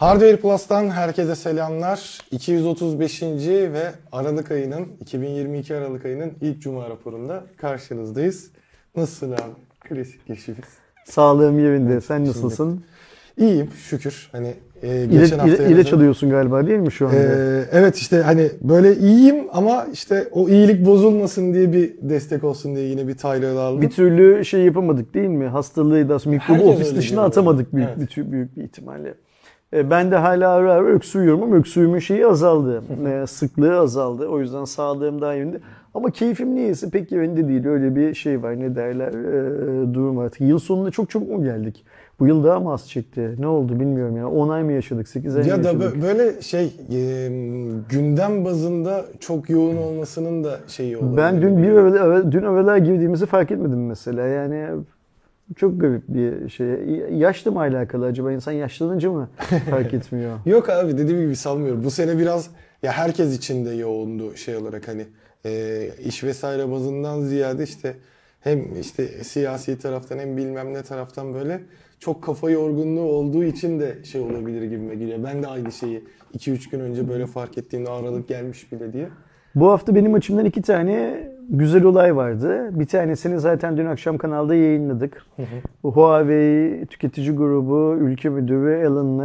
Hardware Plus'tan herkese selamlar. 235. ve Aralık ayının, 2022 Aralık ayının ilk Cuma raporunda karşınızdayız. Nasılsın abi? Klasik girişimiz. Sağlığım yerinde. Sen nasılsın? İyiyim şükür. Hani geçen hafta ilaç alıyorsun galiba değil mi şu anda? Evet işte hani böyle iyiyim ama işte o iyilik bozulmasın diye bir destek olsun diye yine bir Tylenol aldım. Bir türlü şey yapamadık değil mi? Hastalığı da mikrobu ofis dışına atamadık büyük bir ihtimalle. Ben de hala ara ara öksürüyorum ama öksürümün şeyi azaldı. Sıklığı azaldı. O yüzden sağlığım daha yerinde. Ama keyfim niyeyse pek yerinde değil. Öyle bir şey var, ne derler, durum artık. Yıl sonuna çok çabuk mu geldik? Bu yıl daha mı az çekti? Ne oldu bilmiyorum ya. 10 ay mı yaşadık? 8 ay mı yaşadık? Ya da böyle şey gündem bazında çok yoğun olmasının da şeyi olabilir. Ben dün evvela girdiğimizi fark etmedim mesela. Yani çok garip bir şey. Yaşla mı alakalı acaba? İnsan yaşlanınca mı fark etmiyor? Yok abi, dediğim gibi sanmıyorum. Bu sene biraz ya herkes için de yoğundu şey olarak, hani iş vesaire bazından ziyade işte hem işte siyasi taraftan hem bilmem ne taraftan böyle çok kafa yorgunluğu olduğu için de şey olabilir gibime geliyor. Ben de aynı şeyi 2-3 gün önce böyle fark ettiğimde Aralık gelmiş bile diye. Bu hafta benim açımdan 2 tane güzel olay vardı. Bir tanesini zaten dün akşam kanalda yayınladık. Huawei tüketici grubu ülke müdürü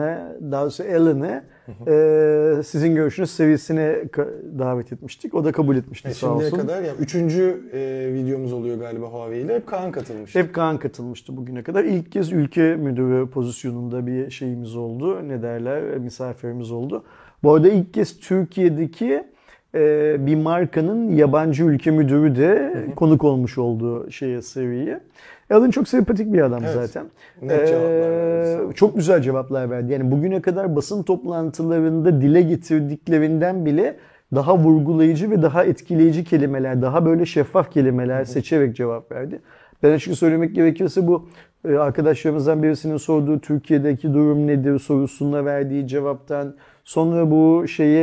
Alan'ı sizin görüşünüz seviyesine davet etmiştik. O da kabul etmişti sağ olsun. Şimdiye kadar yani 3. videomuz oluyor galiba Huawei ile. Hep Kaan katılmış. Hep Kaan katılmıştı bugüne kadar. İlk kez ülke müdürü pozisyonunda bir şeyimiz oldu. Ne derler? Misafirimiz oldu. Bu arada ilk kez Türkiye'deki bir markanın yabancı ülke müdürü de konuk olmuş olduğu seviyeye. Alan çok sempatik bir adam zaten. Net cevaplar çok güzel cevaplar verdi. Yani bugüne kadar basın toplantılarında dile getirdiklerinden bile daha vurgulayıcı ve daha etkileyici kelimeler, daha böyle şeffaf kelimeler seçerek cevap verdi. Ben açıkça söylemek gerekirse bu arkadaşlarımızdan birisinin sorduğu Türkiye'deki durum nedir sorusuna verdiği cevaptan, sonra bu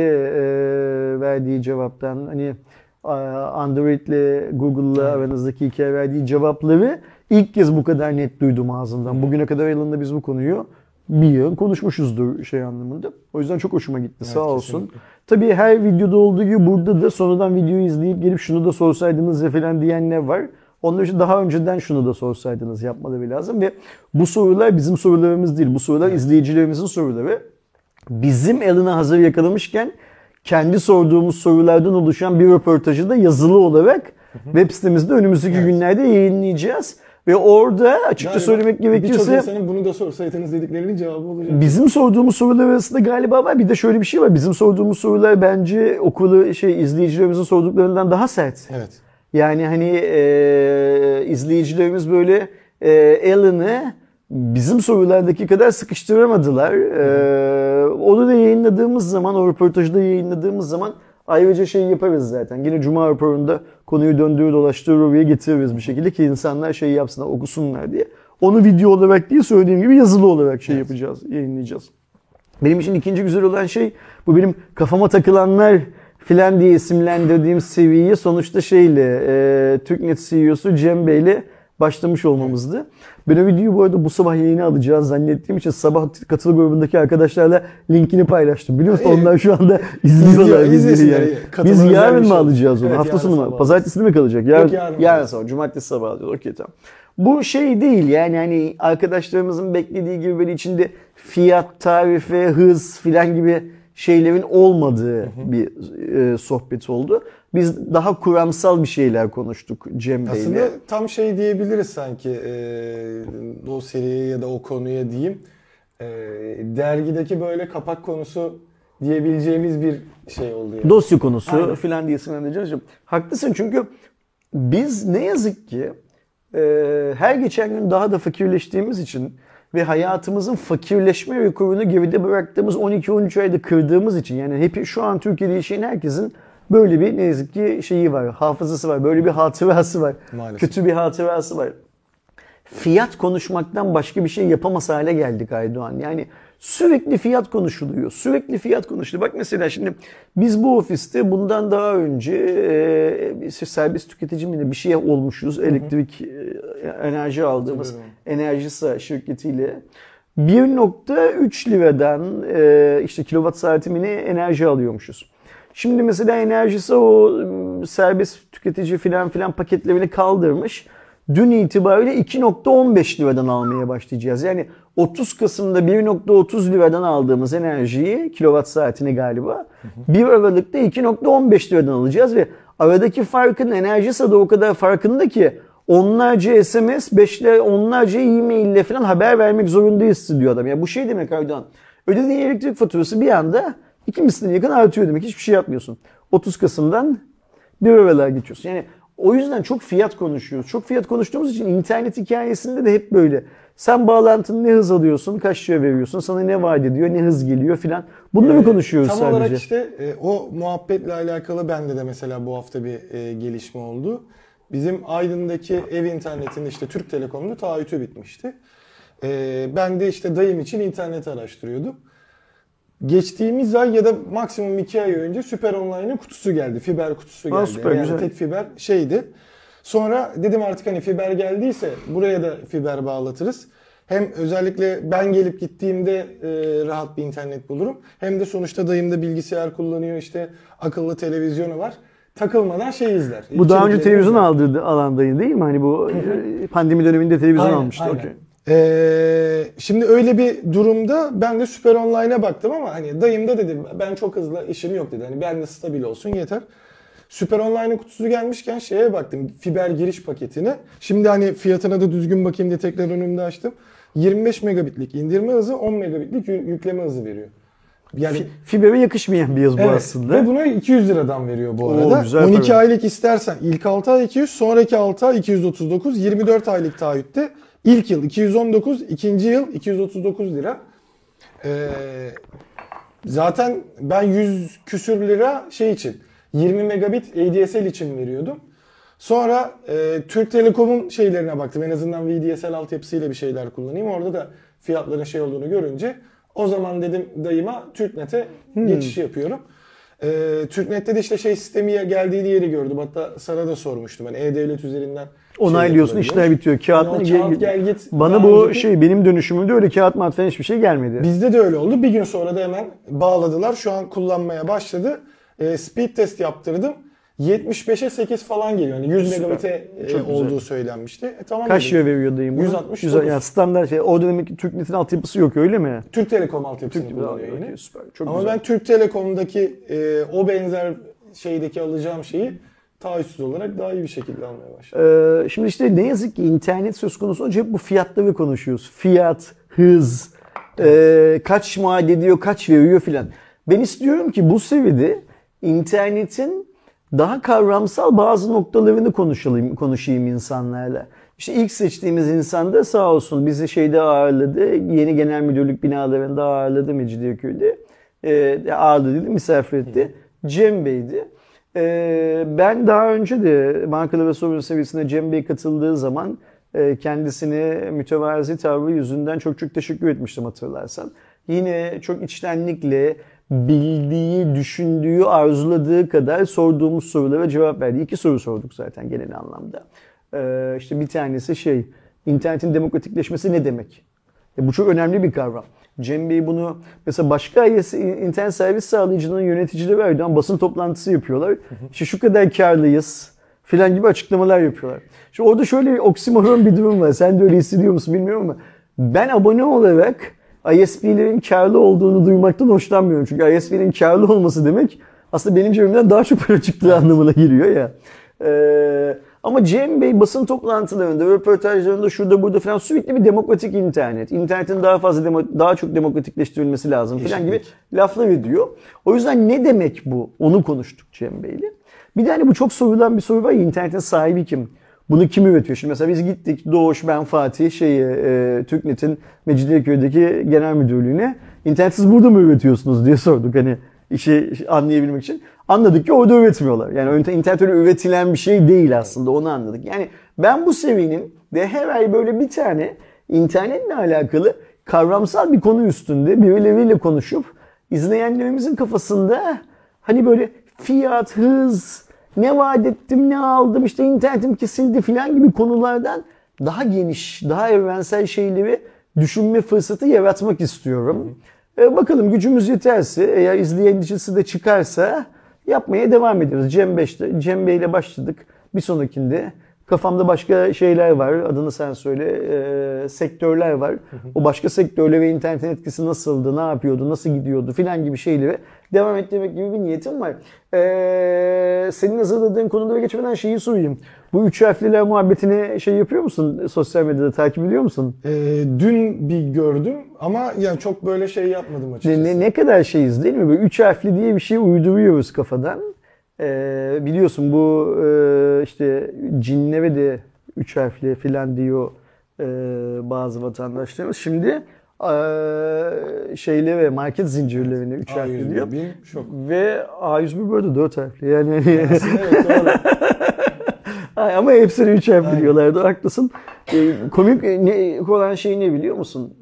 verdiği cevaptan, hani Android ile Google'la aranızdaki hikaye verdiği cevapları ilk kez bu kadar net duydum ağzından. Bugüne kadar Alan'la biz bu konuyu bir yıl konuşmuşuzdur anlamında. O yüzden çok hoşuma gitti, evet, sağ olsun. Kesinlikle. Tabii her videoda olduğu gibi burada da sonradan videoyu izleyip gelip şunu da sorsaydınız ya falan diyenler var. Onlar için daha önceden şunu da sorsaydınız yapmaları lazım ve bu sorular bizim sorularımız değil. Bu sorular izleyicilerimizin soruları. Bizim Alan'a hazır yakalamışken kendi sorduğumuz sorulardan oluşan bir röportajı da yazılı olarak web sitemizde önümüzdeki günlerde yayınlayacağız. Ve orada açıkça söylemek gerekirse birçok insanın bunu da sorsaydınız dediklerinin cevabı olacak. Bizim sorduğumuz sorular arasında galiba var. Bir de şöyle bir şey var. Bizim sorduğumuz sorular bence izleyicilerimizin sorduklarından daha sert. Evet. Yani hani izleyicilerimiz böyle Alan'ı bizim sorulardaki kadar sıkıştıramadılar. Onu da yayınladığımız zaman, o röportajı da yayınladığımız zaman ayrıca yaparız zaten. Yine Cuma raporunda konuyu döndürür dolaştırır oraya getiririz bir şekilde ki insanlar yapsınlar, okusunlar diye. Onu video olarak değil, söylediğim gibi yazılı olarak yapacağız, yayınlayacağız. Benim için ikinci güzel olan bu benim kafama takılanlar filan diye isimlendirdiğim seviyeyi sonuçta TürkNet CEO'su Cem Bey'le başlamış olmamızdı. Ben o videoyu bu arada bu sabah yayına alacağız zannettiğim için sabah katıl grubundaki arkadaşlarla linkini paylaştım. Biliyor musun? Onlar şu anda izliyorlar bizleri yani. Biz yarın mı alacağız onu? Evet, hafta sonu mu? Pazartesi mi kalacak? Yarın sabah. Cumartesi sabah alacağız. Okey, tamam. Bu değil yani hani arkadaşlarımızın beklediği gibi böyle içinde fiyat, tarife, hız filan gibi şeylerin olmadığı bir sohbet oldu. Biz daha kuramsal bir şeyler konuştuk Cem Bey'le. Aslında tam diyebiliriz sanki o seriye ya da o konuya diyeyim. Dergideki böyle kapak konusu diyebileceğimiz bir oldu. Yani. Dosya konusu filan diye isimlendireceğiz. Haklısın çünkü biz ne yazık ki her geçen gün daha da fakirleştiğimiz için ve hayatımızın fakirleşme rekorunu geride bıraktığımız 12-13 ayda kırdığımız için yani şu an Türkiye'de yaşayan herkesin böyle bir ne yazık ki var, hafızası var, böyle bir hatırası var, maalesef. Kötü bir hatırası var. Fiyat konuşmaktan başka bir şey yapamaz hale geldik Aydoğan. Yani sürekli fiyat konuşuluyor, sürekli fiyat konuşuluyor. Bak mesela şimdi biz bu ofiste bundan daha önce serbest tüketici mi bir şey olmuşuz. Elektrik enerji aldığımız Enerjisa şirketiyle 1.3 liradan işte kilowatt saati mi ne enerji alıyormuşuz. Şimdi mesela enerjisi o serbest tüketici filan filan paketlerini kaldırmış. Dün itibariyle 2.15 liradan almaya başlayacağız. Yani 30 Kasım'da 1.30 liradan aldığımız enerjiyi kilowatt saatini galiba 1 Aralık'ta 2.15 liradan alacağız ve aradaki farkın enerjisi de o kadar farkında ki onlarca SMS, onlarca e-mail ile falan haber vermek zorundayız diyor adam. Yani bu şey demek Erdoğan. Ödediğin elektrik faturası bir anda 2 misline yakın artıyor demek. Hiçbir şey yapmıyorsun. 30 Kasım'dan 1 Aralık'a geçiyorsun. Yani o yüzden çok fiyat konuşuyoruz. Çok fiyat konuştuğumuz için internet hikayesinde de hep böyle. Sen bağlantını ne hız alıyorsun, kaç lira veriyorsun, sana ne vaat ediyor, ne hız geliyor filan. Bunları konuşuyoruz tam sadece. Tam olarak işte o muhabbetle alakalı bende de mesela bu hafta bir gelişme oldu. Bizim Aydın'daki ev internetinde işte Türk Telekom'da taahhütü bitmişti. Ben de işte dayım için internet araştırıyordum. Geçtiğimiz ay ya da maksimum 2 ay önce Süper Online'ın kutusu geldi. Fiber kutusu geldi. Süper, yani güzel. tek fiber şeydi. Sonra dedim artık hani fiber geldiyse buraya da fiber bağlatırız. Hem özellikle ben gelip gittiğimde rahat bir internet bulurum. Hem de sonuçta dayım da bilgisayar kullanıyor, işte akıllı televizyonu var. Takılmadan şey izler. Bu daha önce televizyon izler. aldığı alandayım değil mi? Hani bu pandemi döneminde televizyon Aynen, almıştı. aynen. Okey. Şimdi öyle bir durumda ben de Süper Online'a baktım ama hani dayım da dedi ben çok hızlı işim yok dedi. Hani ben de stabil olsun yeter. Süper Online'ın kutusu gelmişken şeye baktım, fiber giriş paketine. Şimdi hani fiyatına da düzgün bakayım diye tekrar önümde açtım. 25 megabitlik indirme hızı, 10 megabitlik yükleme hızı veriyor. Yani Fibere yakışmayan bir hız bu evet, aslında. ve bunu 200 liradan veriyor bu Oo, arada. güzel 12 para. aylık istersen ilk 6 ay 200, sonraki 6 ay 239, 24 aylık taahhütte ilk yıl 219, ikinci yıl 239 lira. Zaten ben 100 küsür lira şey için 20 megabit ADSL için veriyordum. Sonra Türk Telekom'un şeylerine baktım. En azından VDSL altyapısıyla bir şeyler kullanayım. Orada da fiyatların şey olduğunu görünce o zaman dedim dayıma TürkNet'e geçiş yapıyorum. TürkNet'te de işte şey sistemi geldiği yeri gördüm. Hatta sana da sormuştum. Ben E-Devlet üzerinden Onaylıyorsun, işler bitiyor. Kağıt, yani kağıt gel git. Bana daha bu önceki- benim dönüşümümde öyle kağıt mat falan hiçbir şey gelmedi. Bizde de öyle oldu. Bir gün sonra da hemen bağladılar. Şu an kullanmaya başladı. Speed test yaptırdım. 75'e 8 falan geliyor. Yani 100 Süper. megabit'e Çok güzel. olduğu söylenmişti. Tamam Kaç dedim. lira veriyor dayım buna? 169. Yani standart şey. O dönemki TürkNet'in altyapısı yok öyle mi? Türk Telekom altyapısını kullanıyor yine. Okey, süper. Çok Ama güzel. ben Türk Telekom'daki o benzer şeydeki alacağım şeyi taahhütsüz olarak daha iyi bir şekilde almaya başladım. Şimdi işte ne yazık ki internet söz konusu olunca hep bu fiyatları konuşuyoruz. Fiyat, hız, kaç vaat ediyor, kaç veriyor filan. Ben istiyorum ki bu seviyede internetin daha kavramsal bazı noktalarını konuşayım insanlarla. İşte ilk seçtiğimiz insan da sağ olsun bizi şeyde ağırladı. Yeni genel müdürlük binalarında ağırladı Mecidiyeköy'de. Ağırladı değil, misafir etti. Cem Bey'di. Ben daha önce de Bankalar ve Sorun seviyesinde Cem Bey katıldığı zaman kendisine mütevazi tavrı yüzünden çok çok teşekkür etmiştim hatırlarsan. Yine çok içtenlikle bildiği, düşündüğü, arzuladığı kadar sorduğumuz sorulara cevap verdi. 2 soru sorduk zaten genel anlamda. İşte bir tanesi internetin demokratikleşmesi ne demek? Bu çok önemli bir kavram. Cem Bey bunu mesela başka internet servis sağlayıcının yöneticileri Erdoğan basın toplantısı yapıyorlar. İşte şu kadar karlıyız filan gibi açıklamalar yapıyorlar. Şimdi orada şöyle bir oksimoron bir durum var. Sen de öyle hissediyor musun bilmiyorum ama ben abone olarak ISP'lerin karlı olduğunu duymaktan hoşlanmıyorum. Çünkü ISP'lerin karlı olması demek aslında benim cebimden daha çok para çıktığı anlamına geliyor ya. Ama Cem Bey basın toplantılarında, röportajlarında şurada burada falan sürekli bir demokratik internet, internetin daha fazla daha çok demokratikleştirilmesi lazım falan gibi laflar ediyor. O yüzden ne demek bu? Onu konuştuk Cem Bey'le. Bir de hani bu çok sorulan bir soru var ya, internetin sahibi kim? Bunu kim üretiyor? Şimdi mesela biz gittik Doğuş, ben Fatih TürkNet'in Mecidiyeköy'deki genel müdürlüğüne internet siz burada mı üretiyorsunuz diye sorduk hani işi anlayabilmek için. Anladık ki orada üretmiyorlar. Yani internet öyle üretilen bir şey değil aslında, onu anladık. Yani ben bu seviyenin de her ay böyle bir tane internetle alakalı kavramsal bir konu üstünde birileriyle konuşup izleyenlerimizin kafasında hani böyle fiyat, hız, ne vaat ettim, ne aldım, işte internetim kesildi filan gibi konulardan daha geniş, daha evrensel şeyleri düşünme fırsatı yaratmak istiyorum. Bakalım gücümüz yeterse, eğer izleyenicisi de çıkarsa yapmaya devam ediyoruz. Cem Bey ile başladık. Bir sonrakinde kafamda başka şeyler var. Adını sen söyle. Sektörler var. O başka sektörler ve internetin etkisi nasıldı, ne yapıyordu, nasıl gidiyordu filan gibi şeyleri devam ettirmek gibi bir niyetim var. Senin hazırladığın konulara geçmeden şeyi sorayım. Bu üç harfliler muhabbetini şey yapıyor musun? Sosyal medyada takip ediyor musun? Dün bir gördüm ama yani çok böyle şey yapmadım açıkçası. Ne kadar şeyiz değil mi? Böyle üç harfli diye bir şey uyduruyoruz kafadan. Biliyorsun bu işte cinlere de üç harfli filan diyor bazı vatandaşlarımız. Şimdi şeylere, market zincirlerine üç harfli diyor. Şok. Ve A101 burada 4 harfli. Yani Aslında evet, doğru. ama hepsini üç harfli Aynen. diyorlardı. Haklısın. Komik olan şey ne biliyor musun?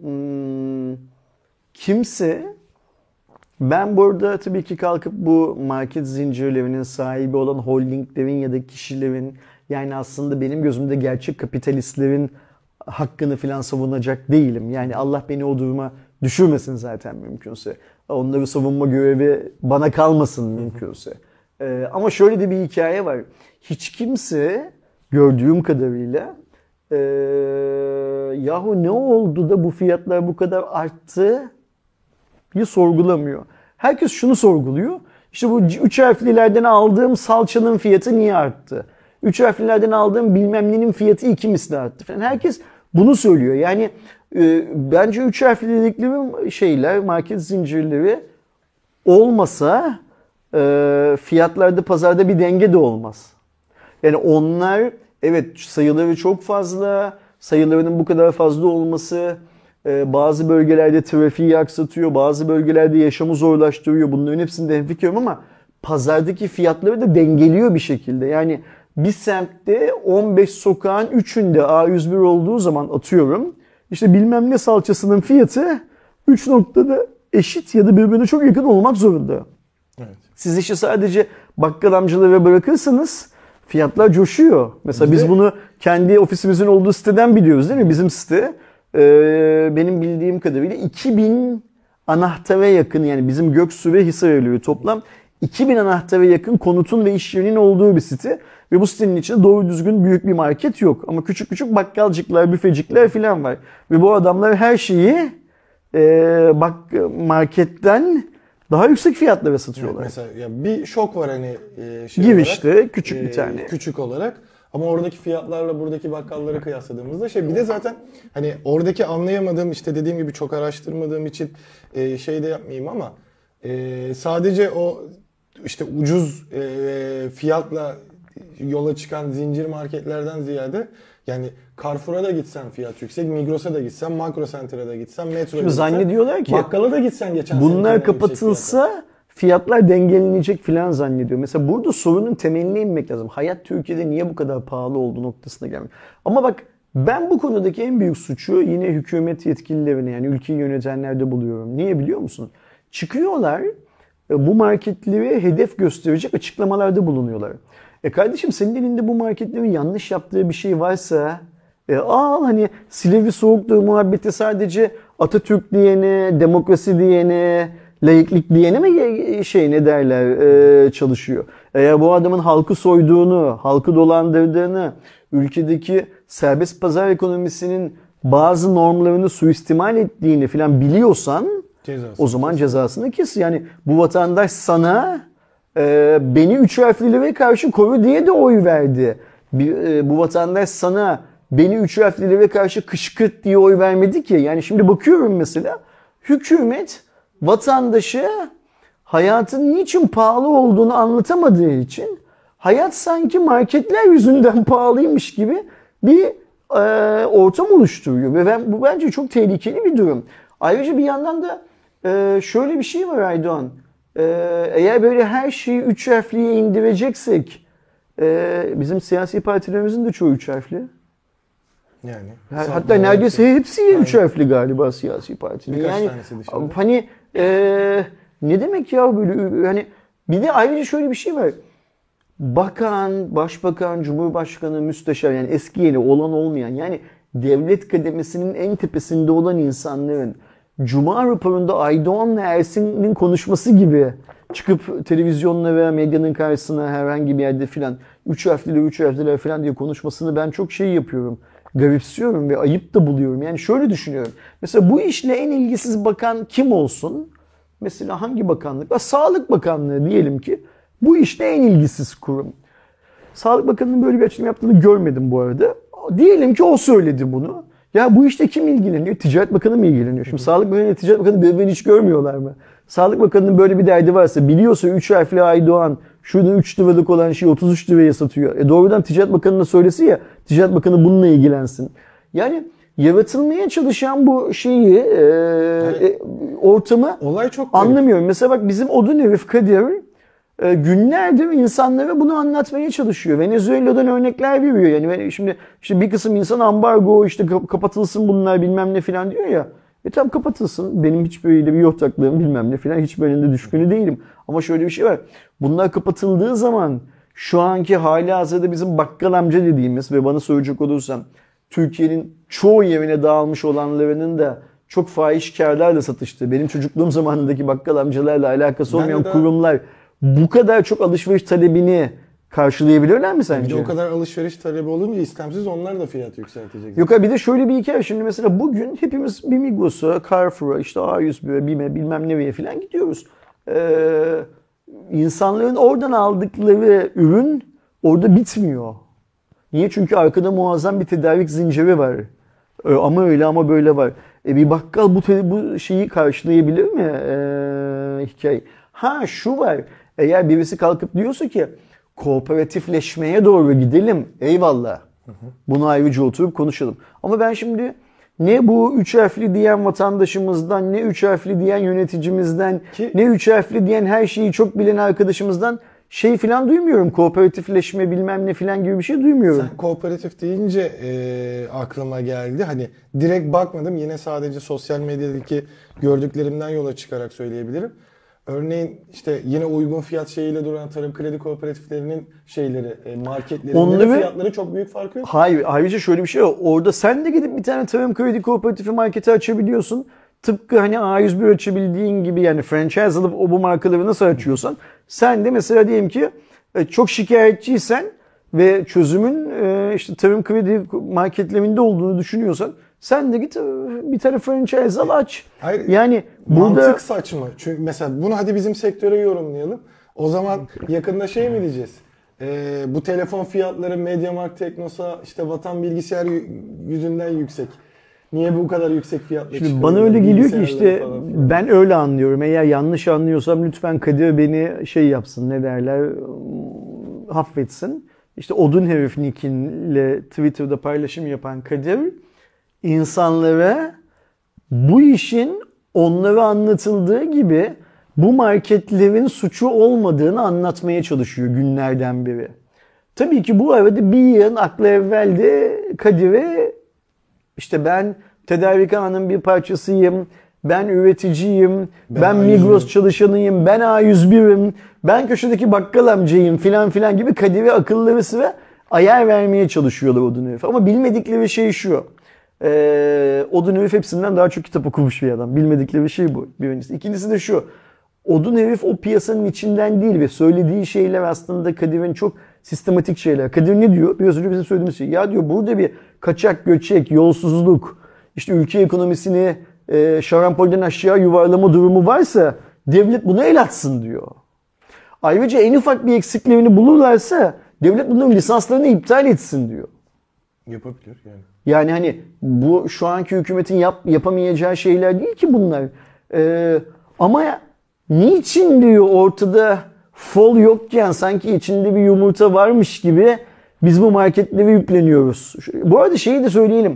Kimse, ben burada tabii ki kalkıp bu market zincirlerinin sahibi olan holdinglerin ya da kişilerin, yani aslında benim gözümde gerçek kapitalistlerin hakkını filan savunacak değilim. Yani Allah beni o duruma düşürmesin zaten mümkünse. Onları savunma görevi bana kalmasın mümkünse. Ama şöyle de bir hikaye var. Hiç kimse gördüğüm kadarıyla yahu ne oldu da bu fiyatlar bu kadar arttı bir sorgulamıyor. Herkes şunu sorguluyor. İşte bu üç harflilerden aldığım salçanın fiyatı niye arttı? Üç harflilerden aldığım bilmem nenin fiyatı 2 misli arttı falan. Herkes bunu söylüyor. Yani bence üç harfli dedikleri şeyler, market zincirleri olmasa fiyatlarda, pazarda bir denge de olmaz. Yani onlar, evet, sayıları çok fazla, sayılarının bu kadar fazla olması bazı bölgelerde trafiği aksatıyor, bazı bölgelerde yaşamı zorlaştırıyor. Bunların hepsinde hemfikirim ama pazardaki fiyatları da dengeliyor bir şekilde. Yani bir semtte 15 sokağın 3'ünde A101 olduğu zaman, atıyorum, işte bilmem ne salçasının fiyatı 3 noktada eşit ya da birbirine çok yakın olmak zorunda. Evet. Siz işi sadece bakkal amcalara bırakırsanız fiyatlar coşuyor. Mesela biz bunu kendi ofisimizin olduğu siteden biliyoruz değil mi? Bizim site benim bildiğim kadarıyla 2000 anahtara yakın, yani bizim Göksu ve Hisarölü toplam 2000 anahtara yakın konutun ve iş yerinin olduğu bir site. Ve bu sitenin içinde doğru düzgün büyük bir market yok. Ama küçük küçük bakkalcıklar, büfecikler falan var. Ve bu adamlar her şeyi marketten daha yüksek fiyatlara satıyorlar. Evet, mesela ya bir şok var hani Girişte olarak, küçük bir tane. Küçük olarak. Ama oradaki fiyatlarla buradaki bakkalları kıyasladığımızda bir de zaten hani oradaki anlayamadığım, işte dediğim gibi çok araştırmadığım için şey de yapmayayım ama sadece o işte ucuz fiyatla yola çıkan zincir marketlerden ziyade, yani Carrefour'a da gitsen fiyat yüksek, Migros'a da gitsen, Makro Center'a da gitsen, Metro'ya da Şimdi gitsen, zannediyorlar ki bakkala da gitsen geçen bunlar kapatılsa fiyatlar dengelenecek filan zannediyor. Mesela burada sorunun temeline inmek lazım. Hayat Türkiye'de niye bu kadar pahalı olduğu noktasına gelmiş. Ama bak, ben bu konudaki en büyük suçu yine hükümet yetkililerine, yani ülkeyi yönetenlerde buluyorum. Niye biliyor musun? Çıkıyorlar, bu marketleri hedef gösterecek açıklamalarda bulunuyorlar. Kardeşim, senin elinde bu marketlerin yanlış yaptığı bir şey varsa al, hani Silivri soğuktur muhabbeti sadece Atatürk diyene, demokrasi diyene, laiklik diyene mi ne derler çalışıyor. Eğer bu adamın halkı soyduğunu, halkı dolandırdığını, ülkedeki serbest pazar ekonomisinin bazı normlarını suistimal ettiğini falan biliyorsan o zaman cezasını kes. Yani bu vatandaş sana beni üç harflilere karşı koru diye de oy verdi. Bu vatandaş sana beni üç harflilere karşı kışkırt diye oy vermedi ki. Yani şimdi bakıyorum mesela, hükümet vatandaşı hayatın niçin pahalı olduğunu anlatamadığı için hayat sanki marketler yüzünden pahalıymış gibi bir ortam oluşturuyor. Ve bu bence çok tehlikeli bir durum. Ayrıca bir yandan da şöyle bir şey var Aydoğan. Eğer böyle her şeyi üç harfliye indireceksek, bizim siyasi partilerimizin de çoğu üç harfli. Yani. Hatta neredeyse hepsi üç harfli galiba siyasi partiler. Birkaç Yani tanesi dışında. hani ne demek ya böyle, hani bir de ayrıca şöyle bir şey var. Bakan, başbakan, cumhurbaşkanı, müsteşar, yani eski yeni olan olmayan, yani devlet kademesinin en tepesinde olan insanların Cuma raporunda Aydoğan'la Ersin'in konuşması gibi çıkıp televizyonla veya medyanın karşısına herhangi bir yerde filan 3 harfliler filan diye konuşmasını ben çok şey yapıyorum. Garipsiyorum ve ayıp da buluyorum. Yani şöyle düşünüyorum. Mesela bu işle en ilgisiz bakan kim olsun? Mesela hangi bakanlık? Sağlık Bakanlığı diyelim ki bu işte en ilgisiz kurum. Sağlık Bakanı'nın böyle bir açıklama yaptığını görmedim bu arada. Diyelim ki o söyledi bunu. Ya bu işte kim ilgileniyor? Ticaret Bakanı mı ilgileniyor? Şimdi Sağlık Bakanı ile Ticaret Bakanı birbirini hiç görmüyorlar mı? Sağlık Bakanı'nın böyle bir derdi varsa biliyorsa 3 harfli Aydoğan şurada 3 liralık olan şeyi 33 liraya satıyor. Doğrudan Ticaret Bakanı'na söylesi ya Ticaret Bakanı bununla ilgilensin. Yani yaratılmaya çalışan bu şeyi ortamı Olay çok anlamıyorum. Mesela bak bizim odun herif Kadir günlerdir insanlara bunu anlatmaya çalışıyor. Venezuela'dan örnekler veriyor. Yani şimdi işte bir kısım insan ambargo işte kapatılsın bunlar bilmem ne filan diyor ya. Tam kapatılsın. Benim hiç böyle bir ortaklığım bilmem ne filan hiç böyle de düşkünü değilim. Ama şöyle bir şey var. Bunlar kapatıldığı zaman şu anki hali hazırda bizim bakkal amca dediğimiz ve bana soracak olursan Türkiye'nin çoğu yerine dağılmış olanlarının da çok fahişkarlarla satıştığı, benim çocukluğum zamanındaki bakkal amcalarla alakası olmayan kurumlar bu kadar çok alışveriş talebini karşılayabiliyorlar mı sence? Bir de o kadar alışveriş talebi olunca istemsiz onlar da fiyat yükseltecek. Yok bir de şöyle bir hikaye. Şimdi mesela bugün hepimiz bir Migros'a, Carrefour'a, işte A101'e, BİM'e bilmem nereye falan gidiyoruz. İnsanların oradan aldıkları ürün orada bitmiyor. Niye? Çünkü arkada muazzam bir tedarik zinciri var. Ama öyle ama böyle var. Bir bakkal bu şeyi karşılayabilir mi? Hikaye. Şu var. Eğer birisi kalkıp diyorsa ki kooperatifleşmeye doğru gidelim. Eyvallah. Bunu ayrıca oturup konuşalım. Ama ben şimdi ne bu 3 harfli diyen vatandaşımızdan, ne 3 harfli diyen yöneticimizden, ne 3 harfli diyen her şeyi çok bilen arkadaşımızdan şey filan duymuyorum. Kooperatifleşme bilmem ne filan gibi bir şey duymuyorum. Sen kooperatif deyince aklıma geldi. Hani direkt bakmadım. Yine sadece sosyal medyadaki gördüklerimden yola çıkarak söyleyebilirim. Örneğin işte yine uygun fiyat şeyiyle duran tarım kredi kooperatiflerinin şeyleri, marketlerinde fiyatları çok büyük farkı yok. Hayır, ayrıca şöyle bir şey var. Orada sen de gidip bir tane tarım kredi kooperatifi marketi açabiliyorsun. Tıpkı hani A101 açabildiğin gibi yani franchise alıp bu markaları nasıl açıyorsan sen de mesela diyelim ki çok şikayetçiysen ve çözümün işte tarım kredi marketlerinde olduğunu düşünüyorsan sen de git bir tane franchise al aç. Hayır, yani mantık burada saçma. Çünkü mesela bunu hadi bizim sektöre yorumlayalım. O zaman yakında şey mi diyeceğiz? Bu telefon fiyatları MediaMarkt, Teknosa, işte Vatan Bilgisayar yüzünden yüksek. Niye bu kadar yüksek fiyatla çıkıyor? Şimdi bana öyle geliyor ki işte ben öyle anlıyorum. Eğer yanlış anlıyorsam lütfen Kadir beni şey yapsın ne derler affetsin. İşte odun herif nickin'le Twitter'da paylaşım yapan Kadir insanlara bu işin onlara anlatıldığı gibi bu marketlerin suçu olmadığını anlatmaya çalışıyor günlerden beri. Tabii ki bu arada bir yığın aklı evvelde Kadir'e işte ben tedarik ağının bir parçasıyım, ben üreticiyim, ben Migros çalışanıyım, ben A101'im, ben köşedeki bakkal amcayım filan filan gibi Kadir'e akılları sıra ayar vermeye çalışıyorlar odun herif. Ama bilmedikleri şey şu. Odun herif hepsinden daha çok kitap okumuş bir adam. Bilmedikleri şey bu. Birincisi. İkincisi de şu. Odun herif o piyasanın içinden değil ve söylediği şeyler aslında Kadir'in çok sistematik şeyler. Kadir ne diyor? Biraz önce bizim söylediğimiz şey. Ya diyor burada bir kaçak göçek, yolsuzluk, işte ülke ekonomisini şarampolden aşağı yuvarlama durumu varsa devlet buna el atsın diyor. Ayrıca en ufak bir eksiklerini bulurlarsa devlet bunların lisanslarını iptal etsin diyor. Yapabilir yani. Yani hani bu şu anki hükümetin yapamayacağı şeyler değil ki bunlar. Ama niçin diyor ortada fol yokken sanki içinde bir yumurta varmış gibi biz bu marketlere yükleniyoruz. Bu arada şeyi de söyleyelim.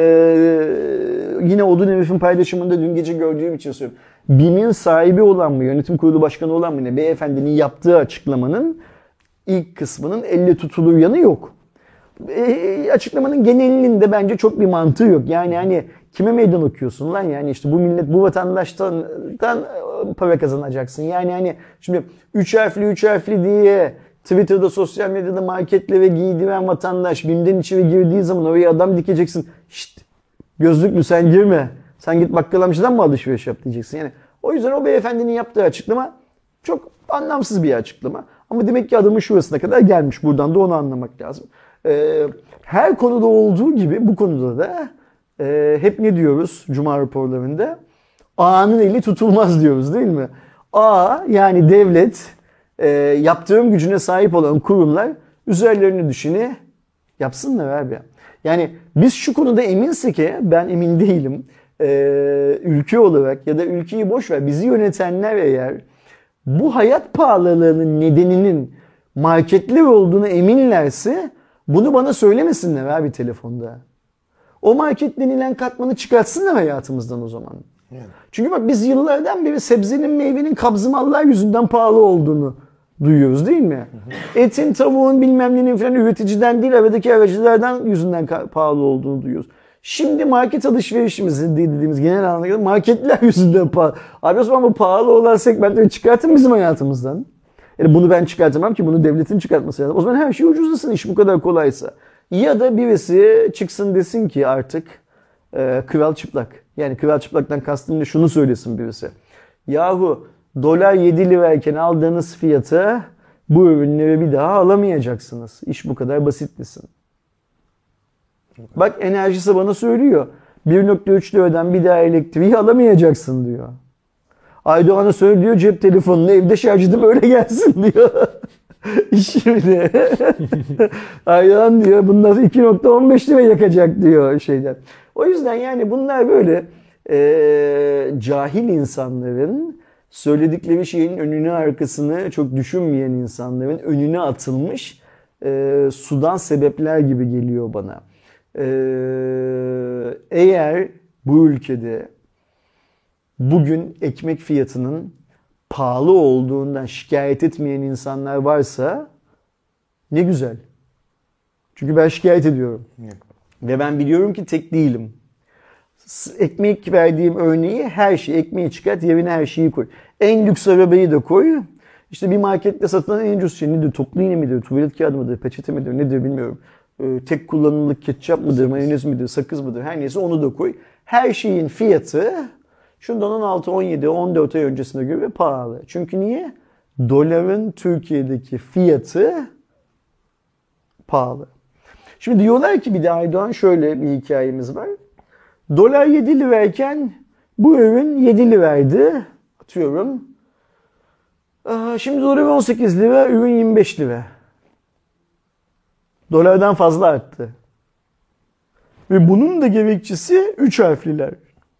Yine Odun Herif'in paylaşımında dün gece gördüğüm için söylüyorum. BİM'in sahibi olan mı, yönetim kurulu başkanı olan mı ne beyefendinin yaptığı açıklamanın ilk kısmının elle tutulur yanı yok. Açıklamanın genelinin de bence çok bir mantığı yok. Yani hani kime meydan okuyorsun lan yani işte bu millet bu vatandaştan para kazanacaksın. Yani hani şimdi 3 harfli diye Twitter'da, sosyal medyada marketlere giydiren vatandaş BİM'den içeri girdiği zaman oraya adam dikeceksin. Şşt, gözlüklü sen girme. Sen git bakkal amcadan mı alışveriş yap diyeceksin. Yani o yüzden o beyefendinin yaptığı açıklama çok anlamsız bir açıklama. Ama demek ki adamın şurasına kadar gelmiş. Buradan da onu anlamak lazım. Her konuda olduğu gibi bu konuda da hep ne diyoruz Cuma raporlarında? A'nın eli tutulmaz diyoruz değil mi? A yani devlet, yaptırım gücüne sahip olan kurumlar üzerlerine düşeni yapsınlar abi. Yani biz şu konuda eminsek ki ben emin değilim. Ülke olarak ya da ülkeyi boş ver bizi yönetenler eğer bu hayat pahalılığının nedeninin marketler olduğunu eminlerse bunu bana söylemesinler abi telefonda. O market denilen katmanı çıkartsınlar hayatımızdan o zaman. Yani. Çünkü bak biz yıllardan beri sebzenin meyvenin kabzımallar yüzünden pahalı olduğunu duyuyoruz değil mi? Etin, tavuğun bilmem nenin falan üreticiden değil aradaki aracılardan yüzünden pahalı olduğunu duyuyoruz. Şimdi market alışverişimizi dediğimiz genel anlamda marketler yüzünden pahalı. Abi o zaman bu pahalı olan segmentleri çıkartın bizim hayatımızdan. Yani bunu ben çıkartamam ki bunu devletin çıkartması lazım. O zaman her şey ucuzlasın iş bu kadar kolaysa. Ya da birisi çıksın desin ki artık kral çıplak. Yani kral çıplaktan kastım ne şunu söylesin birisi. Yahu dolar 7 lirayken aldığınız fiyata bu ürünleri bir daha alamayacaksınız. İş bu kadar basit desin. Bak enerjisi bana söylüyor. 1.3 liradan bir daha elektriği alamayacaksın diyor. Aydoğan'a söylüyor cep telefonunu evde şarj edip öyle gelsin diyor. Şimdi Aydoğan diyor bundan 2.15 lira yakacak diyor şeyden. O yüzden yani bunlar böyle cahil insanların söyledikleri şeyin önünü arkasını çok düşünmeyen insanların önüne atılmış sudan sebepler gibi geliyor bana. Eğer bu ülkede bugün ekmek fiyatının pahalı olduğundan şikayet etmeyen insanlar varsa ne güzel. Çünkü ben şikayet ediyorum. Ve ben biliyorum ki tek değilim. Ekmek verdiğim örneği her şey. Ekmeği çıkart yerine her şeyi koy. En lüks arabayı da koy. İşte bir markette satılan en ucuz şey nedir? Toplu iğne midir? Tuvalet kağıdı mıdır? Peçete midir? Nedir bilmiyorum. Tek kullanımlık ketçap mıdır? Mayonez midir? Sakız mıdır? Her neyse onu da koy. Her şeyin fiyatı şundan 16, 17, 14 ay öncesine göre pahalı. Çünkü niye? Doların Türkiye'deki fiyatı pahalı. Şimdi diyorlar ki bir de Aydoğan şöyle bir hikayemiz var. Dolar 7 lirayken bu ürün 7 liraydı. Atıyorum. Şimdi dolar 18 lira, ürün 25 lira. Dolardan fazla arttı. Ve bunun da gerekçesi 3 harfliler.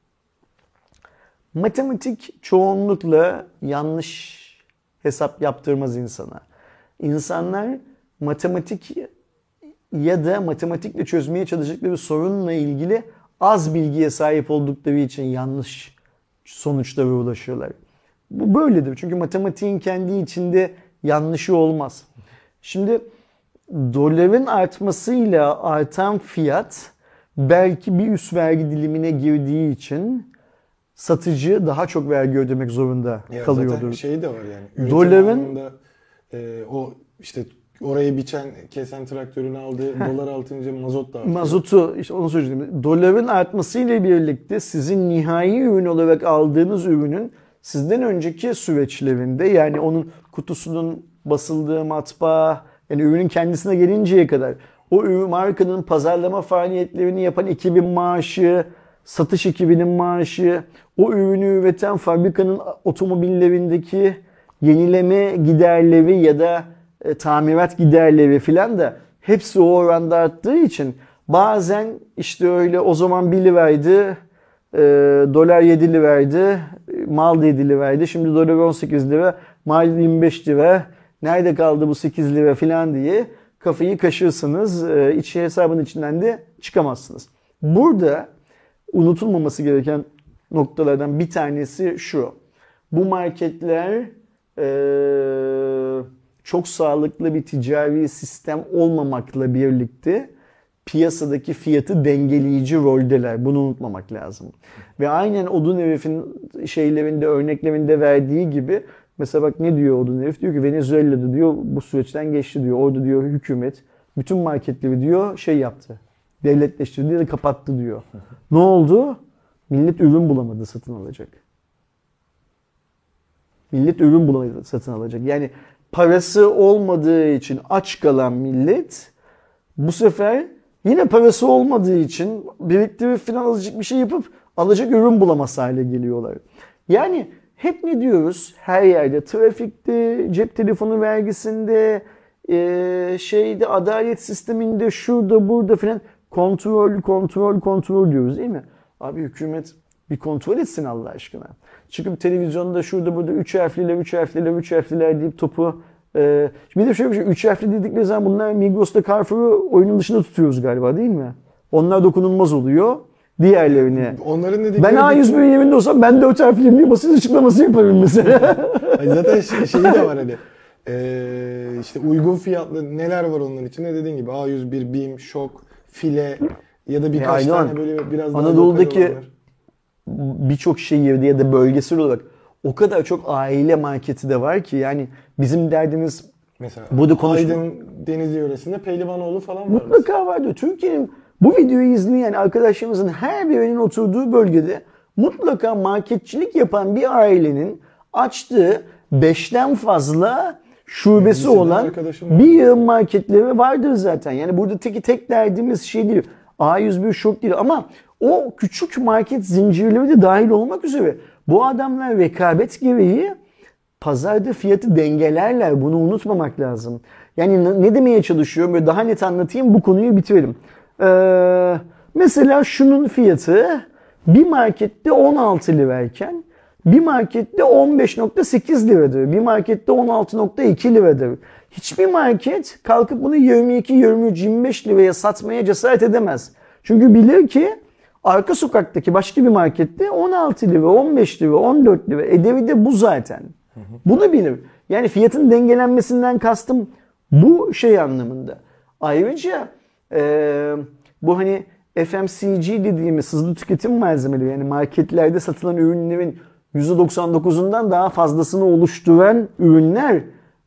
Matematik çoğunlukla yanlış hesap yaptırmaz insana. İnsanlar matematik ya da matematikle çözmeye çalıştıkları sorunla ilgili az bilgiye sahip oldukları için yanlış sonuçlara ulaşıyorlar. Bu böyledir. Çünkü matematiğin kendi içinde yanlışı olmaz. Şimdi doların artmasıyla artan fiyat belki bir üst vergi dilimine girdiği için satıcı daha çok vergi ödemek zorunda kalıyordur. Zaten şey de var yani. Doların o işte orayı biçen, kesen traktörün aldığı dolar artınca mazot da artıyor. Mazotu işte onu söyleyeyim. Doların artmasıyla birlikte sizin nihai ürün olarak aldığınız ürünün sizden önceki süreçlerinde yani onun kutusunun basıldığı matbaa yani ürünün kendisine gelinceye kadar o ürün markanın pazarlama faaliyetlerini yapan ekibin maaşı, satış ekibinin maaşı, o ürünü üreten fabrikanın otomobillerindeki yenileme giderleri ya da tamirat giderleri filan da hepsi o oranda arttığı için bazen işte öyle o zaman 1 liraydı, dolar 7 liraydı, mal 7 liraydı, şimdi dolar 18 lira, mal 25 lira, nerede kaldı bu 8 lira filan diye kafayı kaşırsınız, içi hesabın içinden de çıkamazsınız. Burada unutulmaması gereken noktalardan bir tanesi şu. Bu marketler çok sağlıklı bir ticari sistem olmamakla birlikte piyasadaki fiyatı dengeleyici roldeler. Bunu unutmamak lazım. Ve aynen Odun Herif'in şeylerinde, örneklerinde verdiği gibi Mesela bak ne diyor odun herif? Diyor ki Venezuela'da diyor bu süreçten geçti diyor. Orada diyor hükümet bütün marketleri diyor şey yaptı. Devletleştirdi ya da kapattı diyor. Ne oldu? Millet ürün bulamadı satın alacak. Millet ürün bulamadı satın alacak. Yani parası olmadığı için aç kalan millet bu sefer yine parası olmadığı için biriktirip falan azıcık bir şey yapıp alacak ürün bulamaz hale geliyorlar. Yani hep ne diyoruz? Her yerde trafikte, cep telefonu vergisinde, şeyde adalet sisteminde, şurada burada falan kontrol diyoruz değil mi? Abi hükümet bir kontrol etsin Allah aşkına. Çıkıp televizyonda şurada burada 3 harfliler deyip topu bir de şöyle bir şey 3 harfli dedikleri zaman bunlar Migros'ta Carrefour'u oyunun dışında tutuyoruz galiba değil mi? Onlar dokunulmaz oluyor. Diğerlerine. Onların dedikleri Ben A101'in yerinde olsam ben 4 harfliyim diye basın açıklaması yaparım mesela. Zaten şeyi de var hani. İşte uygun fiyatlı neler var onların içinde dediğin gibi A101, BİM, Şok, File ya da birkaç tane böyle biraz daha Anadolu'daki birçok şehirde ya da bölgesel olarak o kadar çok aile marketi de var ki yani bizim derdimiz mesela burada Aydın Denizli yöresinde Pehlivanoğlu falan var. Mutlaka vardır. Türkiye'nin bu videoyu izleyen arkadaşlarımızın her birinin oturduğu bölgede mutlaka marketçilik yapan bir ailenin açtığı 5'ten fazla şubesi olan bir yığın marketleri vardır zaten. Yani burada tek derdimiz şey değil. A101 Şok değil ama o küçük market zincirleri de dahil olmak üzere bu adamlar rekabet gereği pazarda fiyatı dengelerler. Bunu unutmamak lazım. Yani ne demeye çalışıyorum? Böyle daha net anlatayım bu konuyu bitirelim. Mesela şunun fiyatı bir markette 16 lirayken bir markette 15.8 liradır. Bir markette 16.2 liradır. Hiçbir market kalkıp bunu 22, 23, 25 liraya satmaya cesaret edemez. Çünkü bilir ki arka sokaktaki başka bir markette 16 lira, 15 lira, 14 lira. Ederi de bu zaten. Bunu bilir. Yani fiyatın dengelenmesinden kastım bu şey anlamında. Ayrıca bu hani FMCG dediğimiz hızlı tüketim malzemeleri yani marketlerde satılan ürünlerin %99'undan daha fazlasını oluşturan ürünlerin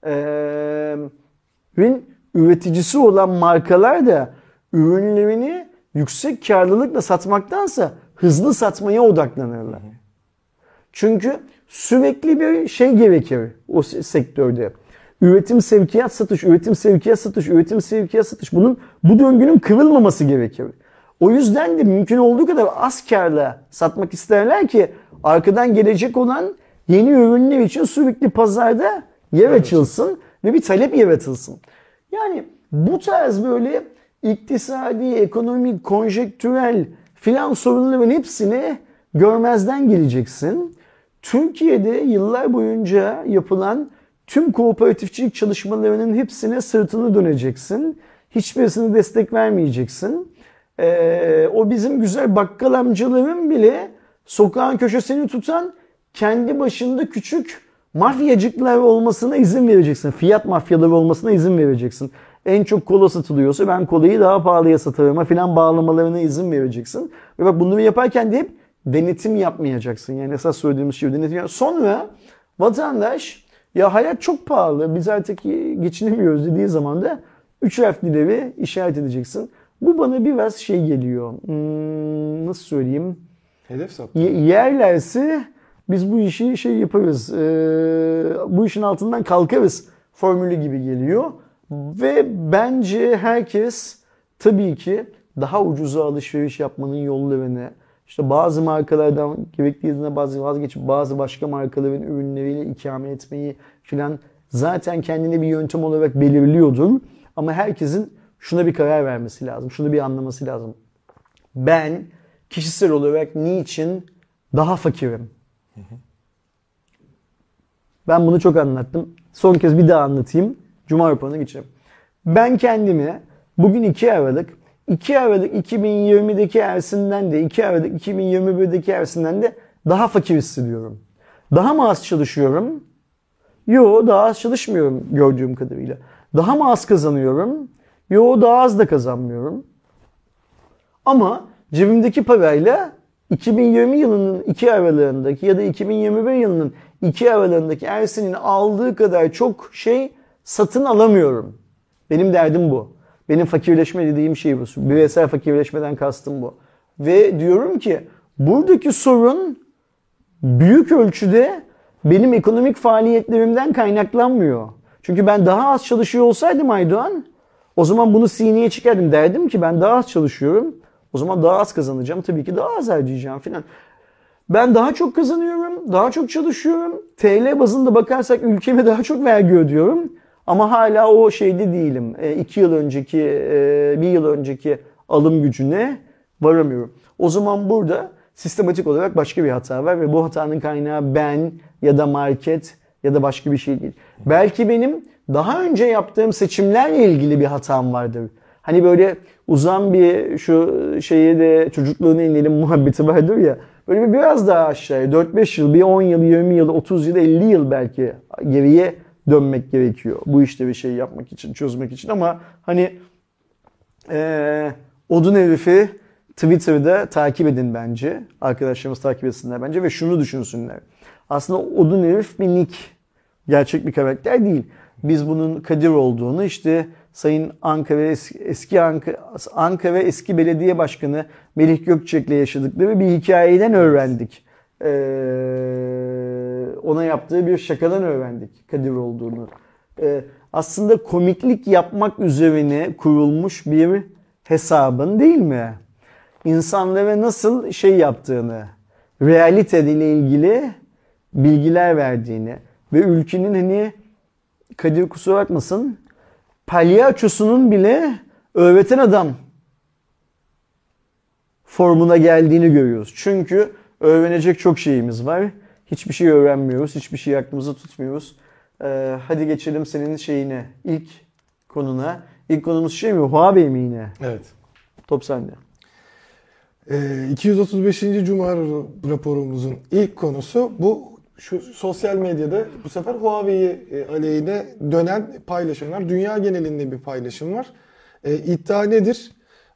üreticisi olan markalar da ürünlerini yüksek karlılıkla satmaktansa hızlı satmaya odaklanırlar. Çünkü sürekli bir şey gerekir o sektörde. Üretim, sevkiyat, satış, üretim, sevkiyat, satış, üretim, sevkiyat, satış. Bu döngünün kırılmaması gerekir. O yüzden de mümkün olduğu kadar az karla satmak isterler ki arkadan gelecek olan yeni ürünler için sürekli pazarda yer açılsın ve bir talep yaratılsın. Yani bu tarz böyle iktisadi, ekonomik, konjektürel filan sorunların hepsini görmezden geleceksin. Türkiye'de yıllar boyunca yapılan tüm kooperatifçilik çalışmalarının hepsine sırtını döneceksin. Hiçbirisine destek vermeyeceksin. O bizim güzel bakkal amcaların bile sokağın köşesini tutan kendi başında küçük mafyacıklar olmasına izin vereceksin. Fiyat mafyaları olmasına izin vereceksin. En çok kola satılıyorsa ben kolayı daha pahalıya satarıma filan bağlamalarına izin vereceksin. Ve bak bunları yaparken de hep denetim yapmayacaksın. Yani esas söylediğimiz şey denetim yapmayacaksın. Sonra vatandaş ya hayat çok pahalı biz artık geçinemiyoruz dediği zaman da 3 harflileri işaret edeceksin. Bu bana biraz şey geliyor. Nasıl söyleyeyim? Hedef saptı. Yerlerse biz bu işi şey yaparız. Bu işin altından kalkarız formülü gibi geliyor. Ve bence herkes tabii ki daha ucuza alışveriş yapmanın yollarını işte bazı markalardan gerektiğinde vazgeçip bazı başka markaların ürünleriyle ikame etmeyi filan zaten kendine bir yöntem olarak belirliyordur. Ama herkesin şuna bir karar vermesi lazım. Şunu bir anlaması lazım. Ben kişisel olarak niçin daha fakirim? Ben bunu çok anlattım. Son kez bir daha anlatayım. Cuma raporuna geçelim. Ben kendimi bugün 2 Aralık 2020'deki Ersin'den de 2 Aralık 2021'deki Ersin'den de daha fakir hissediyorum. Daha mı az çalışıyorum? Yo, daha az çalışmıyorum gördüğüm kadarıyla. Daha mı az kazanıyorum? Yo, daha az da kazanmıyorum. Ama cebimdeki parayla 2020 yılının 2 aralığındaki ya da 2021 yılının 2 aralığındaki Ersin'in aldığı kadar çok şey satın alamıyorum. Benim derdim bu. Benim fakirleşme dediğim şey bu. Bireysel fakirleşmeden kastım bu. Ve diyorum ki buradaki sorun büyük ölçüde benim ekonomik faaliyetlerimden kaynaklanmıyor. Çünkü ben daha az çalışıyor olsaydım Aydoğan, o zaman bunu sineye çıkardım. Derdim ki ben daha az çalışıyorum. O zaman daha az kazanacağım. Tabii ki daha az harcayacağım filan. Ben daha çok kazanıyorum, daha çok çalışıyorum. TL bazında bakarsak ülkeme daha çok vergi ödüyorum. Ama hala o şeyde değilim. 2 yıl önceki, 1 yıl önceki alım gücüne varamıyorum. O zaman burada sistematik olarak başka bir hata var ve bu hatanın kaynağı ben ya da market ya da başka bir şey değil. Belki benim daha önce yaptığım seçimlerle ilgili bir hatam vardır. Hani böyle uzan bir şu şeye de çocukluğuna inelim muhabbeti vardır ya. Böyle biraz daha aşağıya 4-5 yıl, bir 10 yıl, 20 yıl, 30 yıl, 50 yıl belki geriye dönmek gerekiyor. Bu işte bir şey yapmak için, çözmek için ama hani odun herifi Twitter'da takip edin bence. Arkadaşlarımız takip etsinler bence ve şunu düşünsünler. Aslında odun herif bir nick. Gerçek bir karakter değil. Biz bunun Kadir olduğunu işte Sayın Ankara eski belediye başkanı Melih Gökçek'le yaşadıkları bir hikayeden öğrendik. Ona yaptığı bir şakadan öğrendik Kadir olduğunu. Aslında komiklik yapmak üzerine kurulmuş bir hesabın değil mi? İnsanlara nasıl şey yaptığını, realiteyle ilgili bilgiler verdiğini ve ülkenin hani Kadir kusura bakmasın palyaçosunun bile öğreten adam formuna geldiğini görüyoruz. Çünkü öğrenecek çok şeyimiz var. Hiçbir şey öğrenmiyoruz. Hiçbir şey aklımızda tutmuyoruz. Hadi geçelim senin şeyine. İlk konuna. İlk konumuz şey mi? Huawei mi yine? Evet. Top sende. 235. Cuma raporumuzun ilk konusu bu. Şu sosyal medyada bu sefer Huawei aleyhine dönen paylaşımlar. Dünya genelinde bir paylaşım var. İddia nedir?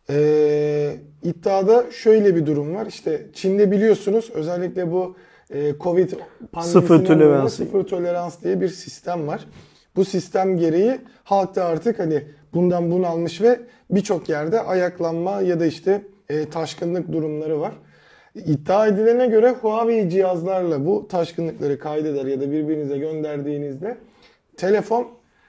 İddiada şöyle bir durum var. İşte Çin'de biliyorsunuz özellikle bu Covid pandemisinden sıfır tolerans diye bir sistem var. Bu sistem gereği halkta artık hani bundan bunalmış ve birçok yerde ayaklanma ya da işte taşkınlık durumları var. İddia edilene göre Huawei cihazlarla bu taşkınlıkları kaydeder ya da birbirinize gönderdiğinizde telefon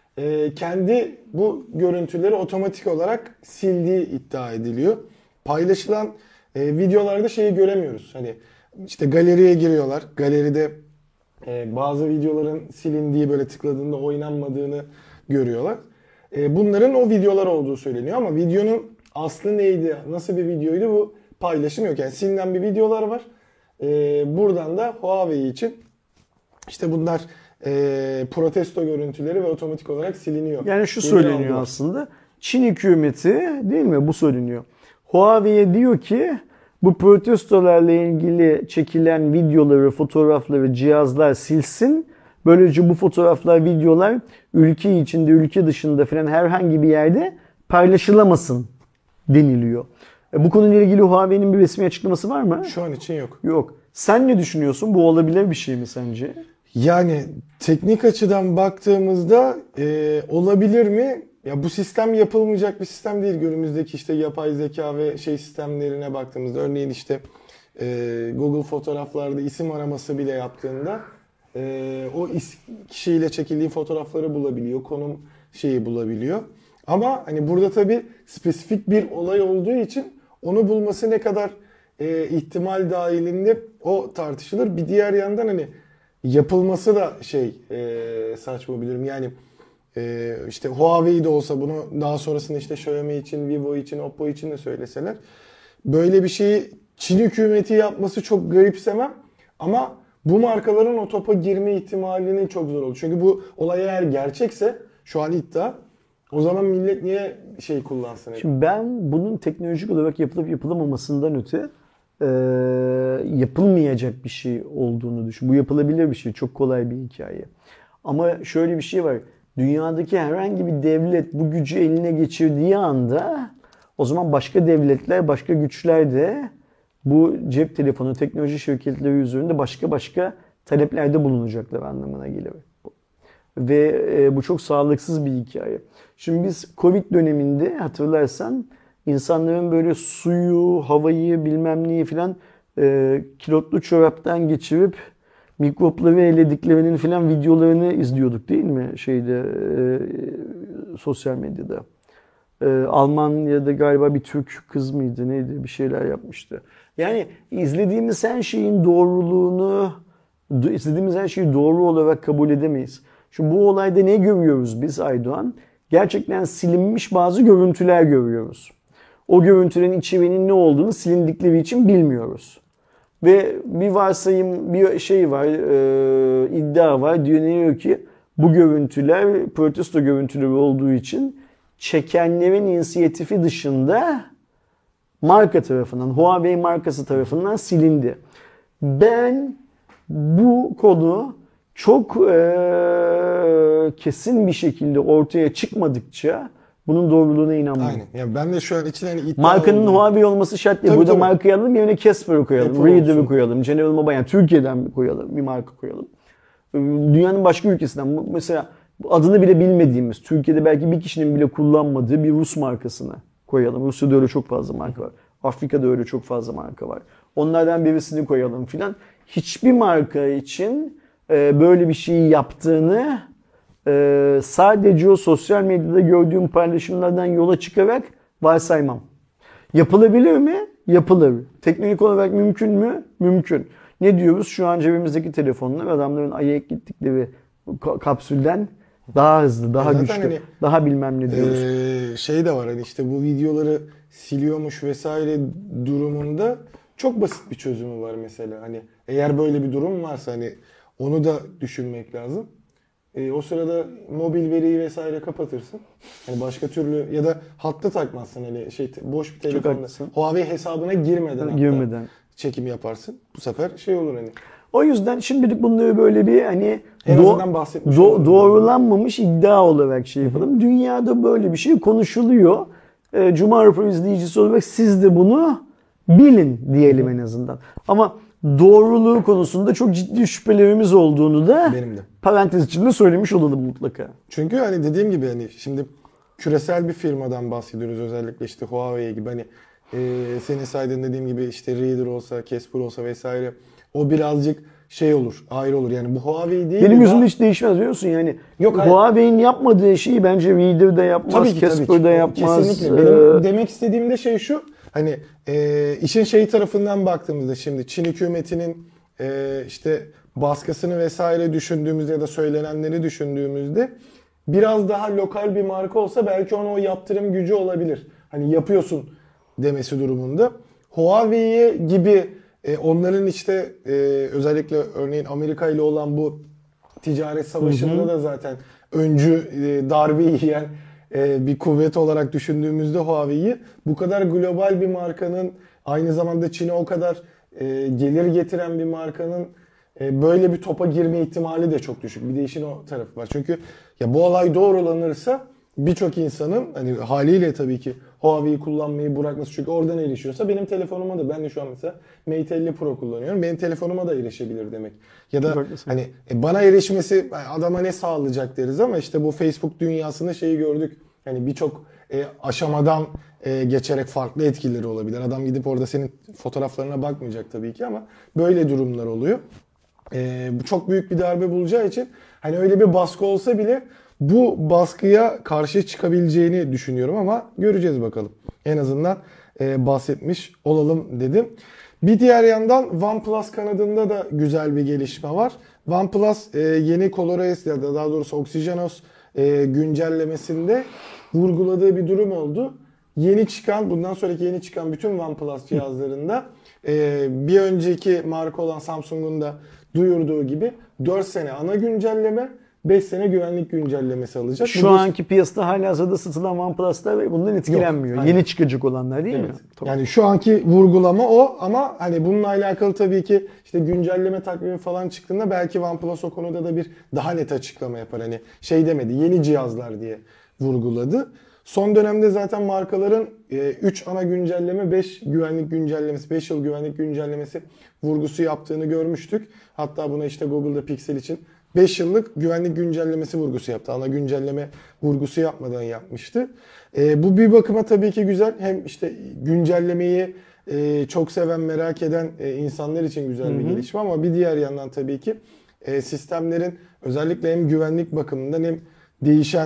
kendi bu görüntüleri otomatik olarak sildiği iddia ediliyor. Paylaşılan videolarda şeyi göremiyoruz. Hani işte galeriye giriyorlar. Galeride bazı videoların silindiği böyle tıkladığında oynanmadığını görüyorlar. Bunların o videolar olduğu söyleniyor ama videonun aslı neydi, nasıl bir videoydu bu paylaşım yok. Yani silinen bir videolar var. Buradan da Huawei için işte bunlar protesto görüntüleri ve otomatik olarak siliniyor. Yani şu söyleniyor aslında. Çin hükümeti değil mi? Bu söyleniyor. Huawei'ye diyor ki bu protestolarla ilgili çekilen videoları, fotoğrafları, cihazlar silsin. Böylece bu fotoğraflar, videolar ülke içinde, ülke dışında falan herhangi bir yerde paylaşılamasın deniliyor. Bu konuyla ilgili Huawei'nin bir resmi açıklaması var mı? Şu an için yok. Yok. Sen ne düşünüyorsun? Bu olabilir bir şey mi sence? Yani teknik açıdan baktığımızda olabilir mi? Ya bu sistem yapılmayacak bir sistem değil. Günümüzdeki işte yapay zeka ve şey sistemlerine baktığımızda örneğin işte Google fotoğraflarda isim araması bile yaptığında o kişiyle çekildiği fotoğrafları bulabiliyor. Konum şeyi bulabiliyor. Ama hani burada tabii spesifik bir olay olduğu için onu bulması ne kadar ihtimal dahilinde o tartışılır. Bir diğer yandan hani yapılması da saçma bilirim. Yani işte Huawei de olsa bunu daha sonrasında işte Xiaomi için, Vivo için, Oppo için de söyleseler böyle bir şeyi Çin hükümeti yapması çok garipsemem ama bu markaların o topa girme ihtimalinin çok zor olur. Çünkü bu olay eğer gerçekse şu an iddia o zaman millet niye kullansın? Şimdi ben bunun teknolojik olarak yapılıp yapılamamasından öte yapılmayacak bir şey olduğunu düşünüyorum. Bu yapılabilir bir şey. Çok kolay bir hikaye. Ama şöyle bir şey var. Dünyadaki herhangi bir devlet bu gücü eline geçirdiği anda o zaman başka devletler, başka güçler de bu cep telefonu teknoloji şirketleri üzerinde başka taleplerde bulunacaklar anlamına gelir. Ve bu çok sağlıksız bir hikaye. Şimdi biz Covid döneminde hatırlarsan insanların böyle suyu, havayı bilmem neyi filan kilotlu çoraptan geçirip mikropları elediklerinin filan videolarını izliyorduk değil mi sosyal medyada. Almanya'da galiba bir Türk kız mıydı neydi bir şeyler yapmıştı. Yani izlediğimiz her şeyin doğruluğunu, izlediğimiz her şeyi doğru olarak kabul edemeyiz. Şimdi bu olayda ne görüyoruz biz Aydoğan? Gerçekten silinmiş bazı görüntüler görüyoruz. O görüntülerin içeriğinin ne olduğunu silindikleri için bilmiyoruz. Ve bir varsayım, bir şey var, iddia var. Diyor ki bu görüntüler protesto görüntüleri olduğu için çekenlerin inisiyatifi dışında marka tarafından, Huawei markası tarafından silindi. Ben bu konu çok kesin bir şekilde ortaya çıkmadıkça bunun doğruluğuna inanmam. Aynen. Yani ben de şu an için hani iddia markanın olduğunu... Huawei olması şart değil. Tabii, Burada tabii. markayı alalım, yerine Casper'ı koyalım, Apple Reader'ı olsun. koyalım, General Mobile, yani Türkiye'den koyalım, bir marka koyalım. Dünyanın başka ülkesinden, mesela adını bile bilmediğimiz, Türkiye'de belki bir kişinin bile kullanmadığı bir Rus markasını koyalım. Rusya'da öyle çok fazla marka var. Afrika'da öyle çok fazla marka var. Onlardan birisini koyalım filan. Hiçbir marka için böyle bir şeyi yaptığını sadece o sosyal medyada gördüğüm paylaşımlardan yola çıkarak varsaymam. Yapılabilir mi? Yapılır. Teknik olarak mümkün mü? Mümkün. Ne diyoruz? Şu an cebimizdeki telefonlar adamların Ay'a gittikleri kapsülden daha hızlı, daha Zaten güçlü, hani, daha bilmem ne diyoruz. Şey de var hani işte bu videoları siliyormuş vesaire durumunda çok basit bir çözümü var mesela. Hani eğer böyle bir durum varsa hani onu da düşünmek lazım. O sırada mobil veriyi vesaire kapatırsın. Hani başka türlü ya da hattı takmazsın hani boş bir telefonla Huawei hesabına girmeden çekim yaparsın. Bu sefer şey olur hani. O yüzden şimdilik bunları böyle bir hani En azından bahsetmiş doğrulanmamış iddia olarak şey yapalım. Dünyada böyle bir şey konuşuluyor. Cuma raporu izleyicisi olarak siz de bunu bilin diyelim en azından. Ama doğruluğu konusunda çok ciddi şüphelerimiz olduğunu da benim de parantez içinde söylemiş olalım mutlaka. Çünkü hani dediğim gibi hani şimdi küresel bir firmadan bahsediyoruz, özellikle işte Huawei gibi hani senin saydığın dediğim gibi işte Reader olsa, Casper olsa vesaire, o birazcık şey olur, ayrı olur. Yani bu Huawei değil. Benim yüzümde hiç değişmez biliyorsun yani. Yok, Huawei'nin yapmadığı şeyi bence Reader'da yapmaz, Casper'da yapmaz. Kesinlikle. Benim demek istediğim de şey şu. Hani işin şey tarafından baktığımızda şimdi Çin hükümetinin işte baskısını vesaire düşündüğümüzde ya da söylenenleri düşündüğümüzde biraz daha lokal bir marka olsa belki ona o yaptırım gücü olabilir. Hani yapıyorsun demesi durumunda. Huawei gibi onların işte özellikle örneğin Amerika ile olan bu ticaret savaşında da zaten öncü darbe yiyen bir kuvvet olarak düşündüğümüzde Huawei'yi, bu kadar global bir markanın, aynı zamanda Çin'e o kadar gelir getiren bir markanın böyle bir topa girme ihtimali de çok düşük. Bir de işin o tarafı var. Çünkü ya bu olay doğrulanırsa birçok insanın hani haliyle tabii ki Huawei'yi kullanmayı bırakması, çünkü oradan erişiyorsa benim telefonuma da, ben de şu an mesela Mate 50 Pro kullanıyorum. Benim telefonuma da erişebilir demek. Ya da hani bana erişmesi adama ne sağlayacak deriz ama işte bu Facebook dünyasında şeyi gördük. Hani birçok aşamadan geçerek farklı etkileri olabilir. Adam gidip orada senin fotoğraflarına bakmayacak tabii ki ama böyle durumlar oluyor. Bu çok büyük bir darbe bulacağı için hani öyle bir baskı olsa bile bu baskıya karşı çıkabileceğini düşünüyorum ama göreceğiz bakalım. En azından bahsetmiş olalım dedim. Bir diğer yandan OnePlus kanadında da güzel bir gelişme var. OnePlus yeni ColorOS ya da daha doğrusu OxygenOS güncellemesinde vurguladığı bir durum oldu. Yeni çıkan, bundan sonraki yeni çıkan bütün OnePlus cihazlarında bir önceki marka olan Samsung'un da duyurduğu gibi 4 sene ana güncelleme, 5 sene güvenlik güncellemesi alacak. Şu anki piyasada halihazırda satılan OnePlus'lar bundan etkilenmiyor. Yok, yeni çıkacak olanlar değil mi? Tamam. Yani şu anki vurgulama o ama hani bununla alakalı tabii ki işte güncelleme takvimi falan çıktığında belki OnePlus o konuda da bir daha net açıklama yapar. Hani şey demedi, yeni cihazlar diye vurguladı. Son dönemde zaten markaların 3 ana güncelleme, 5 güvenlik güncellemesi, 5 yıl güvenlik güncellemesi vurgusu yaptığını görmüştük. Hatta buna işte Google'da Pixel için 5 yıllık güvenlik güncellemesi vurgusu yaptı. Ana güncelleme vurgusu yapmadan yapmıştı. Bu bir bakıma tabii ki güzel. Hem işte güncellemeyi çok seven, merak eden insanlar için güzel bir gelişme ama bir diğer yandan tabii ki sistemlerin özellikle hem güvenlik bakımından hem değişen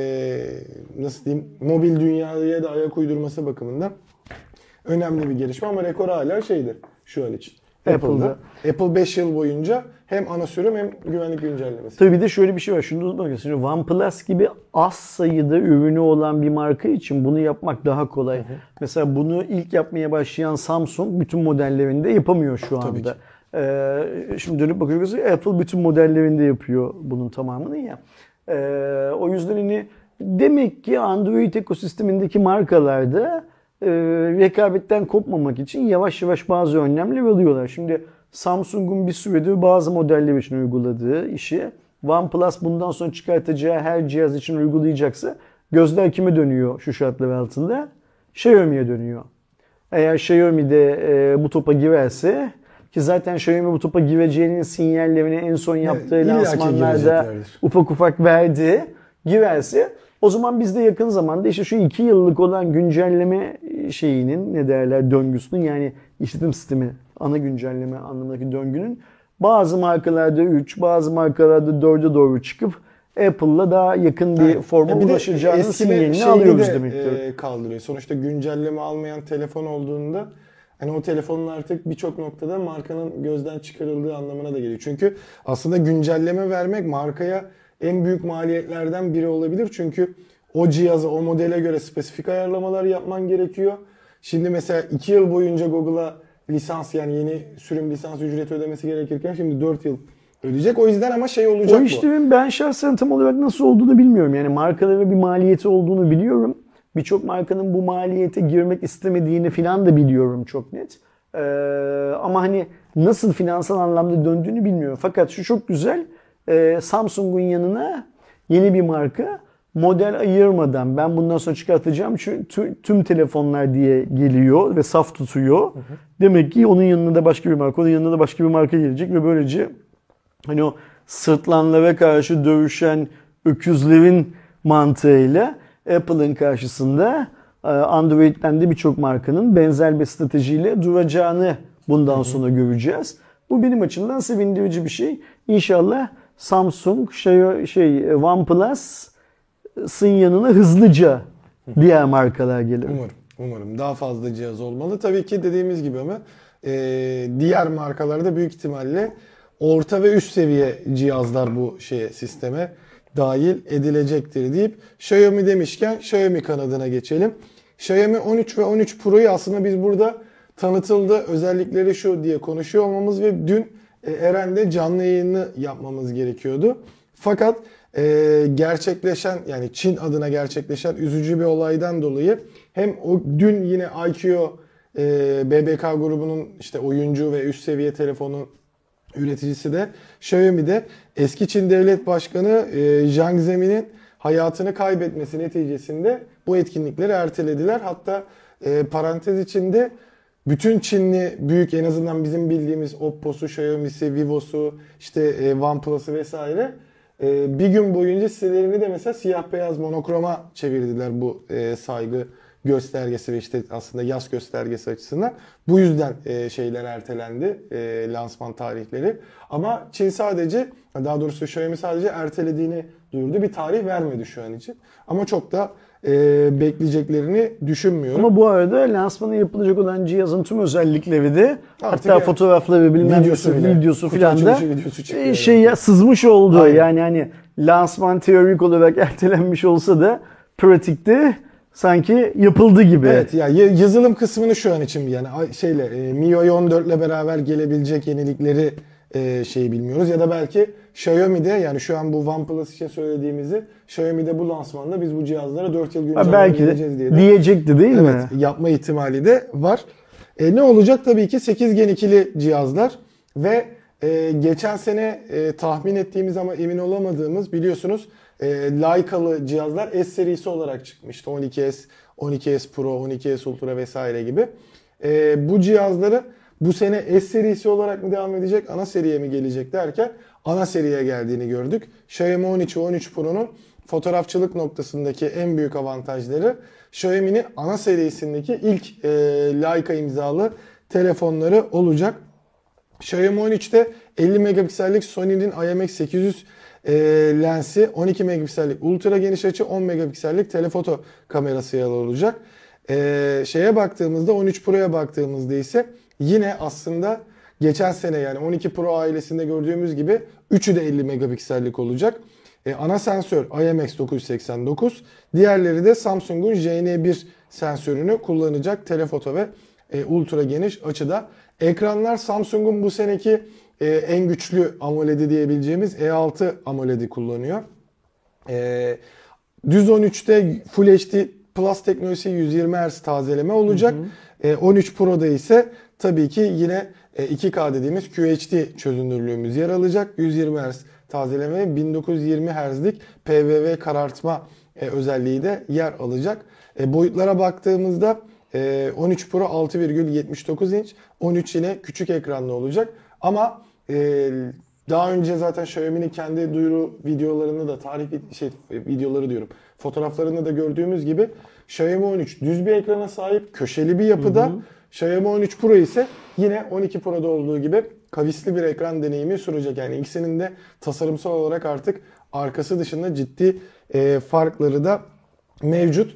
nasıl diyeyim mobil dünyaya da ayak uydurması bakımından önemli bir gelişme ama rekor hala şeydir şu an için. Apple'da. Apple 5 yıl boyunca hem ana sürüm hem güvenlik güncellemesi. Tabii bir de şöyle bir şey var. Şunu unutmayın. Şimdi OnePlus gibi az sayıda ürünü olan bir marka için bunu yapmak daha kolay. Mesela bunu ilk yapmaya başlayan Samsung bütün modellerinde yapamıyor şu Tabii anda. Şimdi dönüp bakıyoruz Apple bütün modellerinde yapıyor bunun tamamını ya. O yüzden hani demek ki Android ekosistemindeki markalarda rekabetten kopmamak için yavaş yavaş bazı önlemler alıyorlar. Şimdi Samsung'un bir süredir bazı modeller için uyguladığı işi OnePlus bundan sonra çıkartacağı her cihaz için uygulayacaksa gözler kime dönüyor şu şartlar altında? Xiaomi'ye dönüyor. Eğer Xiaomi de bu topa girerse ki zaten Xiaomi bu topa gireceğinin sinyallerini en son yaptığı lansmanlarda ufak ufak verdi. Girerse o zaman biz de yakın zamanda işte şu 2 yıllık olan güncelleme şeyinin ne derler döngüsünün yani işletim sistemi ana güncelleme anlamındaki döngünün bazı markalarda 3, bazı markalarda 4'e doğru çıkıp Apple'la daha yakın bir forma ulaşacağının sinyalini alıyoruz demektir. Kaldırıyor. Sonuçta güncelleme almayan telefon olduğunda hani o telefonun artık birçok noktada markanın gözden çıkarıldığı anlamına da geliyor. Çünkü aslında güncelleme vermek markaya en büyük maliyetlerden biri olabilir. Çünkü o cihaza, o modele göre spesifik ayarlamalar yapman gerekiyor. Şimdi mesela 2 yıl boyunca Google'a lisans yani yeni sürüm lisans ücreti ödemesi gerekirken şimdi 4 yıl ödeyecek. O yüzden ama şey olacak bu. O işlemin ben şahsen tam olarak nasıl olduğunu bilmiyorum. Yani markalara bir maliyeti olduğunu biliyorum. Birçok markanın bu maliyete girmek istemediğini falan da biliyorum çok net. Ama hani nasıl finansal anlamda döndüğünü bilmiyorum. Fakat şu çok güzel. Samsung'un yanına yeni bir marka model ayırmadan ben bundan sonra çıkartacağım tüm telefonlar diye geliyor ve saf tutuyor. Demek ki onun yanına da başka bir marka, onun yanına da başka bir marka gelecek ve böylece hani o sırtlanlara karşı dövüşen öküzlerin mantığıyla Apple'ın karşısında Android'den de birçok markanın benzer bir stratejiyle duracağını bundan sonra göreceğiz. Bu benim açımdan sevindirici bir şey. İnşallah Samsung, OnePlus'ın yanına hızlıca diğer markalar gelir. Umarım. Daha fazla cihaz olmalı. Tabii ki dediğimiz gibi ama diğer markalarda büyük ihtimalle orta ve üst seviye cihazlar bu sisteme dahil edilecektir deyip Xiaomi demişken Xiaomi kanadına geçelim. Xiaomi 13 ve 13 Pro'yu aslında biz burada tanıtıldı. Özellikleri şu diye konuşuyor olmamız ve dün Eren'de canlı yayını yapmamız gerekiyordu. Fakat gerçekleşen yani Çin adına gerçekleşen üzücü bir olaydan dolayı hem o dün yine IQ BBK grubunun işte oyuncu ve üst seviye telefonu üreticisi de Xiaomi'de eski Çin Devlet Başkanı Jiang Zemin'in hayatını kaybetmesi neticesinde bu etkinlikleri ertelediler. Hatta parantez içinde bütün Çinli büyük en azından bizim bildiğimiz Oppo'su, Xiaomi'si, Vivo'su, işte OnePlus'ı vesaire bir gün boyunca sitelerini de mesela siyah beyaz monokroma çevirdiler bu saygı göstergesi ve işte aslında yas göstergesi açısından. Bu yüzden şeyler ertelendi, lansman tarihleri. Ama Çin sadece, daha doğrusu Xiaomi sadece ertelediğini duyurdu. Bir tarih vermedi şu an için. Ama çok da bekleyeceklerini düşünmüyorum. Ama bu arada lansmanı yapılacak olan cihazın tüm özellikleri de artık hatta fotoğrafları bilmem videosu filan da sızmış oldu. Aynen. Yani hani lansman teorik olarak ertelenmiş olsa da pratikte sanki yapıldı gibi. Evet ya yazılım kısmını şu an için yani MIUI 14 ile beraber gelebilecek yenilikleri bilmiyoruz ya da belki Xiaomi'de yani şu an bu OnePlus için söylediğimizi Xiaomi'de bu lansmanda biz bu cihazlara 4 yıl güncelleme vereceğiz diye de diyecekti değil mi? Evet, yapma ihtimali de var. Ne olacak tabii ki 8 Gen 2'li cihazlar ve geçen sene tahmin ettiğimiz ama emin olamadığımız biliyorsunuz Leica'lı cihazlar S serisi olarak çıkmıştı. 12S, 12S Pro, 12S Ultra vesaire gibi. Bu cihazları bu sene S serisi olarak mı devam edecek, ana seriye mi gelecek derken ana seriye geldiğini gördük. Xiaomi 13 ve 13 Pro'nun fotoğrafçılık noktasındaki en büyük avantajları Xiaomi'nin ana serisindeki ilk Leica imzalı telefonları olacak. Xiaomi 13'te 50 megapiksellik Sony'nin IMX800 lensi, 12 megapiksellik ultra geniş açı, 10 megapiksellik telefoto kamerası yer olacak. Şeye baktığımızda 13 Pro'ya baktığımızda ise yine aslında geçen sene yani 12 Pro ailesinde gördüğümüz gibi üçü de 50 megapiksellik olacak. Ana sensör IMX989, diğerleri de Samsung'un JN1 sensörünü kullanacak telefoto ve ultra geniş açıda. Ekranlar Samsung'un bu seneki en güçlü AMOLED'i diyebileceğimiz E6 AMOLED'i kullanıyor. Düz 13'te Full HD Plus teknolojisi 120 Hz tazeleme olacak. 13 Pro'da ise tabii ki yine 2K dediğimiz QHD çözünürlüğümüz yer alacak. 120 Hz tazeleme, 1920 Hz'lik PVV karartma özelliği de yer alacak. Boyutlara baktığımızda 13 Pro 6,79 inç, 13 yine küçük ekranlı olacak. Ama daha önce zaten Xiaomi'nin kendi duyuru videolarında da videoları diyorum. Fotoğraflarında da gördüğümüz gibi Xiaomi 13 düz bir ekrana sahip, köşeli bir yapıda. Xiaomi 13 Pro ise yine 12 Pro'da olduğu gibi kavisli bir ekran deneyimi sunacak. Yani ikisinin de tasarımsal olarak artık arkası dışında ciddi farkları da mevcut.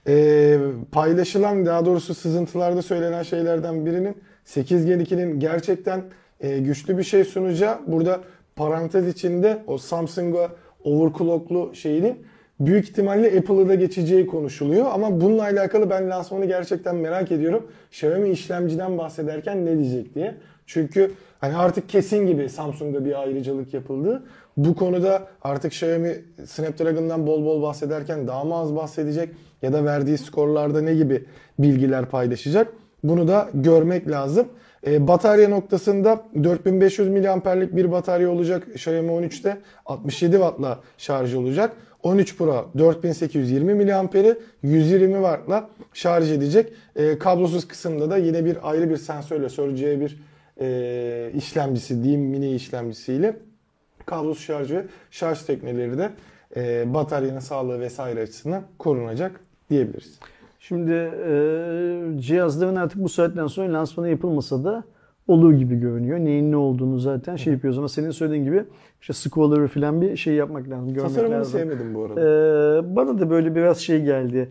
Paylaşılan, daha doğrusu sızıntılarda söylenen şeylerden birinin 8 Gen 2'nin gerçekten güçlü bir şey sunacağı. Burada parantez içinde o Samsung'a overclocklu şeyinin büyük ihtimalle Apple'ı da geçeceği konuşuluyor. Ama bununla alakalı ben lansmanı gerçekten merak ediyorum. Xiaomi işlemciden bahsederken ne diyecek diye. Çünkü hani artık kesin gibi Samsung'da bir ayrıcalık yapıldı. Bu konuda artık Xiaomi Snapdragon'dan bol bol bahsederken daha mı az bahsedecek ya da verdiği skorlarda ne gibi bilgiler paylaşacak? Bunu da görmek lazım. Batarya noktasında 4500 mAh'lik bir batarya olacak Xiaomi 13'te. 67 Watt'la şarj olacak. 13 Pro 4820 mAh'i 120 Watt'la şarj edecek. Kablosuz kısımda da yine bir ayrı bir sensörle Surge bir işlemcisi diyeyim, mini işlemcisiyle kablosuz şarj ve şarj tekneleri de bataryanın sağlığı vesaire açısından korunacak diyebiliriz. Şimdi cihazların artık bu saatten sonra lansmanı yapılmasa da olur gibi görünüyor. Neyin ne olduğunu zaten şey yapıyoruz ama senin söylediğin gibi işte scroller'ı falan bir şey yapmak lazım, görmek Tasarımını lazım. sevmedim bu arada. Bana da böyle biraz şey geldi.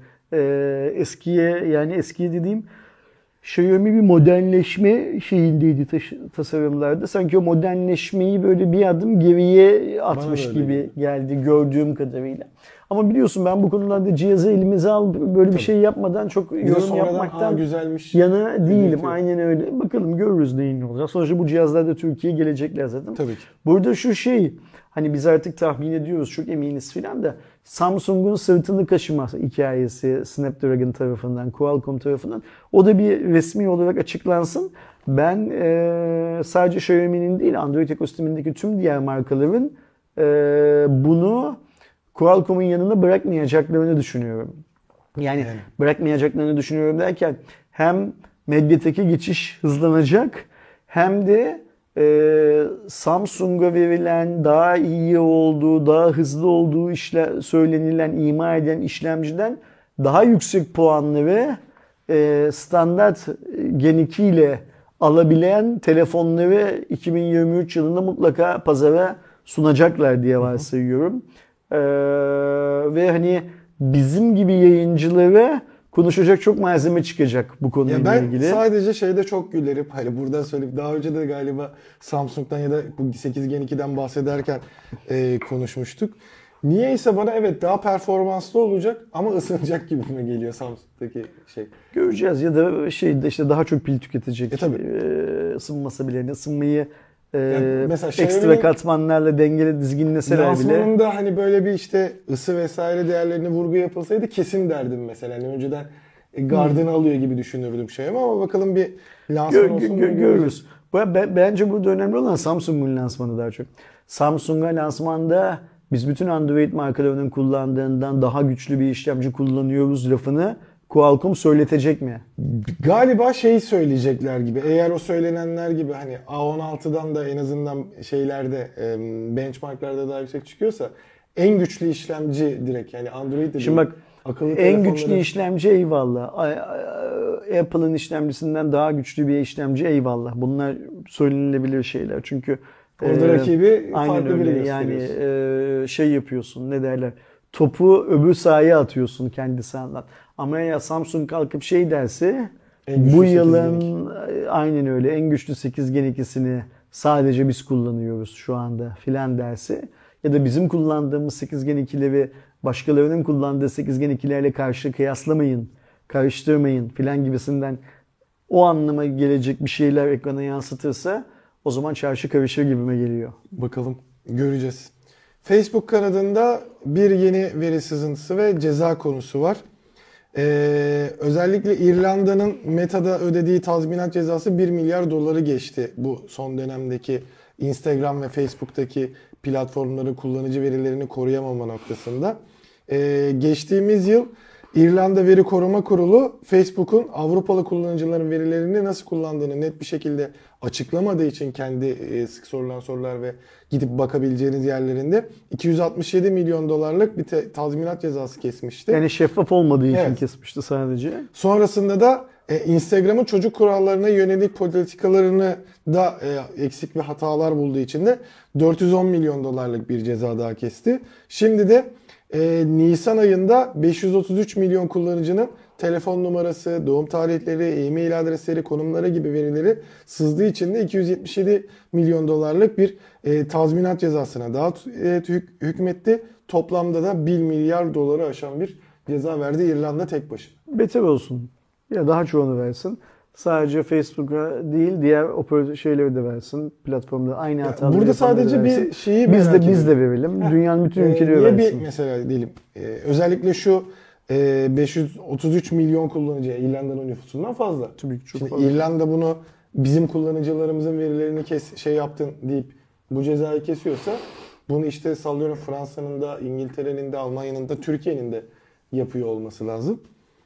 Eskiye dediğim Xiaomi bir modernleşme şeyindeydi tasarımlarda. Sanki o modernleşmeyi böyle bir adım geriye atmış gibi geldi gördüğüm kadarıyla. Ama biliyorsun ben bu konularda cihazı elimize al böyle bir şey yapmadan çok yorum yapmaktan güzelmiş yana değilim. Aynen öyle. Bakalım görürüz neyin ne olacak. Sonuçta bu cihazlar da Türkiye'ye gelecekler zaten. Tabii ki. Burada şu şey hani biz artık tahmin ediyoruz çok eminiz filan da Samsung'un sırtını kaşıma hikayesi Snapdragon tarafından, Qualcomm tarafından o da bir resmi olarak açıklansın. Ben sadece Xiaomi'nin değil Android ekosistemindeki tüm diğer markaların bunu Qualcomm'un yanına bırakmayacaklarını düşünüyorum. Yani bırakmayacaklarını düşünüyorum derken hem Mediatek'e geçiş hızlanacak hem de Samsung'a verilen daha iyi olduğu, daha hızlı olduğu söylenilen, ima edilen işlemciden daha yüksek puanlı ve standart Gen 2 ile alabilen telefonları 2023 yılında mutlaka pazara sunacaklar diye varsayıyorum. Ve hani bizim gibi yayıncılara konuşacak çok malzeme çıkacak bu konuyla ilgili. Ben sadece şeyde çok gülerim. Hani buradan söyleyip daha önce de galiba Samsung'dan ya da bu 8 Gen 2'den bahsederken konuşmuştuk. Niyeyse bana evet daha performanslı olacak ama ısınacak gibi mi geliyor Samsung'daki şey. Göreceğiz ya da işte daha çok pil tüketecek. Tabii. Isınmasa bile ısınmayı mesela ekstra katmanlarla dengeli dizginleseler bile. Lansmanında hani böyle bir işte ısı vesaire değerlerine vurgu yapılsaydı kesin derdim mesela. Yani önceden gardını alıyor gibi düşünürdüm ama bakalım bir lansman olsun. Görürüz. Bence burada önemli olan Samsung'un lansmanı daha çok. Samsung'a lansmanda Biz bütün Android markalarının kullandığından daha güçlü bir işlemci kullanıyoruz lafını Qualcomm söyletecek mi? Galiba şeyi söyleyecekler gibi. Eğer o söylenenler gibi hani A16'dan da en azından şeylerde benchmarklarda daha yüksek çıkıyorsa en güçlü işlemci direkt yani Android'de Şimdi bak akıllı en güçlü telefonların- işlemci eyvallah. Apple'ın işlemcisinden daha güçlü bir işlemci eyvallah. Bunlar söylenilebilir şeyler. Çünkü Orada rakibi aynen farklı biri öyle. Yani gösteriyorsun. şey yapıyorsun ne derler. Topu öbür sahaya atıyorsun kendi sahandan. Ama ya Samsung kalkıp şey derse En güçlü bu 8 yılın Gen aynen öyle en güçlü 8 Gen 2'sini sadece biz kullanıyoruz şu anda filan derse ya da bizim kullandığımız 8 Gen 2'leri başkalarının kullandığı 8 Gen 2'lerle kıyaslamayın, karıştırmayın filan gibisinden o anlama gelecek bir şeyler ekrana yansıtırsa o zaman çarşı karışır gibime geliyor. Bakalım göreceğiz. Facebook kanadında bir yeni veri sızıntısı ve ceza konusu var. Özellikle İrlanda'nın Meta'da ödediği tazminat cezası 1 milyar doları geçti bu son dönemdeki Instagram ve Facebook'taki platformların kullanıcı verilerini koruyamama noktasında. Geçtiğimiz yıl İrlanda Veri Koruma Kurulu Facebook'un Avrupalı kullanıcıların verilerini nasıl kullandığını net bir şekilde açıklamadığı için kendi sık sorulan sorular ve gidip bakabileceğiniz yerlerinde 267 milyon dolarlık bir tazminat cezası kesmişti. Yani şeffaf olmadığı için Evet. kesmişti sadece. Sonrasında da Instagram'ın çocuk kurallarına yönelik politikalarını da eksik ve hatalar bulduğu için de 410 milyon dolarlık bir ceza daha kesti. Şimdi de Nisan ayında 533 milyon kullanıcının telefon numarası, doğum tarihleri, e-mail adresleri, konumları gibi verileri sızdığı için de 277 milyon dolarlık bir tazminat cezasına daha hükmetti. Toplamda da 1 milyar doları aşan bir ceza verdi İrlanda tek başına. Beter olsun. Ya daha çoğunu versin. Sadece Facebook'a değil diğer operatör şeyleri de versin. Platformda aynı hataları Burada yapanları sadece versin. bir şeyi biz merak de ediyorum. verelim. Dünyanın bütün ülkeleri Niye versin. bir mesela diyelim özellikle şu 533 milyon kullanıcı İrlanda'nın nüfusundan fazla. Tabii ki çok Şimdi fazla. İrlanda bunu bizim kullanıcılarımızın verilerini şey yaptın deyip bu cezayı kesiyorsa bunu işte sallıyorum Fransa'nın da İngiltere'nin de Almanya'nın da Türkiye'nin de yapıyor olması lazım.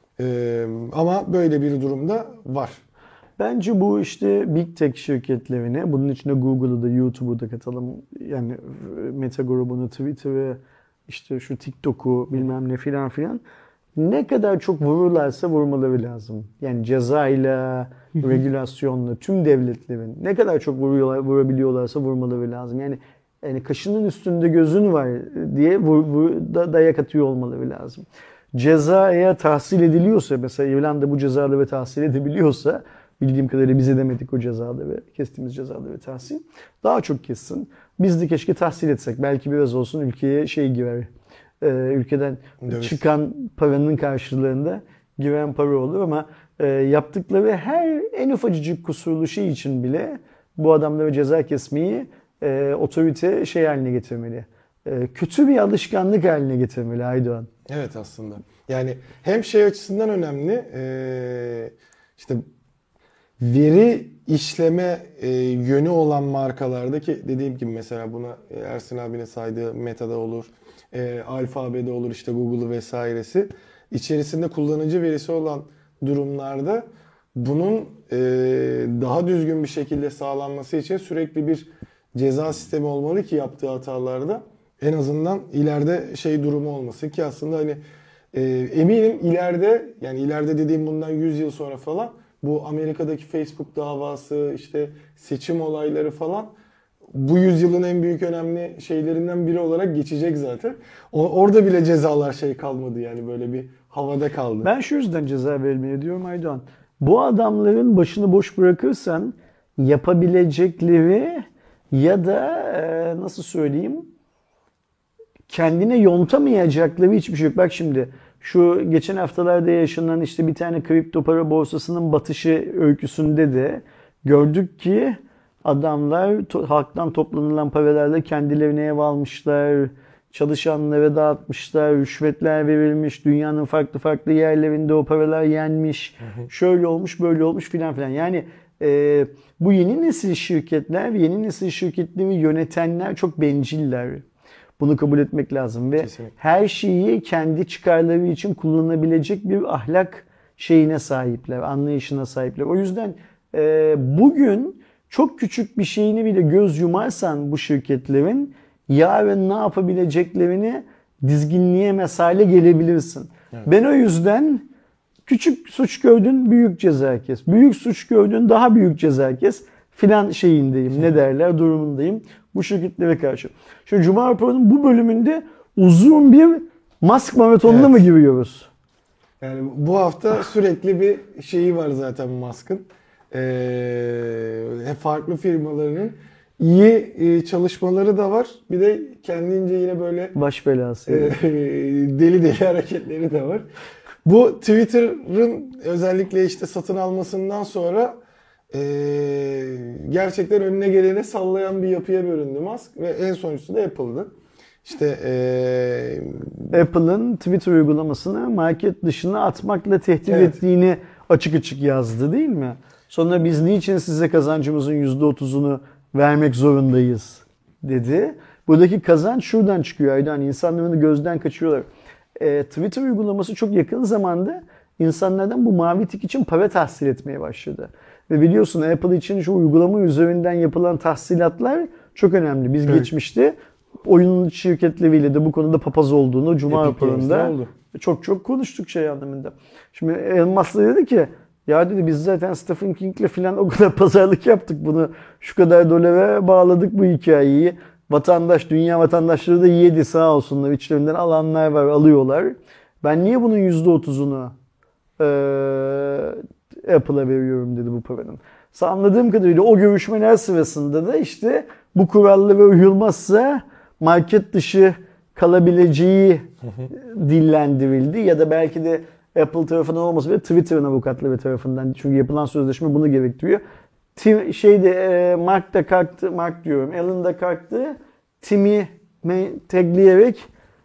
Ama böyle bir durumda var. Bence bu işte Big Tech şirketlerine, bunun içine Google'ı da YouTube'u da katalım. Yani Meta grubunu, Twitter'ı, işte şu TikTok'u bilmem ne filan filan. Ne kadar çok vururlarsa vurmaları lazım. Yani cezayla, regülasyonla tüm devletlerin ne kadar çok vurabiliyorlarsa vurmaları lazım. Yani kaşının üstünde gözün var diye dayak atıyor olmaları lazım. Ceza eğer tahsil ediliyorsa, mesela İrlanda bu cezaları tahsil edebiliyorsa, bildiğim kadarıyla biz edemedik o cezaları, kestiğimiz cezaları tahsil. Daha çok kessin. Biz de keşke tahsil etsek. Belki biraz olsun ülkeye şey girer. Ülkeden çıkan paranın karşılığında giren para olur ama yaptıkları her en ufacık kusurlu şey için bile bu adamlara ceza kesmeyi otorite şey haline getirmeli. Kötü bir alışkanlık haline getirmeli Aydoğan. Evet aslında. Yani hem şey açısından önemli işte veri işleme yönü olan markalardaki dediğim gibi mesela buna Ersin abinin saydığı Meta'da olur, Alphabe'de olur işte Google'ı vesairesi. İçerisinde kullanıcı verisi olan durumlarda bunun daha düzgün bir şekilde sağlanması için sürekli bir ceza sistemi olmalı ki yaptığı hatalarda en azından ileride şey durumu olmasın ki aslında hani eminim ileride yani ileride dediğim bundan 100 yıl sonra falan bu Amerika'daki Facebook davası işte seçim olayları falan bu yüzyılın en büyük önemli şeylerinden biri olarak geçecek zaten. Orada bile cezalar şey kalmadı yani böyle bir havada kaldı. Ben şu yüzden ceza verilmeli diyorum Aydoğan. Bu adamların başını boş bırakırsan yapabilecekleri ya da nasıl söyleyeyim kendine yontamayacakları hiçbir şey yok. Bak şimdi şu geçen haftalarda yaşanan işte bir tane kripto para borsasının batışı öyküsünde de gördük ki adamlar halktan toplanılan paralarla kendilerine ev almışlar, çalışanlara dağıtmışlar, rüşvetler verilmiş, dünyanın farklı farklı yerlerinde o paralar yenmiş, şöyle olmuş böyle olmuş filan filan. Yani bu yeni nesil şirketler, yeni nesil şirketleri yönetenler çok benciller. Bunu kabul etmek lazım ve Kesinlikle. her şeyi kendi çıkarları için kullanabilecek bir ahlak şeyine sahipler, anlayışına sahipler. O yüzden bugün çok küçük bir şeyini bile göz yumarsan bu şirketlerin yarın ne yapabileceklerini dizginleyemez hale gelebilirsin. Evet. Ben o yüzden küçük suç gördün büyük ceza kes. Büyük suç gördün daha büyük ceza kes. Filan şeyindeyim ne derler durumundayım bu şirketlere karşı. Şimdi Cuma raporunun bu bölümünde uzun bir Musk maratonuna mı giriyoruz? Yani bu hafta sürekli bir şeyi var zaten Musk'ın. Farklı firmalarının iyi çalışmaları da var. Bir de kendince yine böyle baş belası. Deli hareketleri de var. Bu Twitter'ın özellikle işte satın almasından sonra gerçekten önüne geleni sallayan bir yapıya büründü Musk ve en sonuncusu da Apple'dı. İşte Apple'ın Twitter uygulamasını market dışına atmakla tehdit ettiğini açık açık yazdı değil mi? Sonra biz niçin size kazancımızın %30'unu vermek zorundayız dedi. Buradaki kazanç şuradan çıkıyor Aydan. İnsanların gözden kaçıyorlar. Twitter uygulaması çok yakın zamanda insanlardan bu mavi tik için para tahsil etmeye başladı. Ve biliyorsun Apple için şu uygulama üzerinden yapılan tahsilatlar çok önemli. Biz geçmişte oyun şirketleriyle de bu konuda papaz olduğunu Cuma raporunda çok konuştuk şey anlamında. Şimdi Elon Musk dedi ki ya dedi biz zaten Stephen King'le falan o kadar pazarlık yaptık bunu şu kadar dolara bağladık bu hikayeyi. Dünya vatandaşları da yedi sağ olsunlar içlerinden alanlar var alıyorlar. Ben niye bunun %30'unu Apple'a veriyorum dedi bu paranın. Anladığım kadarıyla o görüşmeler sırasında da işte bu kurallara uyulmazsa market dışı kalabileceği dillendirildi ya da belki de Apple tarafından olmasa bile Twitter'ın avukatları tarafından çünkü yapılan sözleşme bunu gerektiriyor. Alan da kalktı. Tim'i tagleyerek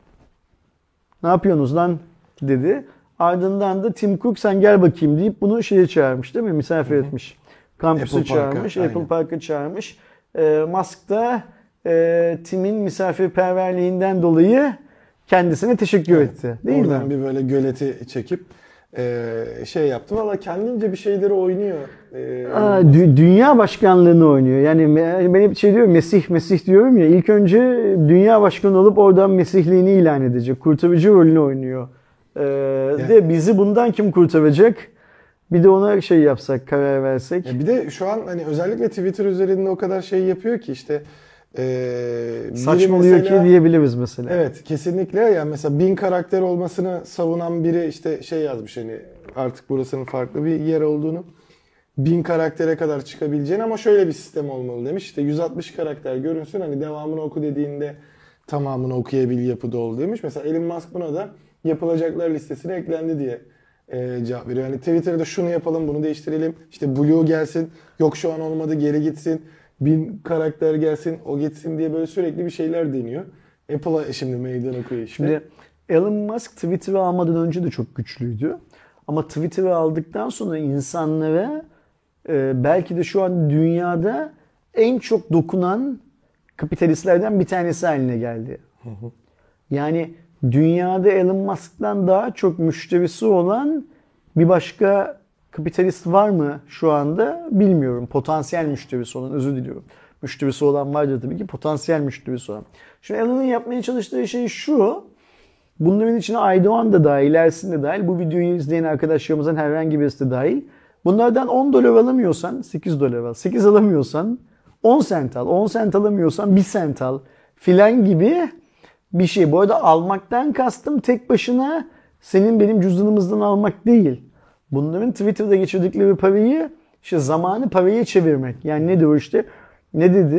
ne yapıyorsunuz lan dedi. Ardından da Tim Cook sen gel bakayım deyip bunu çağırmış değil mi? Misafir etmiş. Kampüse çağırmış. Apple Park'a çağırmış. Musk da Tim'in misafirperverliğinden dolayı kendisine teşekkür etti. Değil oradan mi? Bir böyle göleti çekip şey yaptı. Valla kendince bir şeyleri oynuyor. Dünya başkanlığını oynuyor. Yani ben hep diyorum Mesih diyorum ya. İlk önce dünya başkanı olup oradan Mesihliğini ilan edecek. Kurtarıcı rolünü oynuyor. De bizi bundan kim kurtaracak? Bir de ona yapsak, karar versek. Bir de şu an hani özellikle Twitter üzerinde o kadar şey yapıyor ki işte saçmalıyor ki diyebiliriz mesela. Evet kesinlikle. Yani mesela 1000 karakter olmasını savunan biri işte yazmış hani artık burasının farklı bir yer olduğunu. 1000 karaktere kadar çıkabileceğini ama şöyle bir sistem olmalı demiş. İşte 160 karakter görünsün hani devamını oku dediğinde tamamını okuyabil yapıda ol demiş. Mesela Elon Musk buna da yapılacaklar listesine eklendi diye cevap veriyor. Yani Twitter'da şunu yapalım bunu değiştirelim. İşte Blue gelsin. Yok şu an olmadı geri gitsin. 1000 karakter gelsin o gitsin diye böyle sürekli bir şeyler deniyor. Apple'a şimdi meydan okuyor işte. Şimdi Elon Musk Twitter'ı almadan önce de çok güçlüydü. Ama Twitter'ı aldıktan sonra insanlara belki de şu an dünyada en çok dokunan kapitalistlerden bir tanesi haline geldi. Yani dünyada Elon Musk'tan daha çok müşterisi olan bir başka kapitalist var mı şu anda bilmiyorum. Potansiyel müşterisi olan, özür diliyorum. Müşterisi olan vardır tabii ki, potansiyel müşterisi olan. Şimdi Elon'un yapmaya çalıştığı şey şu. Bunların içine Aydoğan da dahil, Ersin de dahil, bu videoyu izleyen arkadaşlarımızdan herhangi birisi de dahil. Bunlardan 10 dolar alamıyorsan 8 dolar al. 8 alamıyorsan 10 sent al. 10 sent alamıyorsan 1 sent al. Filan gibi bir şey. Bu arada almaktan kastım tek başına senin benim cüzdanımızdan almak değil. Bunların Twitter'da geçirdikleri parayı zamanı paraya çevirmek. Yani nedir o işte? Ne dedi?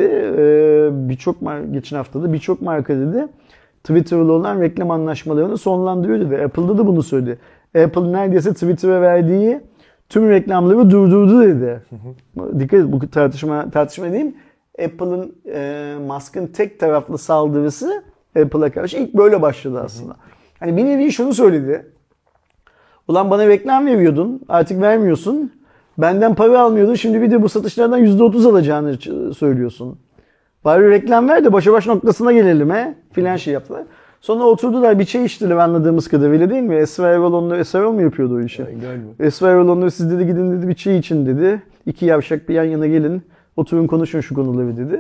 Geçen haftada birçok marka dedi. Twitter'la olan reklam anlaşmalarını sonlandırıyor dedi. Apple'da da bunu söyledi. Apple neredeyse Twitter'a verdiği tüm reklamları durdurdu dedi. Dikkat et, bu tartışma diyeyim. Apple'ın Musk'ın tek taraflı saldırısı Apple'a karşı ilk böyle başladı aslında. Hani bir nevi şunu söyledi. Ulan bana reklam veriyordun, artık vermiyorsun. Benden para almıyordun, şimdi bir de bu satışlardan %30 alacağını söylüyorsun. Bari reklam ver de başa baş noktasına gelelim he filan şey yaptılar. Sonra oturdular bir çay içtiler anladığımız kadarıyla değil mi? Esra Erol mu yapıyordu o işi? Galiba. Esra Erol siz dedi gidin dedi bir çay için dedi. İki yavşak bir yan yana gelin. Oturun konuşun şu konuları dedi.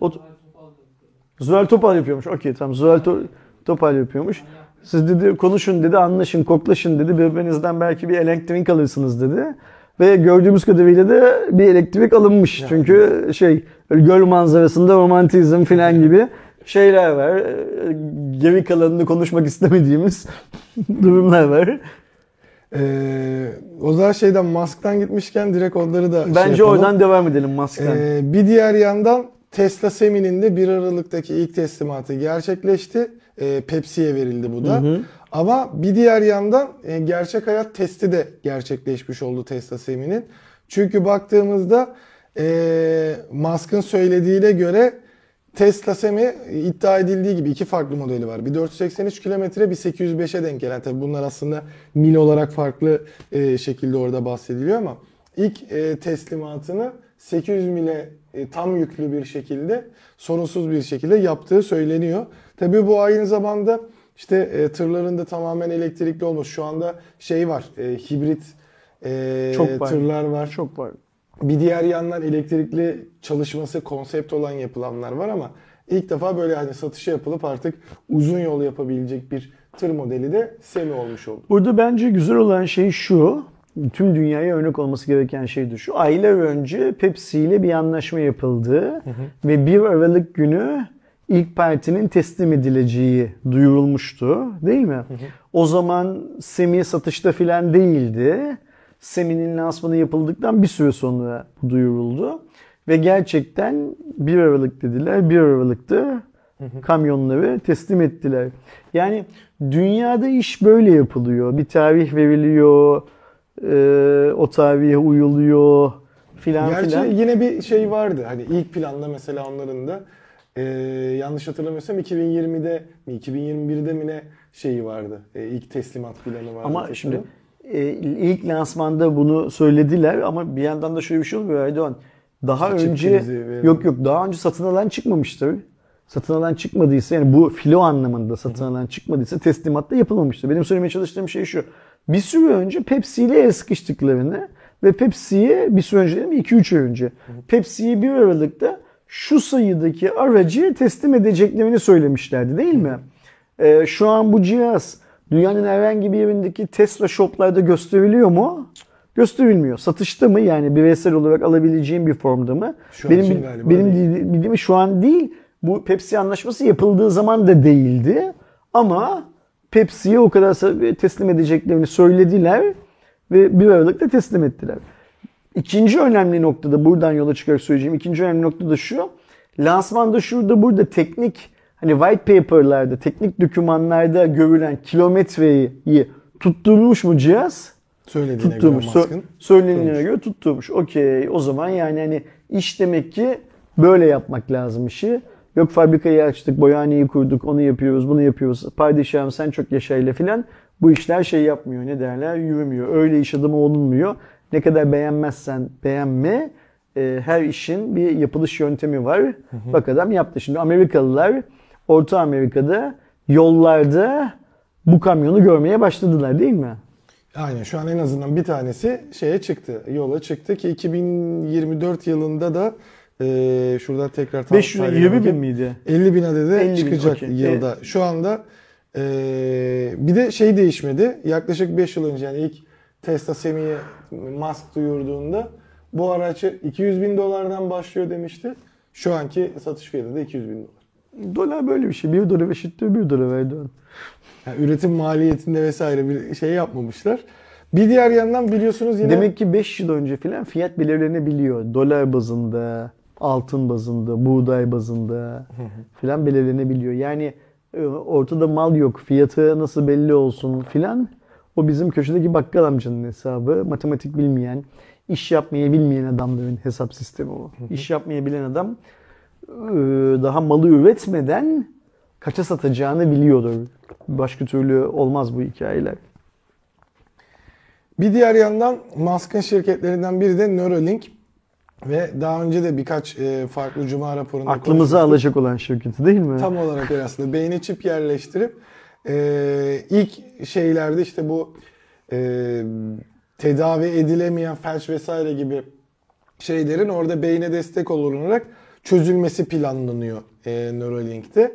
Zuhal Topal yapıyormuş. Okey tamam Topal yapıyormuş. Siz dedi konuşun dedi anlaşın koklaşın dedi. Birbirinizden belki bir elektrik alırsınız dedi. Ve gördüğümüz kadarıyla da bir elektrik alınmış. Yani. Çünkü göl manzarasında romantizm falan gibi şeyler var. Geri kalanını konuşmak istemediğimiz durumlar var. O zaman Musk'tan gitmişken direkt onları da bence oradan devam edelim Musk'tan. Bir diğer yandan Tesla Semi'nin de 1 Aralık'taki ilk teslimatı gerçekleşti. Pepsi'ye verildi bu da. Hı hı. Ama bir diğer yandan gerçek hayat testi de gerçekleşmiş oldu Tesla Semi'nin. Çünkü baktığımızda Musk'ın söylediğine göre Tesla Semi iddia edildiği gibi iki farklı modeli var. Bir 483 kilometre, bir 805'e denk gelen. Tabii bunlar aslında mil olarak farklı şekilde orada bahsediliyor ama ilk teslimatını 800 mile tam yüklü bir şekilde, sorunsuz bir şekilde yaptığı söyleniyor. Tabii bu aynı zamanda tırların da tamamen elektrikli olması. Şu anda var, hibrit tırlar var. Çok var. Bir diğer yandan elektrikli çalışması konsept olan yapılanlar var ama ilk defa böyle satışa yapılıp artık uzun yol yapabilecek bir tır modeli de Semi olmuş oldu. Burada bence güzel olan şey şu, tüm dünyaya örnek olması gereken şey de şu. Aylar önce Pepsi ile bir anlaşma yapıldı ve 1 Aralık günü ilk partinin teslim edileceği duyurulmuştu değil mi? O zaman Semi satışta filan değildi. Semi'nin lansmanı yapıldıktan bir süre sonra duyuruldu. Ve gerçekten 1 Aralık dediler. 1 Aralık'ta kamyonları teslim ettiler. Yani dünyada iş böyle yapılıyor. Bir tarih veriliyor. O tarihe uyuluyor filan filan. Gerçi yine bir vardı. Hani ilk planda mesela onların da yanlış hatırlamıyorsam 2020'de mi 2021'de mi ne vardı. İlk teslimat planı vardı. Ama şimdi ilk lansmanda bunu söylediler ama bir yandan da şöyle bir şey olmuyor Erdoğan. Daha önce daha önce satın alan çıkmamıştır. Satın alan çıkmadıysa yani bu filo anlamında satın alan çıkmadıysa teslimatta yapılmamıştır. Benim söylemeye çalıştığım şey şu. Bir süre önce Pepsi ile el sıkıştıklarını ve Pepsi'ye bir süre önce değil mi 2-3 ay önce Pepsi'yi 1 Aralık'ta şu sayıdaki aracı teslim edeceklerini söylemişlerdi değil mi? Şu an bu cihaz dünyanın herhangi bir yerindeki Tesla shoplarda gösteriliyor mu? Gösterilmiyor. Satışta mı? Yani bireysel olarak alabileceğim bir formda mı? Benim bildiğim şu an değil. Bu Pepsi anlaşması yapıldığı zaman da değildi. Ama Pepsi'ye o kadar teslim edeceklerini söylediler ve 1 Aralık'ta teslim ettiler. İkinci önemli noktada buradan yola çıkarak söyleyeceğim. İkinci önemli noktada şu. Lansmanda şurada burada teknik white paper'larda, teknik dokümanlarda görülen kilometreyi tutturmuş mu cihaz? Söylediğine göre Musk'ın. Söylenene göre tutturmuş. Okey. O zaman yani iş demek ki böyle yapmak lazım işi. Yok fabrikayı açtık, boyahaneyi kurduk, onu yapıyoruz, bunu yapıyoruz. Padişahım sen çok yaşayla filan. Bu işler yapmıyor. Ne derler? Yürümüyor. Öyle iş adamı olunmuyor. Ne kadar beğenmezsen beğenme. Her işin bir yapılış yöntemi var. Bak adam yaptı. Şimdi Amerikalılar Orta Amerika'da yollarda bu kamyonu görmeye başladılar değil mi? Aynen şu an en azından bir tanesi yola çıktı ki 2024 yılında da şuradan tekrar 520 bin miydi? 50 bin adede çıkacak yılda. Şu anda bir de değişmedi. Yaklaşık 5 yıl önce yani ilk Tesla Semi'yi Musk duyurduğunda bu araç 200 bin dolardan başlıyor demişti. Şu anki satış fiyatı da 200 bin dolar. Dolar böyle bir şey. 1 dolar eşittir 1 dolar Erdoğan. Yani üretim maliyetinde vesaire bir yapmamışlar. Bir diğer yandan biliyorsunuz yine... Demek ki 5 yıl önce filan fiyat belirlenebiliyor. Dolar bazında, altın bazında, buğday bazında filan belirlenebiliyor. Yani ortada mal yok. Fiyatı nasıl belli olsun filan. O bizim köşedeki bakkal amcanın hesabı. Matematik bilmeyen, iş yapmayı bilmeyen adamların hesap sistemi o. İş yapmayı bilen adam daha malı üretmeden kaça satacağını biliyordur. Başka türlü olmaz bu hikayeler. Bir diğer yandan Musk'ın şirketlerinden biri de Neuralink. Ve daha önce de birkaç farklı Cuma raporunda Aklımızı konuşmuştuk. alacak olan şirketi değil mi? Tam olarak öyle aslında. Beyne çip yerleştirip ilk şeylerde işte bu tedavi edilemeyen felç vesaire gibi şeylerin orada beyne destek olarak çözülmesi planlanıyor Neuralink'te.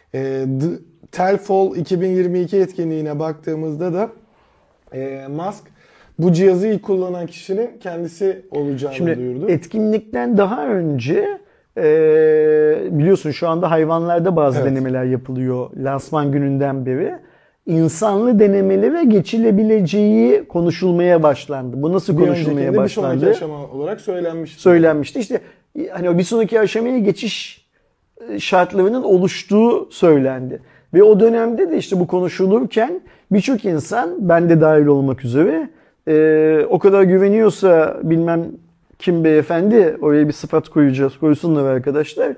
Telfall 2022 etkinliğine baktığımızda da Musk bu cihazı ilk kullanan kişinin kendisi olacağını Şimdi duyurdu. etkinlikten daha önce biliyorsun şu anda hayvanlarda bazı Evet. denemeler yapılıyor lansman gününden beri. İnsanlı denemelere geçilebileceği konuşulmaya başlandı. Bu nasıl Bir konuşulmaya öncekinde bir sonraki başlandı? aşama olarak söylenmişti. Söylenmişti. İşte hani o bir sonraki aşamaya geçiş şartlarının oluştuğu söylendi. Ve o dönemde de işte bu konuşulurken birçok insan, ben de dahil olmak üzere, o kadar güveniyorsa bilmem kim beyefendi oraya bir sıfat koyacağız, koysunlar arkadaşlar.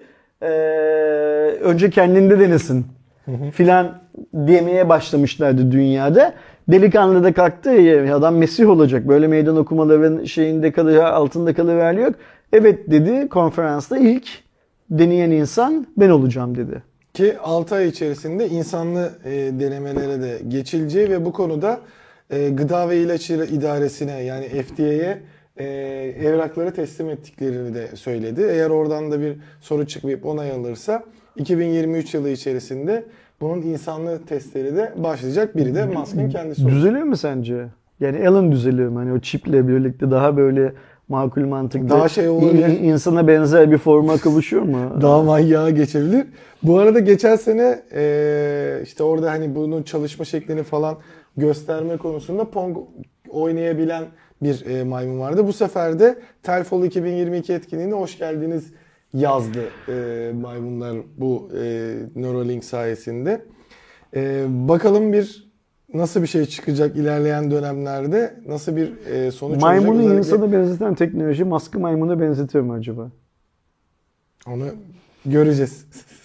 Önce kendinde denesin filan demeye başlamışlardı dünyada. Delikanlı da kalktı, adam Mesih olacak. Böyle meydan okumaların şeyinde kalacağı, altında kalıverli yok. Evet dedi konferansta, ilk deneyen insan ben olacağım dedi. Ki 6 ay içerisinde insanlı denemelere de geçileceği ve bu konuda Gıda ve İlaç İdaresi'ne yani FDA'ye evrakları teslim ettiklerini de söyledi. Eğer oradan da bir soru çıkmayıp onay alırsa 2023 yılı içerisinde bunun insanlı testleri de başlayacak. Biri de Musk'ın kendisi olacak. Düzelir mi sence? Yani Alan düzelir mi? Hani o çiple birlikte daha böyle makul mantıklı, Daha şey olabilir. insana benzer bir forma kavuşuyor mu? Daha manyağa geçebilir. Bu arada geçen sene işte orada hani bunun çalışma şeklini falan gösterme konusunda Pong oynayabilen bir maymun vardı. Bu sefer de Telfall 2022 etkinliğine hoş geldiniz yazdı maymunlar bu Neuralink sayesinde. Bakalım nasıl bir şey çıkacak ilerleyen dönemlerde, nasıl bir sonuç olacak. Maymunu Özellikle insana benzeten teknoloji Musk'ı maymuna benzetiyor mu acaba? onu göreceğiz.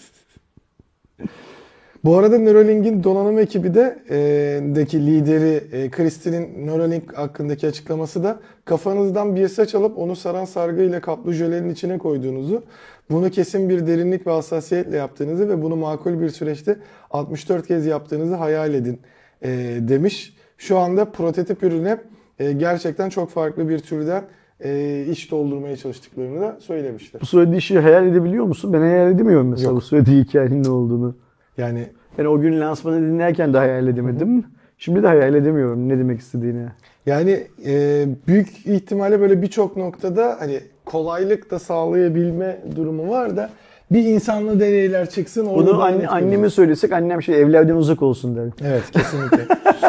Bu arada Neuralink'in donanım ekibi de deki lideri Kristin'in Neuralink hakkındaki açıklaması da kafanızdan bir saç alıp onu saran sargıyla kaplı jölenin içine koyduğunuzu, bunu kesin bir derinlik ve hassasiyetle yaptığınızı ve bunu makul bir süreçte 64 kez yaptığınızı hayal edin demiş. Şu anda prototip ürüne gerçekten çok farklı bir türden iş doldurmaya çalıştıklarını da söylemişler. Bu söylediği şeyi hayal edebiliyor musun? Ben hayal edemiyorum mesela Yok. bu söylediği hikayenin ne olduğunu. Yani O gün lansmanı dinlerken de hayal edemedim. Şimdi de hayal edemiyorum ne demek istediğini. Yani büyük ihtimalle böyle birçok noktada hani kolaylık da sağlayabilme durumu var da bir insanlı deneyler çıksın. Bunu anneme söylesek annem evlerden uzak olsun der. Evet, kesinlikle.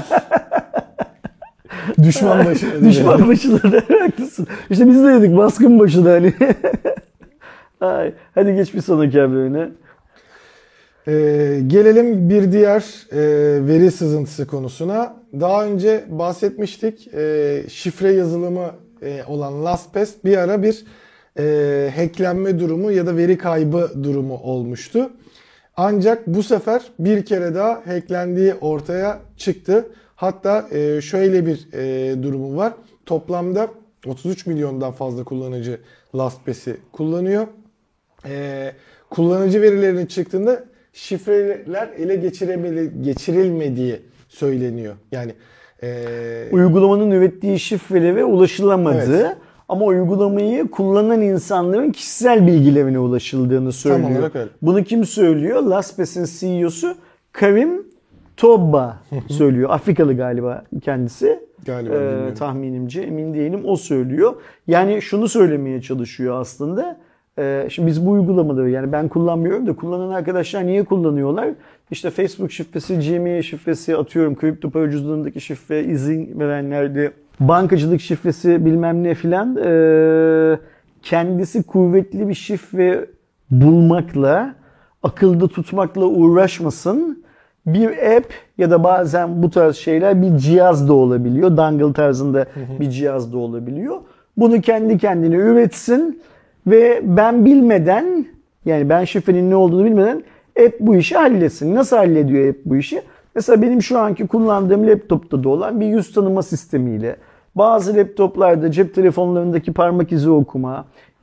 Düşman başı. Düşman başıları haklısın. İşte biz de dedik baskın başı da hani. Hadi geç bir sonraki haberine. Gelelim bir diğer veri sızıntısı konusuna. Daha önce bahsetmiştik. Şifre yazılımı olan LastPass bir ara bir hacklenme durumu ya da veri kaybı durumu olmuştu. Ancak bu sefer bir kere daha hacklendiği ortaya çıktı. Hatta şöyle bir durumu var. Toplamda 33 milyondan fazla kullanıcı LastPass'i kullanıyor. Kullanıcı verilerinin çıktığında şifreler ele geçirilmediği söyleniyor. Yani uygulamanın ürettiği şifrelere ulaşılamadı. Evet. Ama uygulamayı kullanan insanların kişisel bilgilerine ulaşıldığını söylüyor. Tam olarak öyle. Bunu kim söylüyor? LastPass'in CEO'su Karim Tobba söylüyor. Afrikalı galiba kendisi. Galiba bilmiyorum. Tahminimce, emin değilim. O söylüyor. Yani şunu söylemeye çalışıyor aslında. Şimdi biz bu uygulamaları, yani ben kullanmıyorum da kullanan arkadaşlar niye kullanıyorlar? İşte Facebook şifresi, Gmail şifresi, atıyorum kripto para cüzdanındaki şifre, izin verenlerde bankacılık şifresi bilmem ne filan, kendisi kuvvetli bir şifre bulmakla, akılda tutmakla uğraşmasın. Bir app ya da bazen bu tarz şeyler bir cihaz da olabiliyor. Dongle tarzında bir cihaz da olabiliyor. Bunu kendi kendine üretsin ve ben bilmeden, yani ben şifrenin ne olduğunu bilmeden app bu işi halletsin. Nasıl hallediyor app bu işi? Mesela benim şu anki kullandığım laptopta da olan bir yüz tanıma sistemiyle, bazı laptoplarda cep telefonlarındaki parmak izi okuma,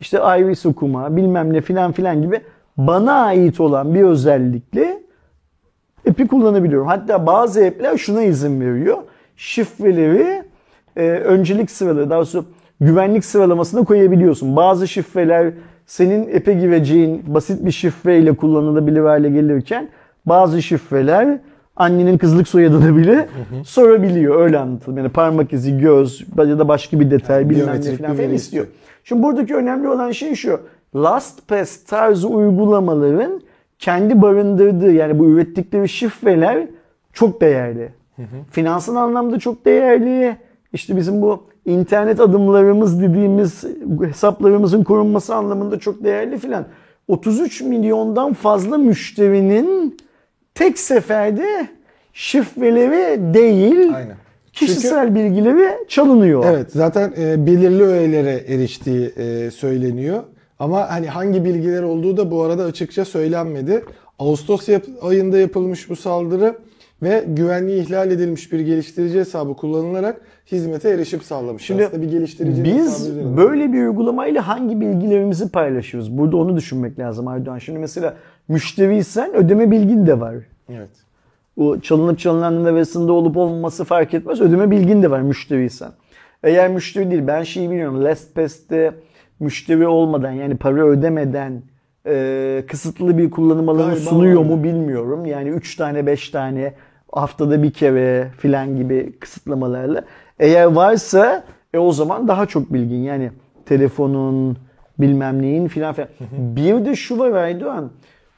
işte iris okuma, bilmem ne filan filan gibi bana ait olan bir özellikle app'i kullanabiliyorum. Hatta bazı app'ler şuna izin veriyor. Şifreleri öncelik sıraları, daha doğrusu güvenlik sıralamasına koyabiliyorsun. Bazı şifreler senin app'e gireceğin basit bir şifreyle kullanılabilir hale gelirken bazı şifreler annenin kızlık soyadını bile sorabiliyor. Öyle anlatılır. Yani parmak izi, göz ya da başka bir detay bilmem ne biyometrik falan bir veri istiyor. Şimdi buradaki önemli olan şey şu. LastPass tarzı uygulamaların kendi barındırdığı, yani bu ürettikleri şifreler çok değerli. Finansal anlamda çok değerli. İşte bizim bu internet adımlarımız dediğimiz hesaplarımızın korunması anlamında çok değerli filan. 33 milyondan fazla müşterinin tek seferde şifreleri değil, Aynen. kişisel bilgileri çalınıyor. Evet, zaten belirli öğelere eriştiği söyleniyor. Ama hani hangi bilgiler olduğu da bu arada açıkça söylenmedi. Ağustos ayında yapılmış bu saldırı ve güvenliği ihlal edilmiş bir geliştirici hesabı kullanılarak hizmete erişim sağlamış. Şimdi aslında bir geliştirici biz hesabı böyle bir uygulamayla hangi bilgilerimizi paylaşıyoruz? Burada onu düşünmek lazım Erdoğan. Şimdi mesela müşteriysen ödeme bilgin de var. Evet. O çalınıp çalınanların arasında olup olmaması fark etmez. Ödeme bilgin de var müşteriysen. Eğer müşteri değil, ben şeyi biliyorum. LastPass'te müşteri olmadan, yani para ödemeden kısıtlı bir kullanım alanı Galiba sunuyor var. mu bilmiyorum. Yani 3 tane 5 tane haftada bir kere filan gibi kısıtlamalarla. Eğer varsa o zaman daha çok bilgin. Yani telefonun bilmem neyin filan filan. Bir de şu var Aydoğan.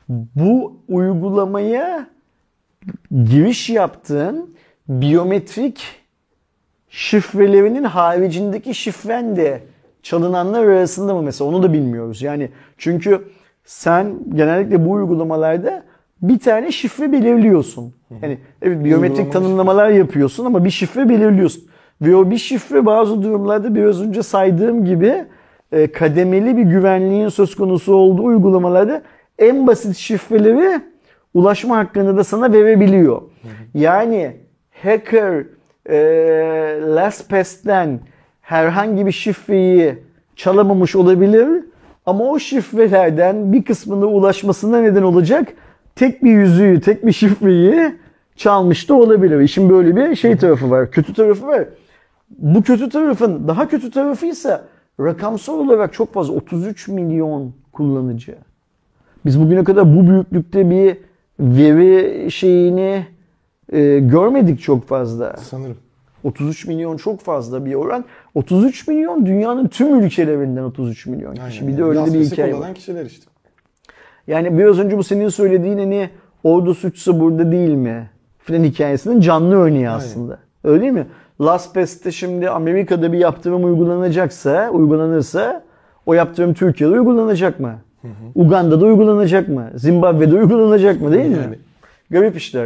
Bu uygulamaya giriş yaptığın biyometrik şifrelerinin haricindeki şifren de çalınanlar arasında mı mesela, onu da bilmiyoruz. Yani çünkü sen genellikle bu uygulamalarda bir tane şifre belirliyorsun. Yani evet, biyometrik Uygulama tanımlamalar yapıyorsun ama bir şifre belirliyorsun. Ve o bir şifre bazı durumlarda biraz önce saydığım gibi kademeli bir güvenliğin söz konusu olduğu uygulamalarda en basit şifreleri ulaşma hakkını da sana verebiliyor. Yani hacker LastPass'ten herhangi bir şifreyi çalamamış olabilir ama o şifrelerden bir kısmına ulaşmasına neden olacak tek bir yüzüğü, tek bir şifreyi çalmış da olabilir. İşin böyle bir şey tarafı var, kötü tarafı var. Bu kötü tarafın daha kötü tarafıysa rakamsal olarak çok fazla, 33 milyon kullanıcı. Biz bugüne kadar bu büyüklükte bir veri şeyini görmedik çok fazla. Sanırım. 33 milyon çok fazla bir oran. 33 milyon dünyanın tüm ülkelerinden 33 milyon kişi. Aynen. Bir de öyle de bir LastPass'i hikaye var. kullanan kişiler işte. Yani biraz önce bu senin söylediğin hani orada suçsa burada değil mi filan hikayesinin canlı örneği aslında. Öyle değil mi? LastPass'te şimdi Amerika'da bir yaptırım uygulanırsa o yaptırım Türkiye'de uygulanacak mı? Uganda'da uygulanacak mı? Zimbabwe'de uygulanacak mı, değil mi? Yani. Garip işler.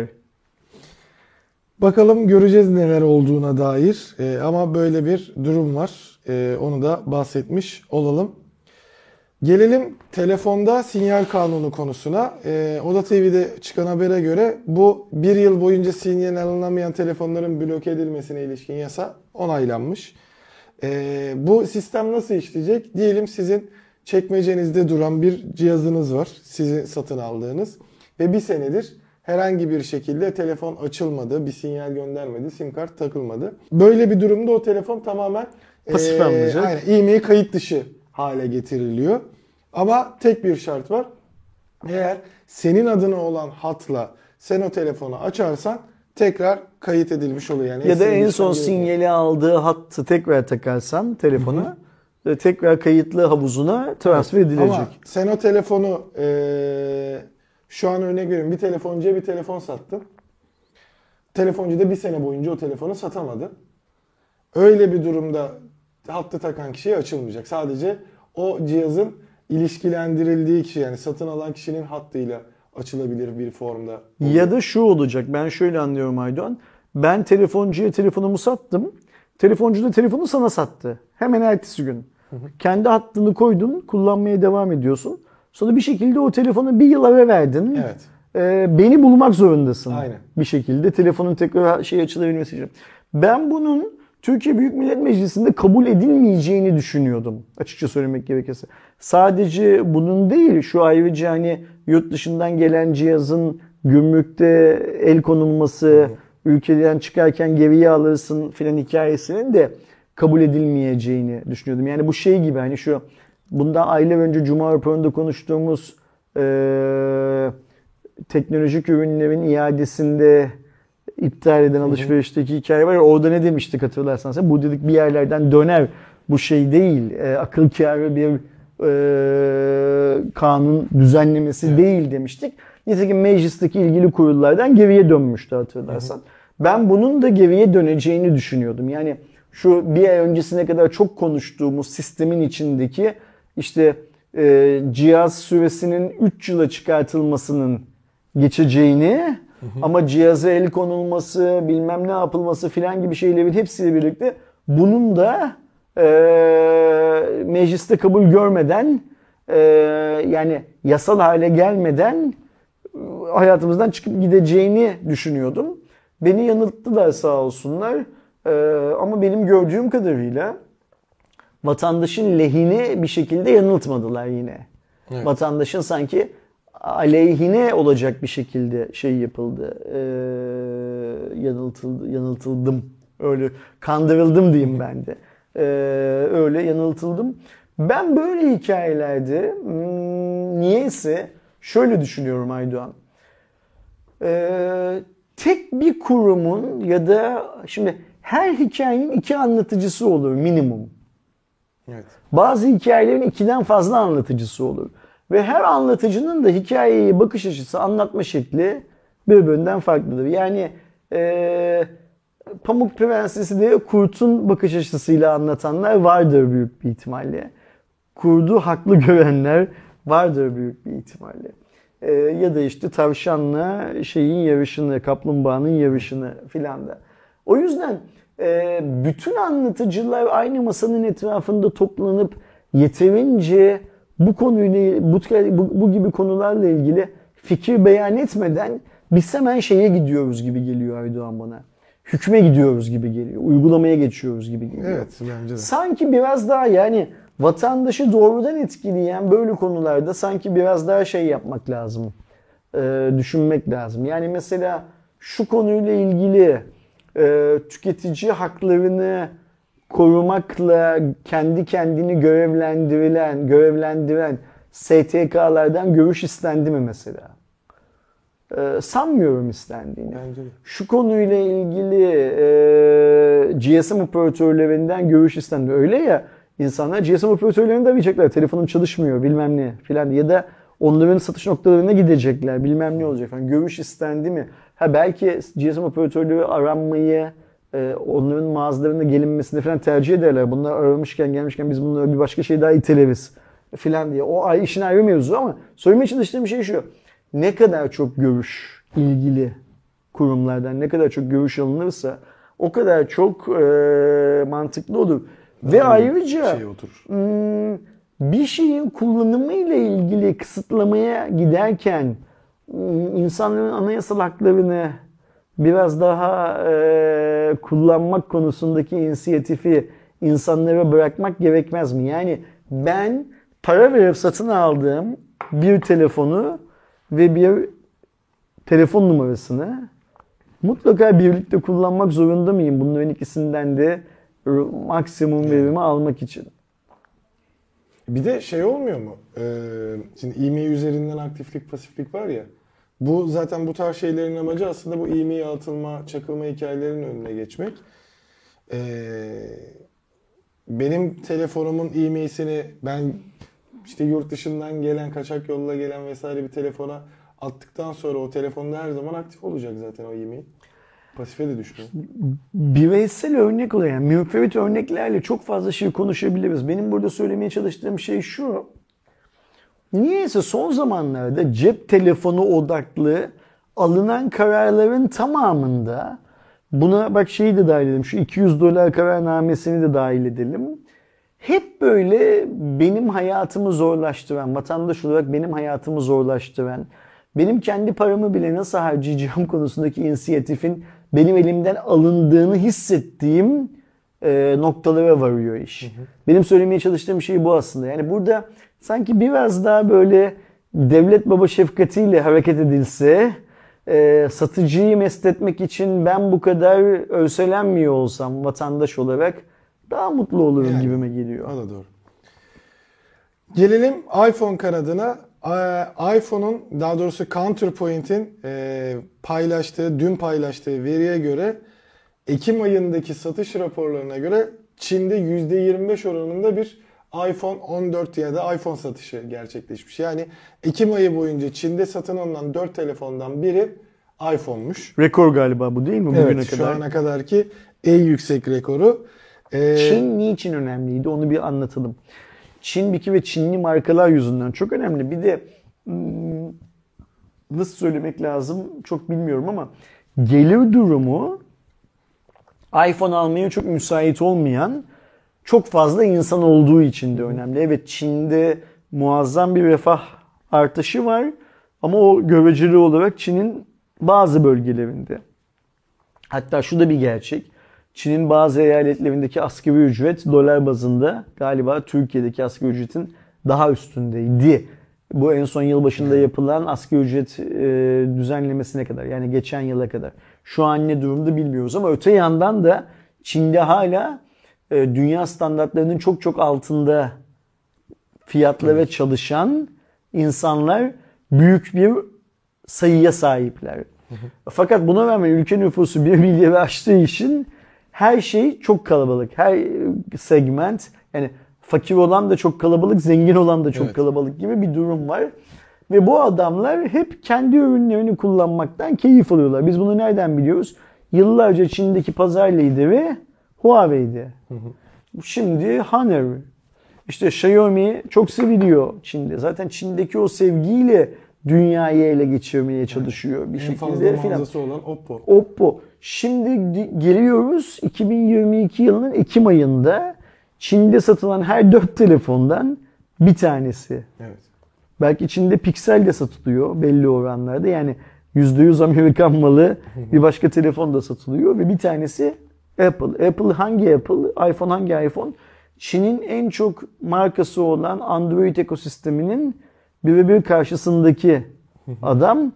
Bakalım, göreceğiz neler olduğuna dair. Ama böyle bir durum var. Onu da bahsetmiş olalım. Gelelim telefonda sinyal kanunu konusuna. Oda TV'de çıkan habere göre bu bir yıl boyunca sinyal alınamayan telefonların bloke edilmesine ilişkin yasa onaylanmış. Bu sistem nasıl işleyecek? Diyelim sizin çekmecenizde duran bir cihazınız var. Sizin satın aldığınız. Ve bir senedir herhangi bir şekilde telefon açılmadı, bir sinyal göndermedi, sim kart takılmadı. Böyle bir durumda o telefon tamamen Pasif alınacak. aynen, e-mail kayıt dışı hale getiriliyor. Ama tek bir şart var. Eğer senin adına olan hatla sen o telefonu açarsan tekrar kayıt edilmiş oluyor. Yani Ya da en SMS son gerekmiyor. sinyali aldığı hattı tekrar takarsan telefona tekrar kayıtlı havuzuna transfer edilecek. Ama sen o telefonu şu an örnek veriyorum, bir telefoncuya bir telefon sattın. Telefoncu da bir sene boyunca o telefonu satamadı. Öyle bir durumda hattı takan kişiye açılmayacak. Sadece o cihazın ilişkilendirildiği kişi, yani satın alan kişinin hattıyla açılabilir bir formda. Ya da şu olacak. Ben şöyle anlıyorum Aydoğan. Ben telefoncuya telefonumu sattım. Telefoncu da telefonu sana sattı. Hemen ertesi gün. Kendi hattını koydun, kullanmaya devam ediyorsun. Sonra bir şekilde o telefonu bir yıl ara verdin. Evet. Beni bulmak zorundasın. Aynen. Bir şekilde telefonun tekrar açılabilmesi için. Ben bunun Türkiye Büyük Millet Meclisi'nde kabul edilmeyeceğini düşünüyordum. Açıkça söylemek gerekirse. Sadece bunun değil, şu ayrıca hani yurt dışından gelen cihazın gümrükte el konulması, ülkeden çıkarken geriye alırsın filan hikayesinin de kabul edilmeyeceğini düşünüyordum. Yani bu şey gibi, hani şu bundan aylar önce Cuma raporunda konuştuğumuz teknolojik ürünlerin iadesinde iptal eden alışverişteki hikaye var ya, orada ne demiştik hatırlarsanız? Bu dedik bir yerlerden döner. Bu şey değil, akıl kârı bir kanun düzenlemesi değil demiştik. Nitekim meclisteki ilgili kurullardan geriye dönmüştü hatırlarsan. Ben bunun da geriye döneceğini düşünüyordum. Yani şu bir ay öncesine kadar çok konuştuğumuz sistemin içindeki işte cihaz süresinin 3 yıla çıkartılmasının geçeceğini ama cihaza el konulması, bilmem ne yapılması filan gibi şeylerin hepsiyle birlikte bunun da mecliste kabul görmeden yani yasal hale gelmeden hayatımızdan çıkıp gideceğini düşünüyordum. Beni yanılttılar sağ olsunlar. Ama benim gördüğüm kadarıyla vatandaşın lehine bir şekilde yanıltmadılar yine. Evet. Vatandaşın sanki aleyhine olacak bir şekilde şey yapıldı. Yanıltıldım. Öyle kandırıldım diyeyim ben de. Öyle yanıltıldım. Ben böyle hikayelerde niyeyse şöyle düşünüyorum Aydoğan. Tek bir kurumun ya da şimdi her hikayenin 2 anlatıcısı olur minimum. Evet. Bazı hikayelerin 2'den fazla anlatıcısı olur. Ve her anlatıcının da hikayeyi bakış açısı, anlatma şekli birbirinden farklıdır. Yani Pamuk Prensesi de kurtun bakış açısıyla anlatanlar vardır büyük bir ihtimalle. Kurdu haklı görenler vardır büyük bir ihtimalle. Ya da işte tavşanla şeyin yarışını, kaplumbağanın yarışını filan da. O yüzden bütün anlatıcılar aynı masanın etrafında toplanıp yeterince bu konuyla, bu gibi konularla ilgili fikir beyan etmeden biz hemen şeye gidiyoruz gibi geliyor Aydoğan bana. Hükme gidiyoruz gibi geliyor. Uygulamaya geçiyoruz gibi geliyor. Evet, bence de. Sanki biraz daha yani vatandaşı doğrudan etkileyen böyle konularda sanki biraz daha şey yapmak lazım. Düşünmek lazım. Yani mesela şu konuyla ilgili tüketici haklarını korumakla kendi kendini görevlendiren STK'lardan görüş istendi mi mesela? Sanmıyorum istendiğini. Bence de. Şu konuyla ilgili GSM operatörlerinden görüş istendi. Öyle ya, insanlar GSM operatörlerini de arayacaklar. Telefonum çalışmıyor bilmem ne filan, ya da onların satış noktalarına gidecekler. Bilmem ne olacak falan. Görüş istendi mi? Belki GSM operatörleri aranmayı, onların mağazalarına gelinmesini falan tercih ederler. Bunlar aramışken gelmişken biz bunları bir başka şey daha iteleriz filan diye. O işin ayrı mevzu ama söylemeye çalıştığım şey şu. Ne kadar çok görüş ilgili kurumlardan ne kadar çok görüş alınırsa o kadar çok mantıklı olur. Ve ayrıca bir şeyin kullanımı ile ilgili kısıtlamaya giderken insanların anayasal haklarını biraz daha kullanmak konusundaki inisiyatifi insanlara bırakmak gerekmez mi? Yani ben para verip satın aldığım bir telefonu ve bir telefon numarasını mutlaka birlikte kullanmak zorunda mıyım? Bunların ikisinden de maksimum verimi almak için. Bir de şey olmuyor mu? Şimdi e-mail üzerinden aktiflik, pasiflik var ya. Bu zaten bu tarz şeylerin amacı aslında bu e-mail atılma, çakılma hikayelerinin önüne geçmek. Benim telefonumun e-mail'sini ben işte yurt dışından gelen, kaçak yolla gelen vesaire bir telefona attıktan sonra o telefonda her zaman aktif olacak zaten o e-mail. Pasife de düşmüyor. Bireysel örnek olarak, yani münferit örneklerle çok fazla şey konuşabiliriz. Benim burada söylemeye çalıştığım şey şu. Niyeyse son zamanlarda cep telefonu odaklı alınan kararların tamamında, buna bak şeyi de dahil edelim, şu $200 kararnamesini de dahil edelim. Hep böyle benim hayatımı zorlaştıran, vatandaş olarak benim hayatımı zorlaştıran, benim kendi paramı bile nasıl harcayacağım konusundaki inisiyatifin benim elimden alındığını hissettiğim noktalara varıyor iş. Benim söylemeye çalıştığım şey bu aslında. Yani burada sanki biraz daha böyle devlet baba şefkatiyle hareket edilse, satıcıyı mest etmek için ben bu kadar örselenmiyor olsam vatandaş olarak daha mutlu olurum Yani, gibime geliyor. O da doğru. Gelelim iPhone kanadına. iPhone'un, daha doğrusu Counterpoint'in dün paylaştığı veriye göre Ekim ayındaki satış raporlarına göre Çin'de %25 oranında bir iPhone 14 ya da iPhone satışı gerçekleşmiş. Yani Ekim ayı boyunca Çin'de satın alınan 4 telefondan biri iPhone'muş. Rekor galiba bu değil mi bugüne Evet, kadar? şu ana kadarki en yüksek rekoru. Çin niçin önemliydi onu bir anlatalım. Çin bir ve Çinli markalar yüzünden çok önemli. Bir de nasıl söylemek lazım çok bilmiyorum ama gelir durumu iPhone almaya çok müsait olmayan çok fazla insan olduğu için de önemli. Evet, Çin'de muazzam bir refah artışı var ama o göreceli olarak Çin'in bazı bölgelerinde. Hatta şu da bir gerçek. Çin'in bazı eyaletlerindeki asgari ücret dolar bazında galiba Türkiye'deki asgari ücretin daha üstündeydi. Bu en son yılbaşında yapılan asgari ücret düzenlemesine kadar, yani geçen yıla kadar. Şu an ne durumda bilmiyoruz ama öte yandan da Çin'de hala dünya standartlarının çok çok altında fiyatlara çalışan insanlar büyük bir sayıya sahipler. Fakat buna rağmen ülke nüfusu 1 milyarı aştığı için her şey çok kalabalık. Her segment, yani fakir olan da çok kalabalık, zengin olan da çok kalabalık gibi bir durum var. Ve bu adamlar hep kendi ürünlerini kullanmaktan keyif alıyorlar. Biz bunu nereden biliyoruz? Yıllarca Çin'deki pazar lideri Huawei'di. Şimdi Honor. İşte Xiaomi çok seviliyor Çin'de. Zaten Çin'deki o sevgiyle dünyayı ele geçirmeye çalışıyor bir en şekilde. fazla mağazası olan Oppo. Oppo. Şimdi geliyoruz 2022 yılının Ekim ayında Çin'de satılan her 4 telefondan bir tanesi. Evet. Belki Çin'de Pixel de satılıyor belli oranlarda. Yani %100 Amerikan malı bir başka telefon da satılıyor ve bir tanesi Apple. Apple hangi Apple? iPhone hangi iPhone? Çin'in en çok markası olan Android ekosisteminin birebir karşısındaki adam.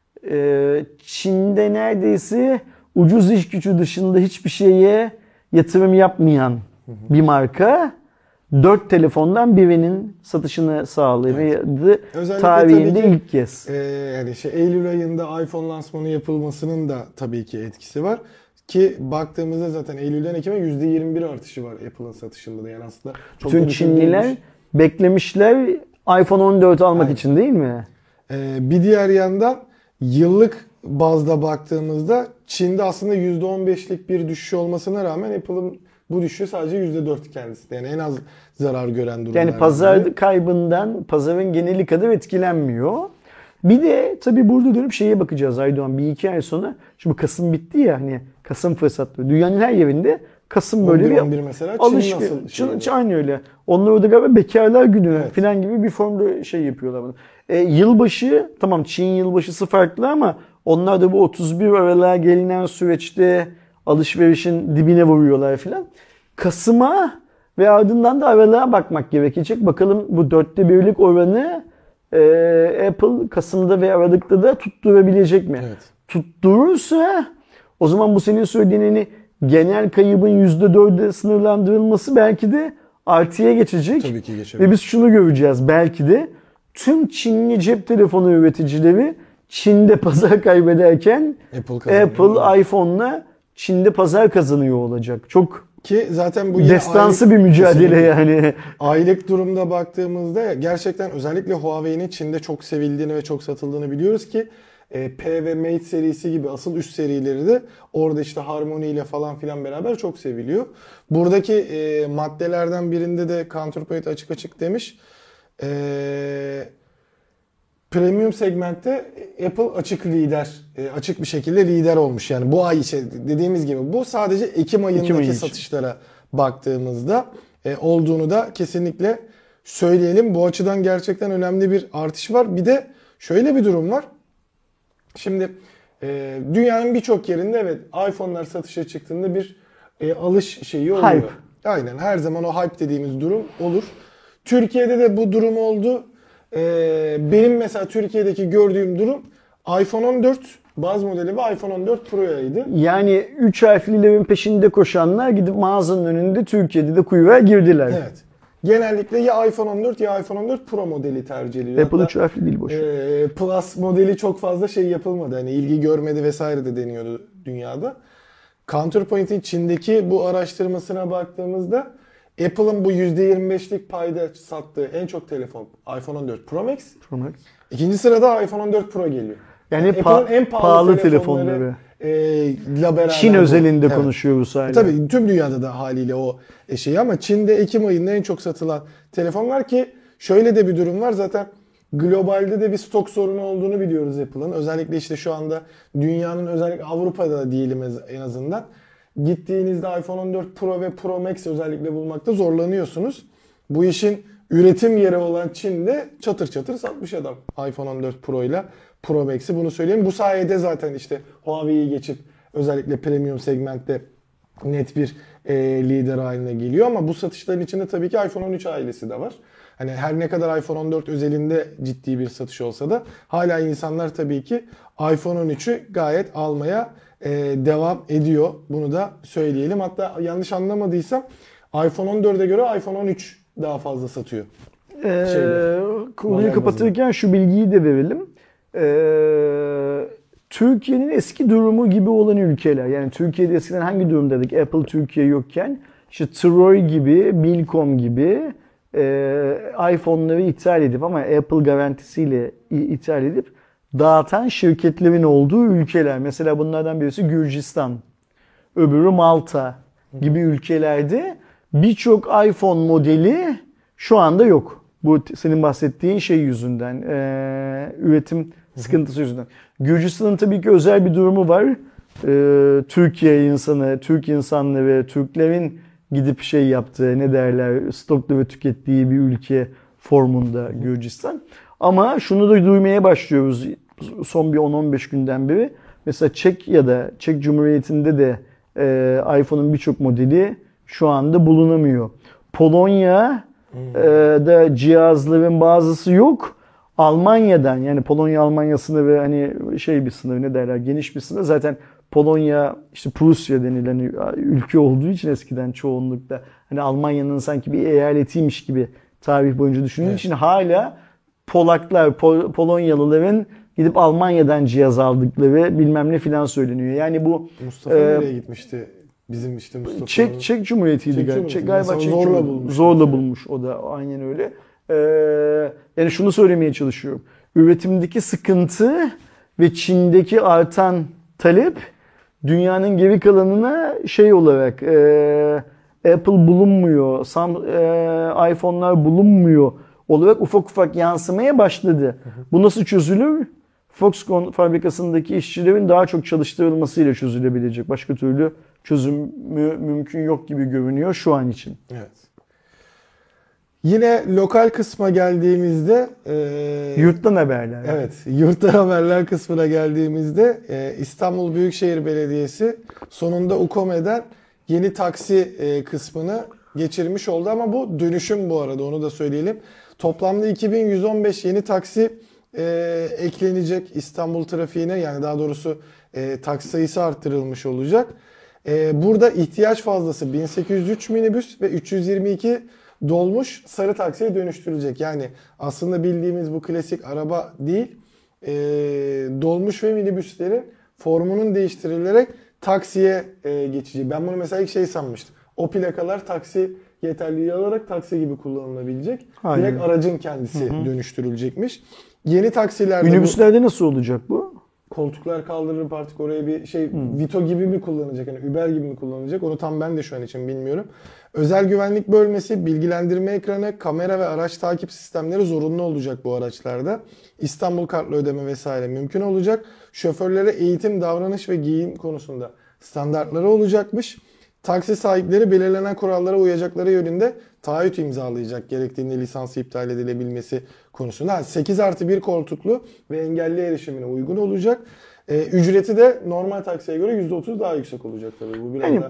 Çin'de neredeyse ucuz iş gücü dışında hiçbir şeye yatırım yapmayan bir marka 4 telefondan birinin satışını sağladı. Özellikle Tarihinde tabii ki, ilk kez. Yani Eylül ayında iPhone lansmanı yapılmasının da tabii ki etkisi var. Ki baktığımızda zaten Eylül'den Ekim'e %21 artışı var Apple'ın satışında da. Yani aslında çok Tüm da Çinliler düşük değilmiş. beklemişler iPhone 14 almak Aynen. için değil mi? Bir diğer yandan yıllık bazda baktığımızda Çin'de aslında %15'lik bir düşüş olmasına rağmen Apple'ın bu düşüşü sadece %4 kendisi. Yani en az zarar gören durumlardan Yani pazar biri. kaybından pazarın geneli kadar etkilenmiyor. Bir de tabii burada dönüp şeye bakacağız Aydoğan. Bir iki ay sonra, şimdi Kasım bitti ya, hani Kasım fırsatları. Dünyanın her yerinde Kasım böyle 11 bir mesela Çin alışveriş. nasıl Aynı öyle. Onlar orada galiba bekarlar günü Evet. falan gibi bir formda şey yapıyorlar bunu. Yılbaşı, tamam Çin yılbaşısı farklı ama onlar da bu 31 Aralık'a gelinen süreçte alışverişin dibine vuruyorlar falan. Kasım'a ve ardından da Aralık'a bakmak gerekecek. Bakalım bu 1/4 oranı Apple Kasım'da ve Aralık'ta da tutturabilecek mi? Evet. Tutturursa o zaman bu senin söylediğin hani genel kaybın %4'e sınırlandırılması belki de artıya geçecek. Tabii ki geçebilir. Ve biz şunu göreceğiz belki de tüm Çinli cep telefonu üreticileri Çin'de pazar kaybederken Apple iPhone'la Çin'de pazar kazanıyor olacak. Çok Ki zaten bu yine destansı bir mücadele yani. Aylık durumda baktığımızda gerçekten özellikle Huawei'nin Çin'de çok sevildiğini ve çok satıldığını biliyoruz ki P ve Mate serisi gibi asıl üst serileri de orada işte Harmony ile falan filan beraber çok seviliyor. Buradaki maddelerden birinde de Counterpoint açık açık demiş. Premium segmentte Apple açık lider, açık bir şekilde lider olmuş. Yani bu ay dediğimiz gibi bu sadece Ekim ayındaki satışlara baktığımızda olduğunu da kesinlikle söyleyelim. Bu açıdan gerçekten önemli bir artış var. Bir de şöyle bir durum var. Şimdi dünyanın birçok yerinde evet iPhone'lar satışa çıktığında bir alış şeyi oluyor. Hype. Aynen, her zaman o hype dediğimiz durum olur. Türkiye'de de bu durum oldu. Benim mesela Türkiye'deki gördüğüm durum iPhone 14 baz modeli ve iPhone 14 Pro'yaydı. Yani 3 harflilerin peşinde koşanlar gidip mağazanın önünde Türkiye'de de kuyruğa girdiler. Evet. Genellikle ya iPhone 14 ya iPhone 14 Pro modeli tercih ediliyor. Apple Hatta, 3 harfli değil boş. Plus modeli çok fazla şey yapılmadı. Hani ilgi görmedi vesaire de deniyordu dünyada. Counterpoint'in Çin'deki bu araştırmasına baktığımızda Apple'ın bu %25'lik payda sattığı en çok telefon iPhone 14 Pro Max. Pro Max. İkinci sırada iPhone 14 Pro geliyor. Yani Apple'ın en pahalı telefonları. La beraber Çin özelinde evet. konuşuyoruz hala. Tabii tüm dünyada da haliyle o şeyi, ama Çin'de Ekim ayında en çok satılan telefon var ki şöyle de bir durum var. Zaten globalde de bir stok sorunu olduğunu biliyoruz Apple'ın. Özellikle işte şu anda dünyanın, özellikle Avrupa'da diyelim en azından, gittiğinizde iPhone 14 Pro ve Pro Max özellikle bulmakta zorlanıyorsunuz. Bu işin üretim yeri olan Çin'de çatır çatır satmış adam iPhone 14 Pro ile Pro Max'i, bunu söyleyeyim. Bu sayede zaten işte Huawei'yi geçip özellikle premium segmentte net bir lider haline geliyor, ama bu satışların içinde tabii ki iPhone 13 ailesi de var. Hani her ne kadar iPhone 14 özelinde ciddi bir satış olsa da hala insanlar tabii ki iPhone 13'ü gayet almaya devam ediyor. Bunu da söyleyelim. Hatta yanlış anlamadıysam iPhone 14'e göre iPhone 13 daha fazla satıyor. Konuyu kapatırken şu bilgiyi de verelim. Türkiye'nin eski durumu gibi olan ülkeler, yani Türkiye'de eskiden hangi durumdaydık? Apple Türkiye yokken işte Troy gibi, Milcom gibi iPhone'ları ithal edip ama Apple garantisiyle ithal edip dağıtan şirketlerin olduğu ülkeler. Mesela bunlardan birisi Gürcistan, öbürü Malta gibi ülkelerde birçok iPhone modeli şu anda yok. Bu senin bahsettiğin şey yüzünden, üretim sıkıntısı yüzünden. Gürcistan'ın tabii ki özel bir durumu var. Türkiye insanı, Türk insanları, Türklerin gidip şey yaptığı, ne derler, stokları tükettiği bir ülke formunda Gürcistan. Ama şunu da duymaya başlıyoruz son bir 10-15 günden beri. Mesela Çek ya da Çek Cumhuriyeti'nde de iPhone'un birçok modeli şu anda bulunamıyor. Polonya'da cihazların bazısı yok. Almanya'dan, yani Polonya-Almanya sınırı hani şey bir sınır, ne derler, geniş bir sınır. Zaten Polonya işte Prusya denilen ülke olduğu için eskiden çoğunlukla hani Almanya'nın sanki bir eyaletiymiş gibi tarih boyunca düşündüğü için hala Polaklar, Polonyalıların gidip Almanya'dan cihaz aldıkları bilmem ne filan söyleniyor. Yani bu Mustafa nereye gitmişti? Bizim işte Mustafa. Çek Cumhuriyeti'ydi galiba. Zorla bulmuş o da, aynen öyle. Yani şunu söylemeye çalışıyorum. Üretimdeki sıkıntı ve Çin'deki artan talep dünyanın geri kalanına şey olarak Apple bulunmuyor, iPhone'lar bulunmuyor olarak ufak ufak yansımaya başladı. Bu nasıl çözülür? Foxconn fabrikasındaki işçilerin daha çok çalıştırılmasıyla çözülebilecek. Başka türlü çözümü mümkün yok gibi görünüyor şu an için. Evet. Yine lokal kısma geldiğimizde yurttan haberler. Evet, yurttan haberler kısmına geldiğimizde İstanbul Büyükşehir Belediyesi sonunda UKOME'den yeni taksi kısmını geçirmiş oldu, ama bu dönüşüm, bu arada onu da söyleyelim. Toplamda 2115 yeni taksi eklenecek İstanbul trafiğine, yani daha doğrusu taksi sayısı arttırılmış olacak. Burada ihtiyaç fazlası 1803 minibüs ve 322 dolmuş sarı taksiye dönüştürülecek. Yani aslında bildiğimiz bu klasik araba değil, dolmuş ve minibüslerin formunun değiştirilerek taksiye geçeceği. Ben bunu mesela ilk şey sanmıştım. O plakalar taksi yeterliliği alarak taksi gibi kullanılabilecek. Aynen. Direkt aracın kendisi dönüştürülecekmiş. Yeni taksilerde minibüslerde nasıl olacak bu? Koltuklar kaldırılıp artık oraya bir şey Vito gibi mi kullanacak, yani Uber gibi mi kullanacak, onu tam ben de şu an için bilmiyorum. Özel güvenlik bölmesi, bilgilendirme ekranı, kamera ve araç takip sistemleri zorunlu olacak bu araçlarda. İstanbul kartlı ödeme vesaire mümkün olacak. Şoförlere eğitim, davranış ve giyim konusunda standartları olacakmış. Taksi sahipleri belirlenen kurallara uyacakları yönünde taahhüt imzalayacak, gerektiğinde lisansı iptal edilebilmesi konusunda. 8+1 koltuklu ve engelli erişimine uygun olacak. Ücreti de normal taksiye göre %30 daha yüksek olacak tabii. Bu biraz Yani, da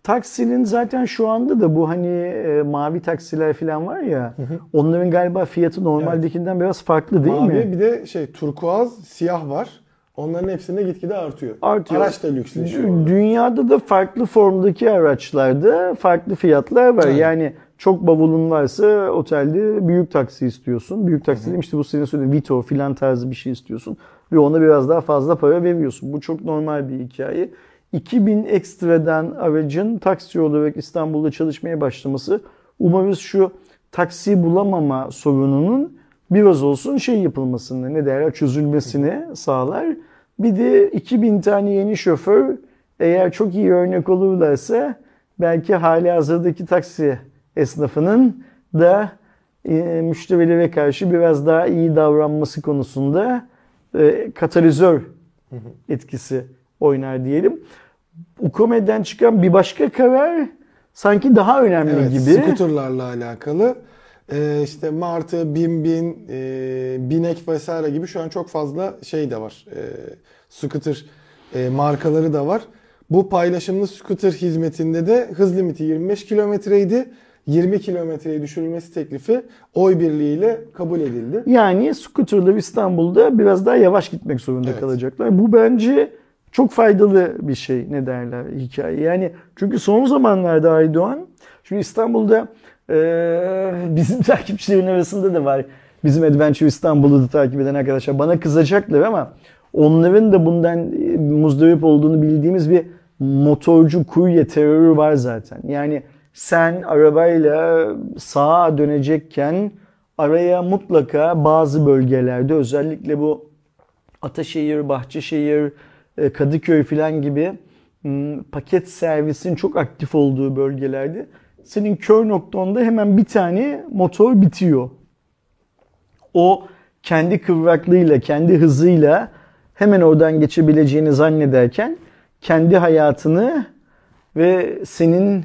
Taksinin zaten şu anda da bu hani mavi taksiler falan var ya, onların galiba fiyatı normaldekinden biraz farklı değil Mavi, mi? bir de turkuaz, siyah var. Onların hepsinde gitgide artıyor. Artıyor. Araç da lüksleşiyor orada. Dünyada da farklı formdaki araçlarda farklı fiyatlar var. Evet. Yani çok bavulun varsa otelde büyük taksi istiyorsun. Büyük taksi dedim, işte bu senin söylediğin Vito filan tarzı bir şey istiyorsun. Ve ona biraz daha fazla para veriyorsun. Bu çok normal bir hikaye. 2000 ekstradan aracın taksi olarak İstanbul'da çalışmaya başlaması, umarız şu taksi bulamama sorununun biraz olsun yapılmasını, ne derler, çözülmesini sağlar. Bir de 2000 tane yeni şoför eğer çok iyi örnek olurlarsa belki hali hazırdaki taksi esnafının da müşterilere karşı biraz daha iyi davranması konusunda katalizör etkisi oynar diyelim. Ukome'den çıkan bir başka karar sanki daha önemli Evet, gibi. skuterlarla alakalı. İşte Martı, Binbin, Binek vesaire gibi şu an çok fazla de var. Scooter markaları da var. Bu paylaşımlı scooter hizmetinde de hız limiti 25 kilometreydi. 20 kilometreye düşürülmesi teklifi oy birliğiyle kabul edildi. Yani scooterlar İstanbul'da biraz daha yavaş gitmek zorunda kalacaklar. Bu bence çok faydalı bir şey, ne derler, hikaye. Yani çünkü son zamanlarda Aydoğan, şimdi İstanbul'da bizim takipçilerin arasında da var. Bizim Adventure İstanbul'u da takip eden arkadaşlar bana kızacaklar ama onların da bundan muzdarip olduğunu bildiğimiz bir motorcu kurye terörü var zaten. Yani sen arabayla sağa dönecekken araya mutlaka bazı bölgelerde, özellikle bu Ataşehir, Bahçeşehir, Kadıköy falan gibi paket servisin çok aktif olduğu bölgelerde senin kör noktada hemen bir tane motor bitiyor. O kendi kıvraklığıyla, kendi hızıyla hemen oradan geçebileceğini zannederken kendi hayatını ve senin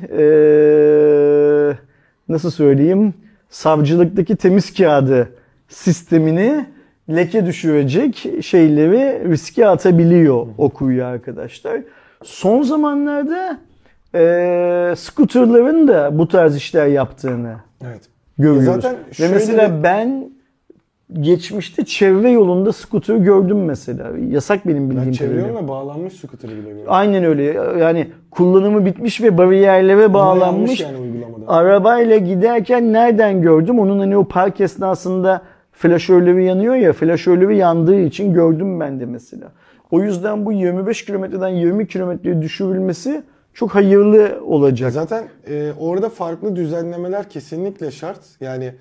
nasıl söyleyeyim, savcılıktaki temiz kağıdı sistemini leke düşürecek şeyleri riske atabiliyor o kuyuya arkadaşlar. Son zamanlarda skuterların da bu tarz işler yaptığını görüyoruz. Zaten ve mesela ben geçmişte çevre yolunda scooter gördüm mesela. Yasak benim bildiğim çevre kadarıyla. yoluna bağlanmış scooter bile gördüm. Aynen öyle. Yani kullanımı bitmiş ve bariyerlere bağlanmış. Yani uygulamada. Arabayla giderken nereden gördüm? Onun hani o park esnasında flaşörleri yanıyor ya, flaşörleri yandığı için gördüm ben de mesela. O yüzden bu 25 kilometreden 20 kilometreye düşürülmesi çok hayırlı olacak. Zaten orada farklı düzenlemeler kesinlikle şart. Yani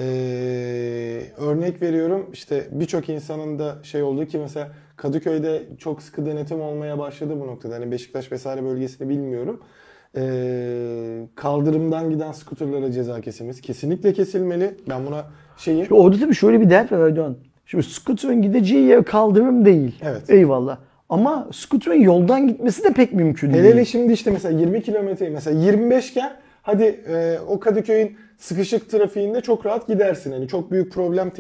örnek veriyorum, işte birçok insanın da olduğu ki mesela Kadıköy'de çok sıkı denetim olmaya başladı bu noktada. Hani Beşiktaş vesaire bölgesini bilmiyorum. Kaldırımdan giden skuterlara ceza kesilmesi kesinlikle kesilmeli. Ben buna Orada tabii şöyle bir dert var Erdoğan. Şimdi skuterın gideceği yer kaldırım değil. Evet. Eyvallah. Ama skuterın yoldan gitmesi de pek mümkün değil. Hele şimdi işte mesela 20 kilometreyi, mesela 25 iken hadi o Kadıköy'ün sıkışık trafiğinde çok rahat gidersin. Hani çok büyük problem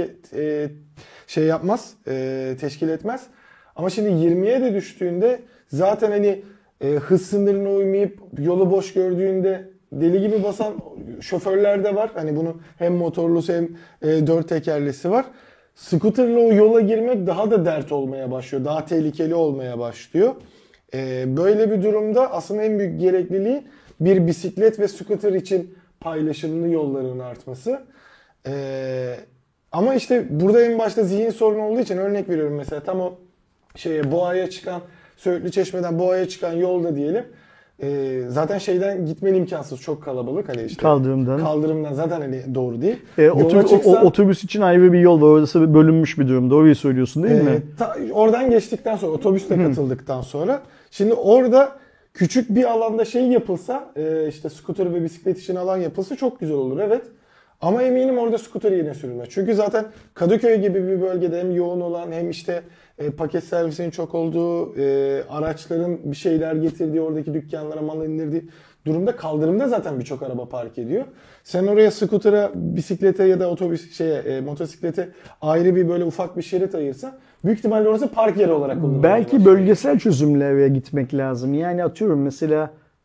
teşkil etmez. Ama şimdi 20'ye de düştüğünde zaten hani hız sınırına uymayıp yolu boş gördüğünde deli gibi basan şoförler de var. Hani bunun hem motorlusu hem dört tekerlesi var. Scooter'la o yola girmek daha da dert olmaya başlıyor. Daha tehlikeli olmaya başlıyor. Böyle bir durumda aslında en büyük gerekliliği bir bisiklet ve scooter için paylaşımlı yolların artması. Ama işte burada en başta zihin sorunu olduğu için örnek veriyorum, mesela tam o Boğa'ya çıkan, Söğütlü Çeşme'den Boğa'ya çıkan yolda diyelim. Zaten gitmen imkansız, çok kalabalık, hani işte kaldırımdan zaten hani doğru değil. Otobüs için ayrı bir yol var, orası bölünmüş bir durum. Doğruyu söylüyorsun değil mi? Oradan geçtikten sonra, otobüste katıldıktan sonra, şimdi orada küçük bir alanda yapılsa, işte scooter ve bisiklet için alan yapılsa çok güzel olur, evet. Ama eminim orada scooter yine sürülmez. Çünkü zaten Kadıköy gibi bir bölgede hem yoğun olan hem işte paket servisinin çok olduğu, araçların bir şeyler getirdiği, oradaki dükkanlara mal indirdiği durumda kaldırımda zaten birçok araba park ediyor. Sen oraya scooter'a, bisiklete ya da motosiklete ayrı bir böyle ufak bir şerit ayırsan büyük ihtimalle orası park yeri olarak kullanılıyor. Belki bölgesel çözümlere gitmek lazım. Yani atıyorum mesela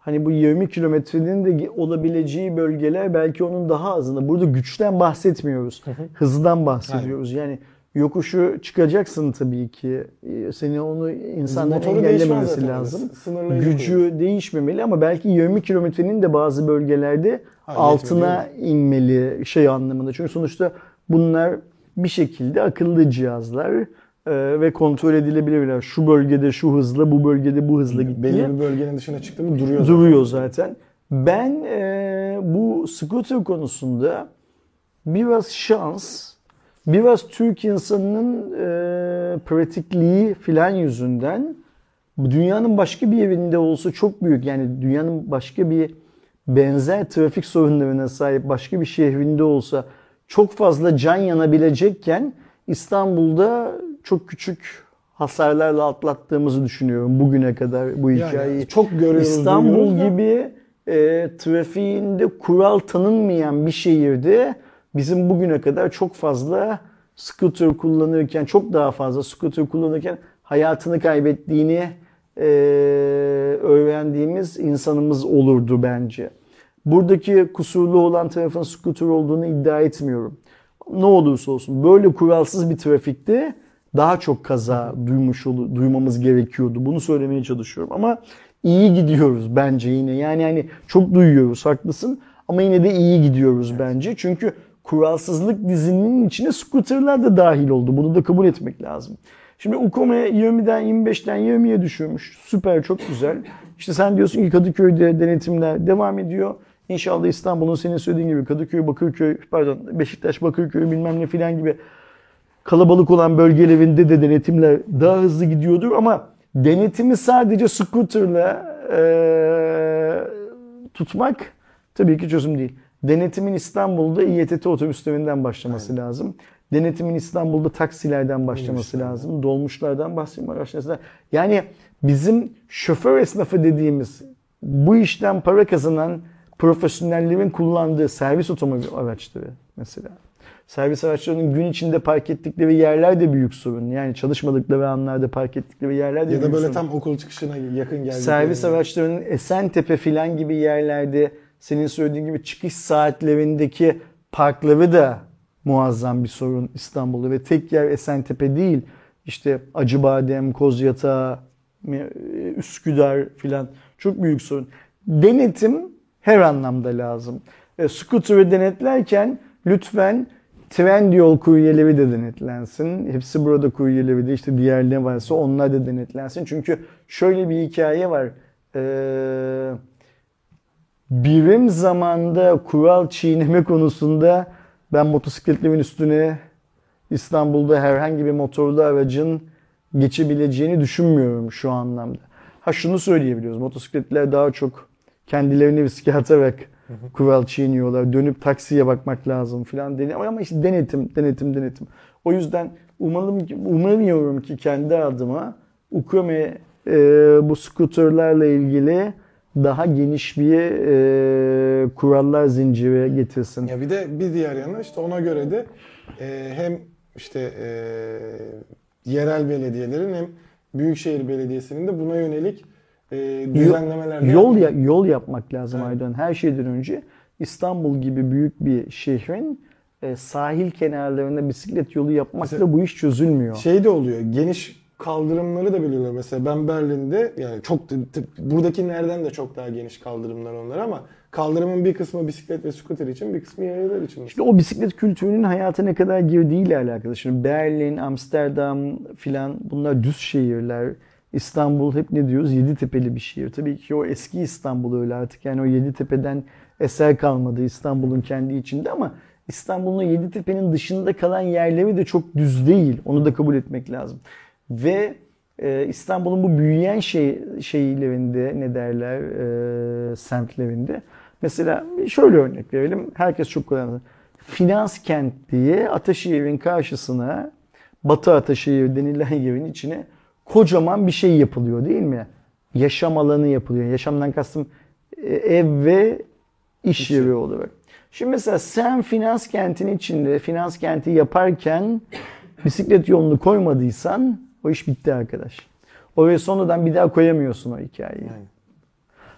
Hani bu 20 kilometrenin de olabileceği bölgeler belki onun daha azında. Burada güçten bahsetmiyoruz. Hızdan bahsediyoruz. Yani yokuşu çıkacaksın tabii ki. Seni onu insanların Motoru değişmez engellememesi zaten lazım. Sınırlayıcı Gücü koyuyoruz. değişmemeli ama belki 20 kilometrenin de bazı bölgelerde altına inmeli şey anlamında. Çünkü sonuçta bunlar bir şekilde akıllı cihazlar ve kontrol edilebilirler. Şu bölgede şu hızla, bu bölgede bu hızla gitti. Belli bir bölgenin dışına çıktı mı Duruyor zaten. Ben bu scooter konusunda biraz şans, biraz Türk insanının pratikliği filan yüzünden dünyanın başka bir yerinde olsa çok büyük. Yani dünyanın başka bir benzer trafik sorunlarına sahip başka bir şehrinde olsa çok fazla can yanabilecekken İstanbul'da çok küçük hasarlarla atlattığımızı düşünüyorum bugüne kadar bu hikayeyi. Yani çok görüyoruz. İstanbul gibi trafiğinde kural tanınmayan bir şehirde bizim bugüne kadar çok fazla scooter kullanırken, çok daha fazla scooter kullanırken hayatını kaybettiğini öğrendiğimiz insanımız olurdu bence. Buradaki kusurlu olan tarafın scooter olduğunu iddia etmiyorum. Ne olursa olsun böyle kuralsız bir trafikte daha çok kaza duymamız gerekiyordu. Bunu söylemeye çalışıyorum ama iyi gidiyoruz bence yine. Yani hani çok duyuyoruz, haklısın ama yine de iyi gidiyoruz bence. Çünkü kuralsızlık dizinin içine scooterlar da dahil oldu. Bunu da kabul etmek lazım. Şimdi Ukome 20'den 25'ten 20'ye düşürmüş. Süper, çok güzel. İşte sen diyorsun ki Kadıköy'de denetimler devam ediyor. İnşallah İstanbul'un senin söylediğin gibi Kadıköy, Bakırköy, Beşiktaş, Bakırköy bilmem ne filan gibi kalabalık olan bölgelerinde de denetimler daha hızlı gidiyordur ama denetimi sadece scooter'la tutmak tabii ki çözüm değil. Denetimin İstanbul'da İETT otobüslerinden başlaması lazım. Denetimin İstanbul'da taksilerden başlaması lazım. Dolmuşlardan başlaması lazım. Yani bizim şoför esnafı dediğimiz bu işten para kazanan profesyonellerin kullandığı servis otomobil araçları mesela. Servis araçlarının gün içinde park ettikleri yerler de büyük sorun. Yani çalışmadıkları anlarda park ettikleri yerler de büyük sorun. Ya da böyle tam okul çıkışına yakın geldikleri. Servis araçlarının Esentepe filan gibi yerlerde senin söylediğin gibi çıkış saatlerindeki parkları da muazzam bir sorun İstanbul'da. Ve tek yer Esentepe değil. İşte Acıbadem, Kozyatağı, Üsküdar filan çok büyük sorun. Denetim her anlamda lazım. Scooter'ı denetlerken lütfen Trendyol kuryeleri de denetlensin. Hepsi burada kuryeleri de işte diğer ne varsa onlar da denetlensin. Çünkü şöyle bir hikaye var. Birim zamanda kural çiğneme konusunda ben motosikletlerin üstüne İstanbul'da herhangi bir motorlu aracın geçebileceğini düşünmüyorum şu anlamda. Ha şunu söyleyebiliyoruz. Motosikletler daha çok kendilerini riske atarak kural çiğniyorlar. Dönüp taksiye bakmak lazım filan deniyor. Ama işte denetim. O yüzden umarım ki kendi adıma Ukome bu scooterlarla ilgili daha geniş bir kurallar zinciri getirsin. Ya bir de bir diğer yana işte ona göre de hem işte yerel belediyelerin hem Büyükşehir Belediyesi'nin de buna yönelik düzenlemeler yol yapmak lazım, evet. Aydan. Her şeyden önce İstanbul gibi büyük bir şehrin sahil kenarlarında bisiklet yolu yapmakla mesela, bu iş çözülmüyor. Şey de oluyor. Geniş kaldırımları da biliyorlar. Mesela ben Berlin'de yani çok buradakilerden de çok daha geniş kaldırımlar onlar ama kaldırımın bir kısmı bisiklet ve scooter için, bir kısmı yayalar için. İşte o bisiklet kültürünün hayata ne kadar girdiğiyle alakalı. Şimdi Berlin, Amsterdam filan bunlar düz şehirler. İstanbul hep ne diyoruz? Yeditepe'li bir şehir. Tabii ki o eski İstanbul öyle artık. Yani o Yeditepe'den eser kalmadı İstanbul'un kendi içinde ama İstanbul'un Yeditepe'nin dışında kalan yerleri de çok düz değil. Onu da kabul etmek lazım. Ve İstanbul'un bu büyüyen şeylerinde ne derler semtlerinde mesela şöyle örnek verelim. Herkes çok kullanır. Finans kent diye Ataşehir'in karşısına Batı Ataşehir denilen yerin içine kocaman bir şey yapılıyor değil mi? Yaşam alanı yapılıyor. Yaşamdan kastım ev ve iş yeri olarak. Şimdi mesela sen finans kentin içinde finans kenti yaparken bisiklet yolunu koymadıysan o iş bitti arkadaş. Oraya sonradan bir daha koyamıyorsun o hikayeyi.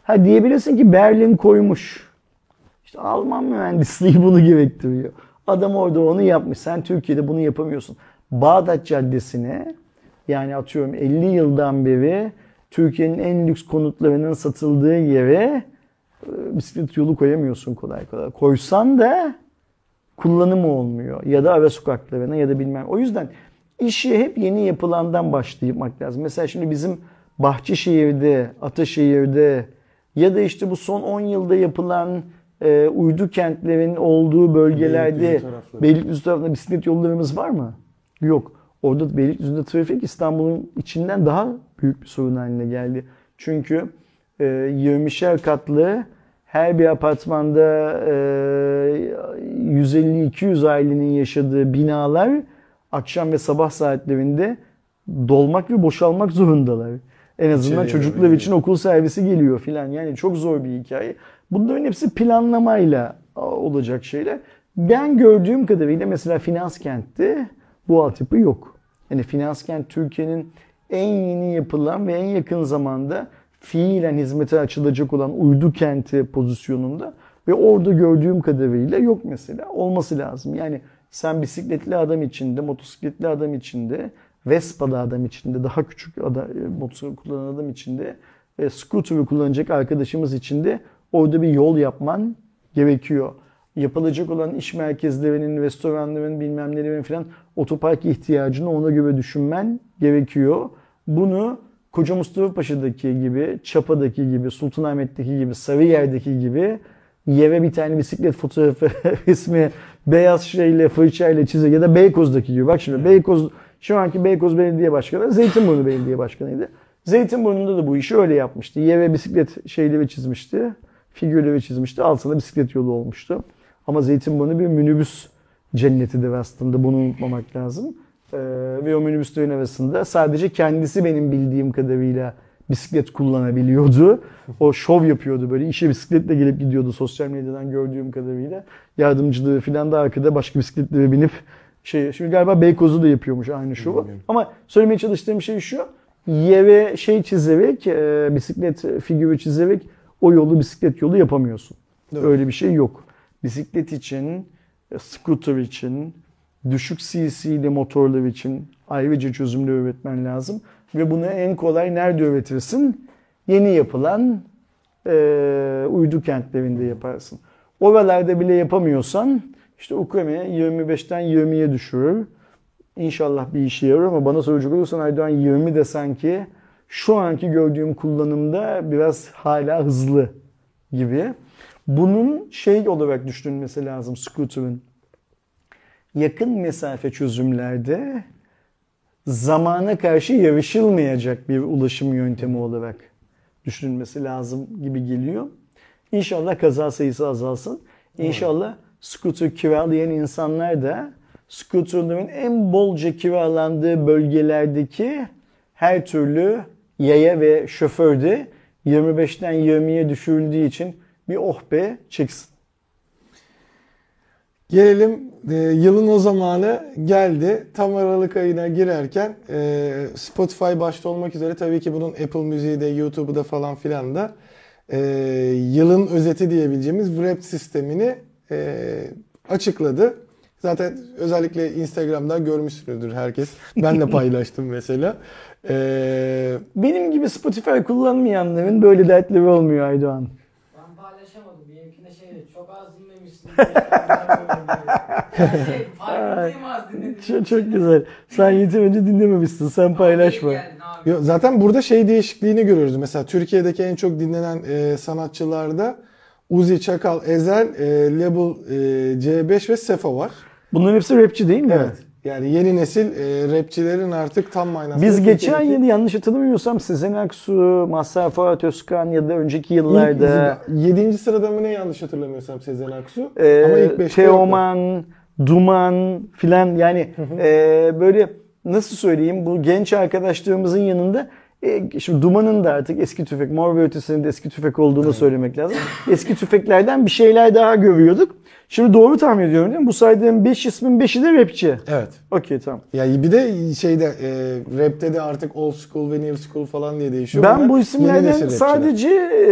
Ha diyebilirsin ki Berlin koymuş. İşte Alman mühendisliği bunu gerektiriyor. Adam orada onu yapmış. Sen Türkiye'de bunu yapamıyorsun. Bağdat Caddesi'ne, yani atıyorum 50 yıldan beri Türkiye'nin en lüks konutlarının satıldığı yere bisiklet yolu koyamıyorsun kolay kolay. Koysan da kullanımı olmuyor. Ya da ara sokaklarına ya da bilmem. O yüzden işi hep yeni yapılandan başlamak lazım. Mesela şimdi bizim Bahçeşehir'de, Ataşehir'de ya da işte bu son 10 yılda yapılan uydu kentlerin olduğu bölgelerde Beylikdüzü tarafında bisiklet yollarımız var mı? Yok. Orada Beylikdüzü'nde trafik İstanbul'un içinden daha büyük bir sorun haline geldi. Çünkü 20'şer katlı her bir apartmanda 150-200 ailenin yaşadığı binalar akşam ve sabah saatlerinde dolmak ve boşalmak zorundalar. En azından çocuklar için okul servisi geliyor filan. Yani çok zor bir hikaye. Bunların hepsi planlamayla olacak şeyler. Ben gördüğüm kadarıyla mesela Finanskent'te bu altyapı yok. Yani Finanskent Türkiye'nin en yeni yapılan ve en yakın zamanda fiilen hizmete açılacak olan uydu kenti pozisyonunda ve orada gördüğüm kadarıyla yok mesela. Olması lazım. Yani sen bisikletli adam içinde, motosikletli adam içinde, Vespa'da adam içinde, daha küçük motosiklet kullanan adam içinde, scooter'ı kullanacak arkadaşımız içinde orada bir yol yapman gerekiyor. Yapılacak olan iş merkezlerinin, restoranların, bilmem nelerin falan otopark ihtiyacını ona göre düşünmen gerekiyor. Bunu Koca Mustafa Paşa'daki gibi, Çapa'daki gibi, Sultanahmet'teki gibi, Sarıyer'deki gibi yere bir tane bisiklet fotoğrafı resmi beyaz şeyle, fırçayla çizer ya da Beykoz'daki gibi. Bak şimdi Beykoz, şu anki Beykoz Belediye Başkanı Zeytinburnu Belediye Başkanı'ydı. Zeytinburnu'nda da bu işi öyle yapmıştı. Yere bisiklet şeyleri çizmişti, figürleri çizmişti. Altında bisiklet yolu olmuştu. Ama Zeytinburnu bir minibüs cennetidir aslında. Bunu unutmamak lazım. Ve o minibüslerin arasında sadece kendisi benim bildiğim kadarıyla bisiklet kullanabiliyordu. O şov yapıyordu böyle. İşe bisikletle gelip gidiyordu sosyal medyadan gördüğüm kadarıyla. Yardımcıları falan da arkada başka bisikletlere binip şimdi galiba Beykoz'u da yapıyormuş aynı şovu. Ama söylemeye çalıştığım şey şu. Yere çizerek, bisiklet figürü çizerek o yolu bisiklet yolu yapamıyorsun. Evet. Öyle bir şey yok. Bisiklet için, scooter için, düşük CC'li motorlar için ayrıca çözümler üretmen lazım. Ve bunu en kolay nerede üretirsin? Yeni yapılan uydu kentlerinde yaparsın. Oralarda bile yapamıyorsan işte Ukrayna 25'ten 20'ye düşürür. İnşallah bir işe yarar ama bana soracak olursan Aydoğan 20 de sanki şu anki gördüğüm kullanımda biraz hala hızlı gibi. Bunun olarak düşünülmesi lazım scooter'ın. Yakın mesafe çözümlerde zamana karşı yarışılmayacak bir ulaşım yöntemi olarak düşünülmesi lazım gibi geliyor. İnşallah kaza sayısı azalsın. İnşallah scooter kiralayan insanlar da scooterların en bolca kiralandığı bölgelerdeki her türlü yaya ve şoförde 25'ten 20'ye düşürüldüğü için bir oh be çeksin. Gelelim yılın o zamanı geldi. Tam Aralık ayına girerken Spotify başta olmak üzere tabii ki bunun Apple Music'de, YouTube'da falan filan da yılın özeti diyebileceğimiz Wrapped sistemini açıkladı. Zaten özellikle Instagram'dan görmüşsünüzdür herkes. Ben de paylaştım mesela. Benim gibi Spotify kullanmayanların böyle dertleri olmuyor Aydoğan. Ben paylaşamadım. Benimkine çok az dinlemişsin. Farkındayım az dinledim. Çok güzel. Sen yeterince dinlememişsin. Sen paylaşma. Zaten burada değişikliğini görüyoruz. Mesela Türkiye'deki en çok dinlenen sanatçılarda Uzi, Çakal, Ezel, Label, C5 ve Sefa var. Bunların hepsi rapçi değil mi? Evet. Yani yeni nesil rapçilerin artık tam manasında. Biz geçen yıl yanlış hatırlamıyorsam Sezen Aksu, Mazhar Fuat Özkan ya da önceki yıllarda 7. sırada mı ne yanlış hatırlamıyorsam Sezen Aksu. Ama ilk 5'te Teoman, Duman filan yani böyle nasıl söyleyeyim bu genç arkadaşlarımızın yanında Şimdi Duman'ın da artık eski tüfek, Mor ve Ötesi'nin de eski tüfek olduğunu söylemek lazım. Eski tüfeklerden bir şeyler daha görüyorduk. Şimdi doğru tahmin ediyorum değil mi? Bu saydığım 5 ismin 5'i de rapçi. Evet. Okey, tamam. Yani bir de şeyde rapte de artık old school ve new school falan diye değişiyor. Ben Bunlar bu yeni isimlerden nesil rapçiler. sadece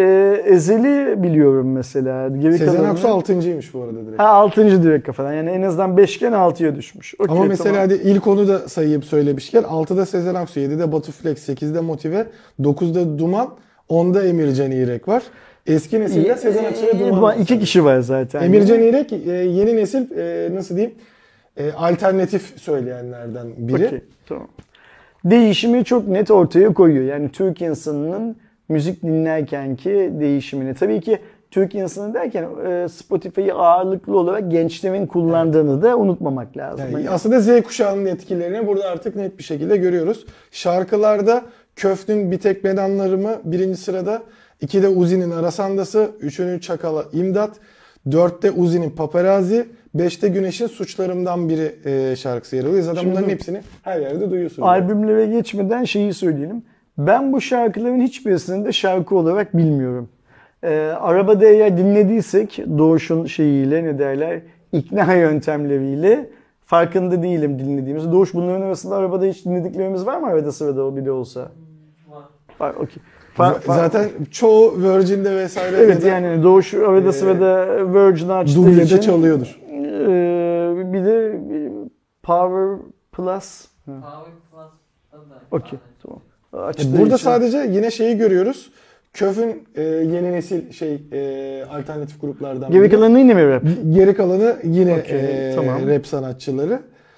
Ezel'i biliyorum mesela. Geri Sezen kalanını- Aksu 6.'ymış bu arada direkt. Ha 6. direkt kafadan. Yani en azından 5'ken 6'ya düşmüş. Okey, Ama mesela tamam. hadi ilk onu da sayıp söylemişken 6'da Sezen Aksu, 7'de Batu Flex, 8'de Motive, 9'da Duman, 10'da Emircan İrek var. Eski nesilde Sezen Aksu ve Duman var. 2 kişi var zaten. Emircan İrek yeni nesil nasıl diyeyim alternatif söyleyenlerden biri. Okey, tamam. Değişimi çok net ortaya koyuyor. Yani Türk insanının müzik dinlerkenki değişimini. Tabii ki Türk insanı derken Spotify'ı ağırlıklı olarak gençlerin kullandığını da unutmamak lazım. Yani aslında Z kuşağının etkilerini burada artık net bir şekilde görüyoruz. Şarkılarda Köf'ün Bir Tek Ben Anlarımı birinci sırada, 2'de Uzi'nin Arasandası, 3'ünün Çakal'a İmdat, 4'te Uzi'nin Paparazzi, 5'te Güneş'in Suçlarımdan Biri şarkısı yer alıyor. Zaten Şimdi bunların hepsini her yerde duyuyorsunuz. albümlere geçmeden şeyi söyleyelim. Ben bu şarkıların hiçbirisini de şarkı olarak bilmiyorum. Arabada eğer dinlediysek Doğuş'un şeyiyle ne derler ikna yöntemleriyle farkında değilim dinlediğimiz. Doğuş, bunların arasında arabada hiç dinlediklerimiz var mı arada sırada o bile olsa? Var. Var, okey. Zaten çoğu Virgin'de vesaire Evet, ya da yani Doğuş arada sırada Virgin açtığı dublede için çalıyordur. bir de Power Plus. Power Plus'ta da. Okey, tamam. Açtığı Burada için. sadece yine şeyi görüyoruz. Köf'ün yeni nesil alternatif gruplardan Geri biri. kalanı yine mi rap? Geri kalanı yine Okey, tamam. rap sanatçıları.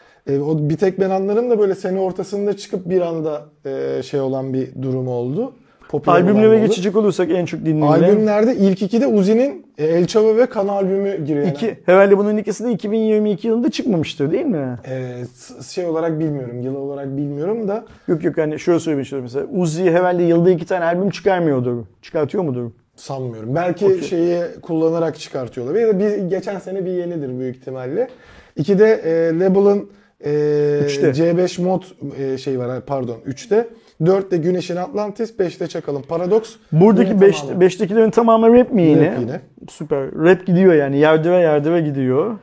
O Bir Tek Ben Anlarım da böyle sene ortasında çıkıp bir anda şey olan bir durum oldu. Popüler olan Albümlere oldu. geçecek olursak en çok dinlenilen. Albümlerde ilk 2'de Uzi'nin El Chavo ve Kan albümü giriyor. Yani. Herhalde bunun ikisi de 2022 yılında çıkmamıştır değil mi? Şey olarak bilmiyorum, yıl olarak bilmiyorum da. Yok hani şöyle söylemek istiyorum mesela. Uzi herhalde yılda 2 tane albüm çıkarmıyordur. Çıkartıyor mudur? Sanmıyorum. Belki Okey. şeyi kullanarak çıkartıyorlar. Ya da geçen sene bir yenidir büyük ihtimalle. 2'de Label'ın Üçte. C5 mod şey var pardon 3'te. 4'te Güneş'in Atlantis, 5'te Çakal'ın Paradox. Buradaki Yine 5'tekilerin tamamı rap mi yine? Rap yine. Süper. Rap gidiyor yani. Yardıra gidiyor.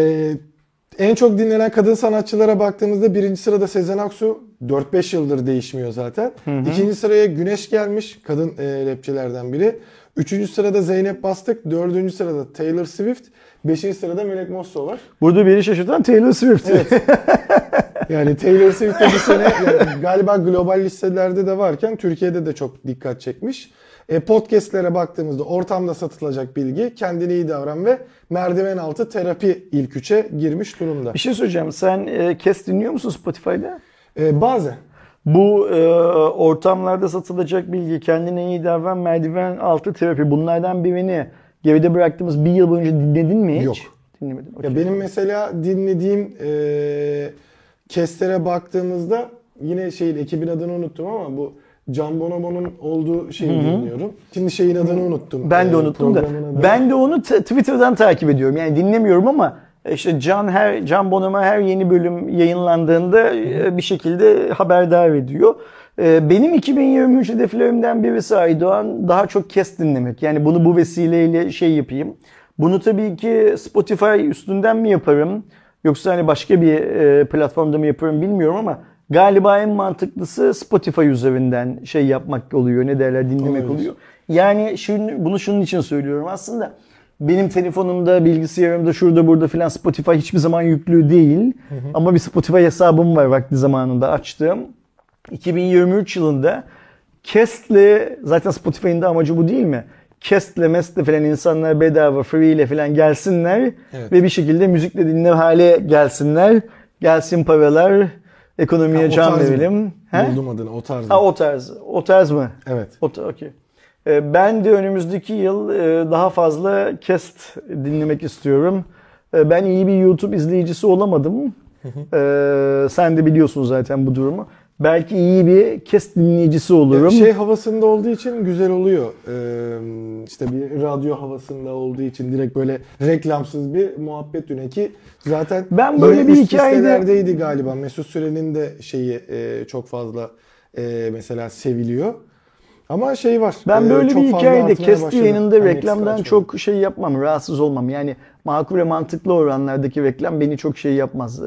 En çok dinlenen kadın sanatçılara baktığımızda birinci sırada Sezen Aksu. 4-5 yıldır değişmiyor zaten. İkinci sıraya Güneş gelmiş. Kadın rapçilerden biri. Üçüncü sırada Zeynep Bastık. Dördüncü sırada Taylor Swift. Beşinci sırada Melek Mosso var. Burada beni şaşırtan Taylor Swift. Evet. Yani Taylor Swift de bu sene yani galiba global listelerde de varken Türkiye'de de çok dikkat çekmiş. Podcastlere baktığımızda ortamda satılacak bilgi, kendine iyi davran ve merdiven altı terapi ilk üçe girmiş durumda. Bir şey söyleyeceğim. Sen Kes dinliyor musun Spotify'da? Bazen. Bu ortamlarda satılacak bilgi, kendine iyi davran, merdiven altı terapi, bunlardan birini geride bıraktığımız bir yıl boyunca dinledin mi hiç? Yok. Dinlemedim. Ya Okey. benim mesela dinlediğim kestlere baktığımızda yine şeyin ekibin adını unuttum ama bu Can Bonomo'nun olduğu şeyi dinliyorum. Şimdi şeyin adını unuttum. Ben de unuttum da. Programın adını. Ben de onu Twitter'dan takip ediyorum. Yani dinlemiyorum ama işte Can Bonomo her yeni bölüm yayınlandığında bir şekilde haberdar ediyor. Benim 2023 hedeflerimden birisi Aydoğan daha çok Kes dinlemek. Yani bunu bu vesileyle şey yapayım. Bunu tabii ki Spotify üstünden mi yaparım? Yoksa hani başka bir platformda mı yaparım bilmiyorum ama galiba en mantıklısı Spotify üzerinden şey yapmak oluyor. Ne derler, dinlemek Olabilir. oluyor. Yani bunu şunun için söylüyorum aslında. Benim telefonumda, bilgisayarımda, şurada burada filan Spotify hiçbir zaman yüklü değil. Ama bir Spotify hesabım var vakti zamanında açtığım. 2023 yılında Kest'le, zaten Spotify'ın da amacı bu değil mi? Kest'le, Mest'le falan insanlar bedava, free ile falan gelsinler Evet. ve bir şekilde müzikle dinler hale gelsinler. Gelsin paralar, ekonomiye O can tarz mı? verelim. He? Buldum adını o tarz. Ha, o tarz. O tarz mı? Evet. Okey. Ben de önümüzdeki yıl daha fazla Kest dinlemek istiyorum. Ben iyi bir YouTube izleyicisi olamadım. Sen de biliyorsun zaten bu durumu. Belki iyi bir Kest dinleyicisi olurum. Şey havasında olduğu için güzel oluyor. İşte bir radyo havasında olduğu için direkt böyle reklamsız bir muhabbet dönüyor ki zaten Ben böyle yine bir üst hikayede- listelerdeydi galiba. Mesut Süren'in de şeyi çok fazla mesela seviliyor. Ama şey var. Ben böyle çok bir fazla hikayede artmaya kest başladı. yayınında Hani reklamdan ekstra çok şey yapmam, rahatsız olmam. Yani makul ve mantıklı oranlardaki reklam beni çok şey yapmaz,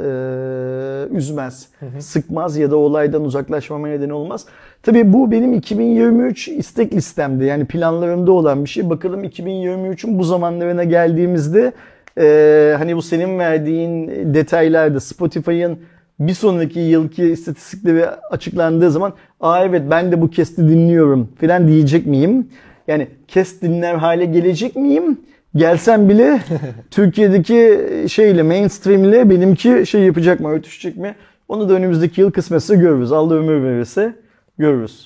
üzmez, sıkmaz ya da olaydan uzaklaşmama neden olmaz. Tabii bu benim 2023 istek listemde, yani planlarımda olan bir şey. Bakalım 2023'ün bu zamanlarına geldiğimizde hani bu senin verdiğin detaylarda Spotify'ın bir sonraki yılki istatistikleri açıklandığı zaman evet ben de bu kesti dinliyorum falan diyecek miyim? Yani kest dinler hale gelecek miyim? Gelsem bile Türkiye'deki şeyle, mainstream ile benimki şey yapacak mı, örtüşecek mi? Onu da önümüzdeki yıl kısmetse görürüz. Allah ömür verirse görürüz.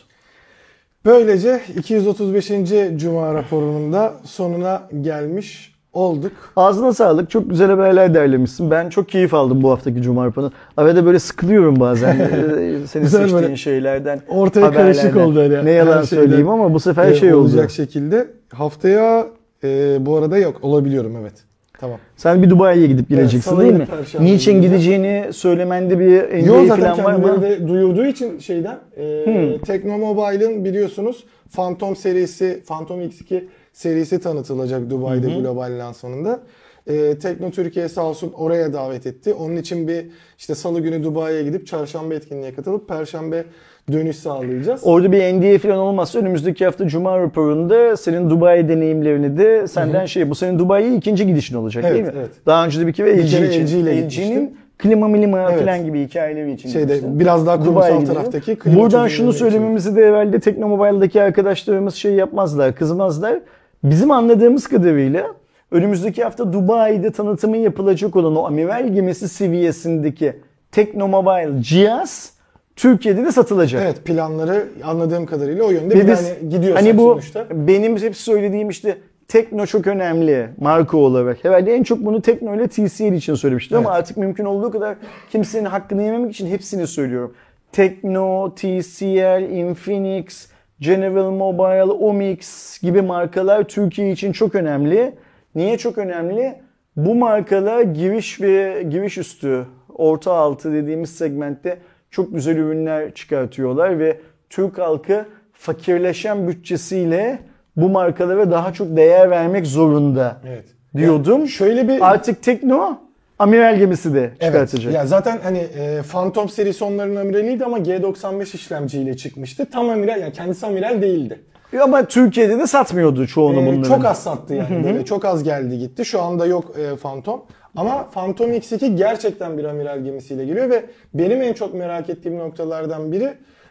Böylece 235. Cuma raporunun da sonuna gelmiş olduk. Ağzına sağlık. Çok güzel haberler derlemişsin. Ben çok keyif aldım bu haftaki Cuma raporunu. Arada böyle sıkılıyorum bazen senin Güzel seçtiğin böyle şeylerden. Ortaya karışık haberlerden. oldu hani. Ne yalan Her şeyden, söyleyeyim ama bu sefer şey oldu. olacak şekilde. Haftaya bu arada yok. Olabiliyorum, evet. Tamam. Sen bir Dubai'ye gidip geleceksin salı değil ile mi? Perşembe Niçin gideceğim. gideceğini söylemende bir Yok, engel zaten falan var mı? kendileri de duyurduğu için şeyden Teknomobile'ın biliyorsunuz Phantom serisi, Phantom X2 serisi tanıtılacak Dubai'de global lansmanında. Tekno Türkiye sağ olsun oraya davet etti. Onun için bir işte salı günü Dubai'ye gidip çarşamba etkinliğe katılıp perşembe dönüş sağlayacağız. Orada bir NDA falan olmazsa önümüzdeki hafta Cuma raporunda senin Dubai deneyimlerini de senden bu senin Dubai'ye ikinci gidişin olacak Evet, değil mi? evet. Daha önce de bir kere LG kere için. LG ile gitmiştim. LG'nin klima milima Evet. falan gibi hikayeleri için gitmiştin. Biraz daha Dubai'ye kurumsal gidelim. taraftaki klima Buradan çözümleri şunu için. söylememizi de evvelde Teknomobile'daki arkadaşlarımız şey yapmazlar, kızmazlar. Bizim anladığımız kadarıyla önümüzdeki hafta Dubai'de tanıtımı yapılacak olan o amiral gemisi seviyesindeki Teknomobile cihaz Türkiye'de de satılacak. Evet, planları anladığım kadarıyla o yönde. Ve Bir biz tane gidiyorsak hani bu sonuçta. benim hep söylediğim işte Tekno çok önemli marka olarak. Herhalde en çok bunu Tekno ile TCL için söylemiştim ama Evet. artık mümkün olduğu kadar kimsenin hakkını yememek için hepsini söylüyorum. Tekno, TCL, Infinix, General Mobile, Omix gibi markalar Türkiye için çok önemli. Niye çok önemli? Bu markalar giriş ve giriş üstü, orta altı dediğimiz segmentte çok güzel ürünler çıkartıyorlar ve Türk halkı fakirleşen bütçesiyle bu markalara daha çok değer vermek zorunda Evet. diyordum. Yani şöyle bir Artık Tekno amiral gemisi de çıkartacak. Ya zaten hani Phantom serisi onların amiraliydi ama G95 işlemciyle çıkmıştı. Tam amiral, yani kendisi amiral değildi. Ama Türkiye'de de satmıyordu çoğunu bunların. Çok az sattı yani. Böyle çok az geldi gitti. Şu anda yok Phantom. Ama Phantom X2 gerçekten bir amiral gemisiyle geliyor ve benim en çok merak ettiğim noktalardan biri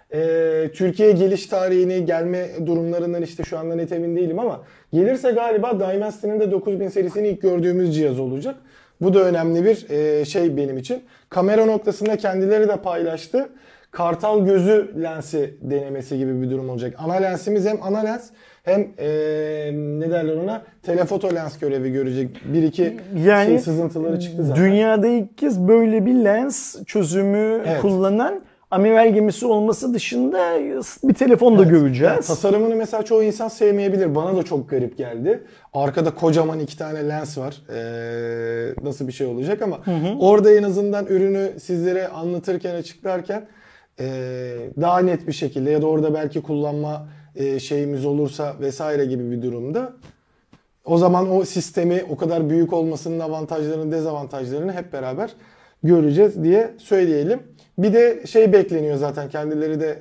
Türkiye geliş tarihini, gelme durumlarından işte şu anda net emin değilim ama gelirse galiba Dynasty'nin de 9000 serisini ilk gördüğümüz cihaz olacak. Bu da önemli bir şey benim için. Kamera noktasında kendileri de paylaştı. Kartal gözü lensi denemesi gibi bir durum olacak. Ana lensimiz hem ana lens hem ne derler ona, telefoto lens görevi görecek. Bir iki yani sızıntıları çıktı zaten. Dünyada ilk kez böyle bir lens çözümü kullanan amiral gemisi olması dışında bir telefon da göreceğiz. Yani tasarımını mesela çoğu insan sevmeyebilir. Bana da çok garip geldi. Arkada kocaman 2 tane lens var. Nasıl bir şey olacak ama orada en azından ürünü sizlere anlatırken, açıklarken daha net bir şekilde ya da orada belki kullanma şeyimiz olursa vesaire gibi bir durumda o zaman o sistemi, o kadar büyük olmasının avantajlarını, dezavantajlarını hep beraber göreceğiz diye söyleyelim. Bir de şey bekleniyor zaten, kendileri de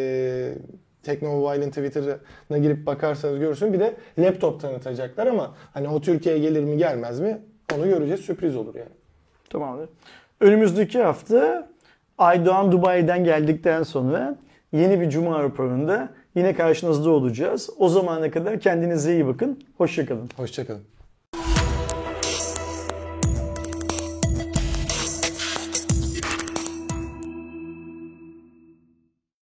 Teknomobile'in Twitter'ına girip bakarsanız görürsün. Bir de laptop tanıtacaklar ama hani o Türkiye'ye gelir mi gelmez mi onu göreceğiz. Sürpriz olur yani. Tamamdır. Önümüzdeki hafta Aydoğan Dubai'den geldikten sonra yeni bir Cuma raporunda yine karşınızda olacağız. O zamana kadar kendinize iyi bakın. Hoşça kalın. Hoşça kalın.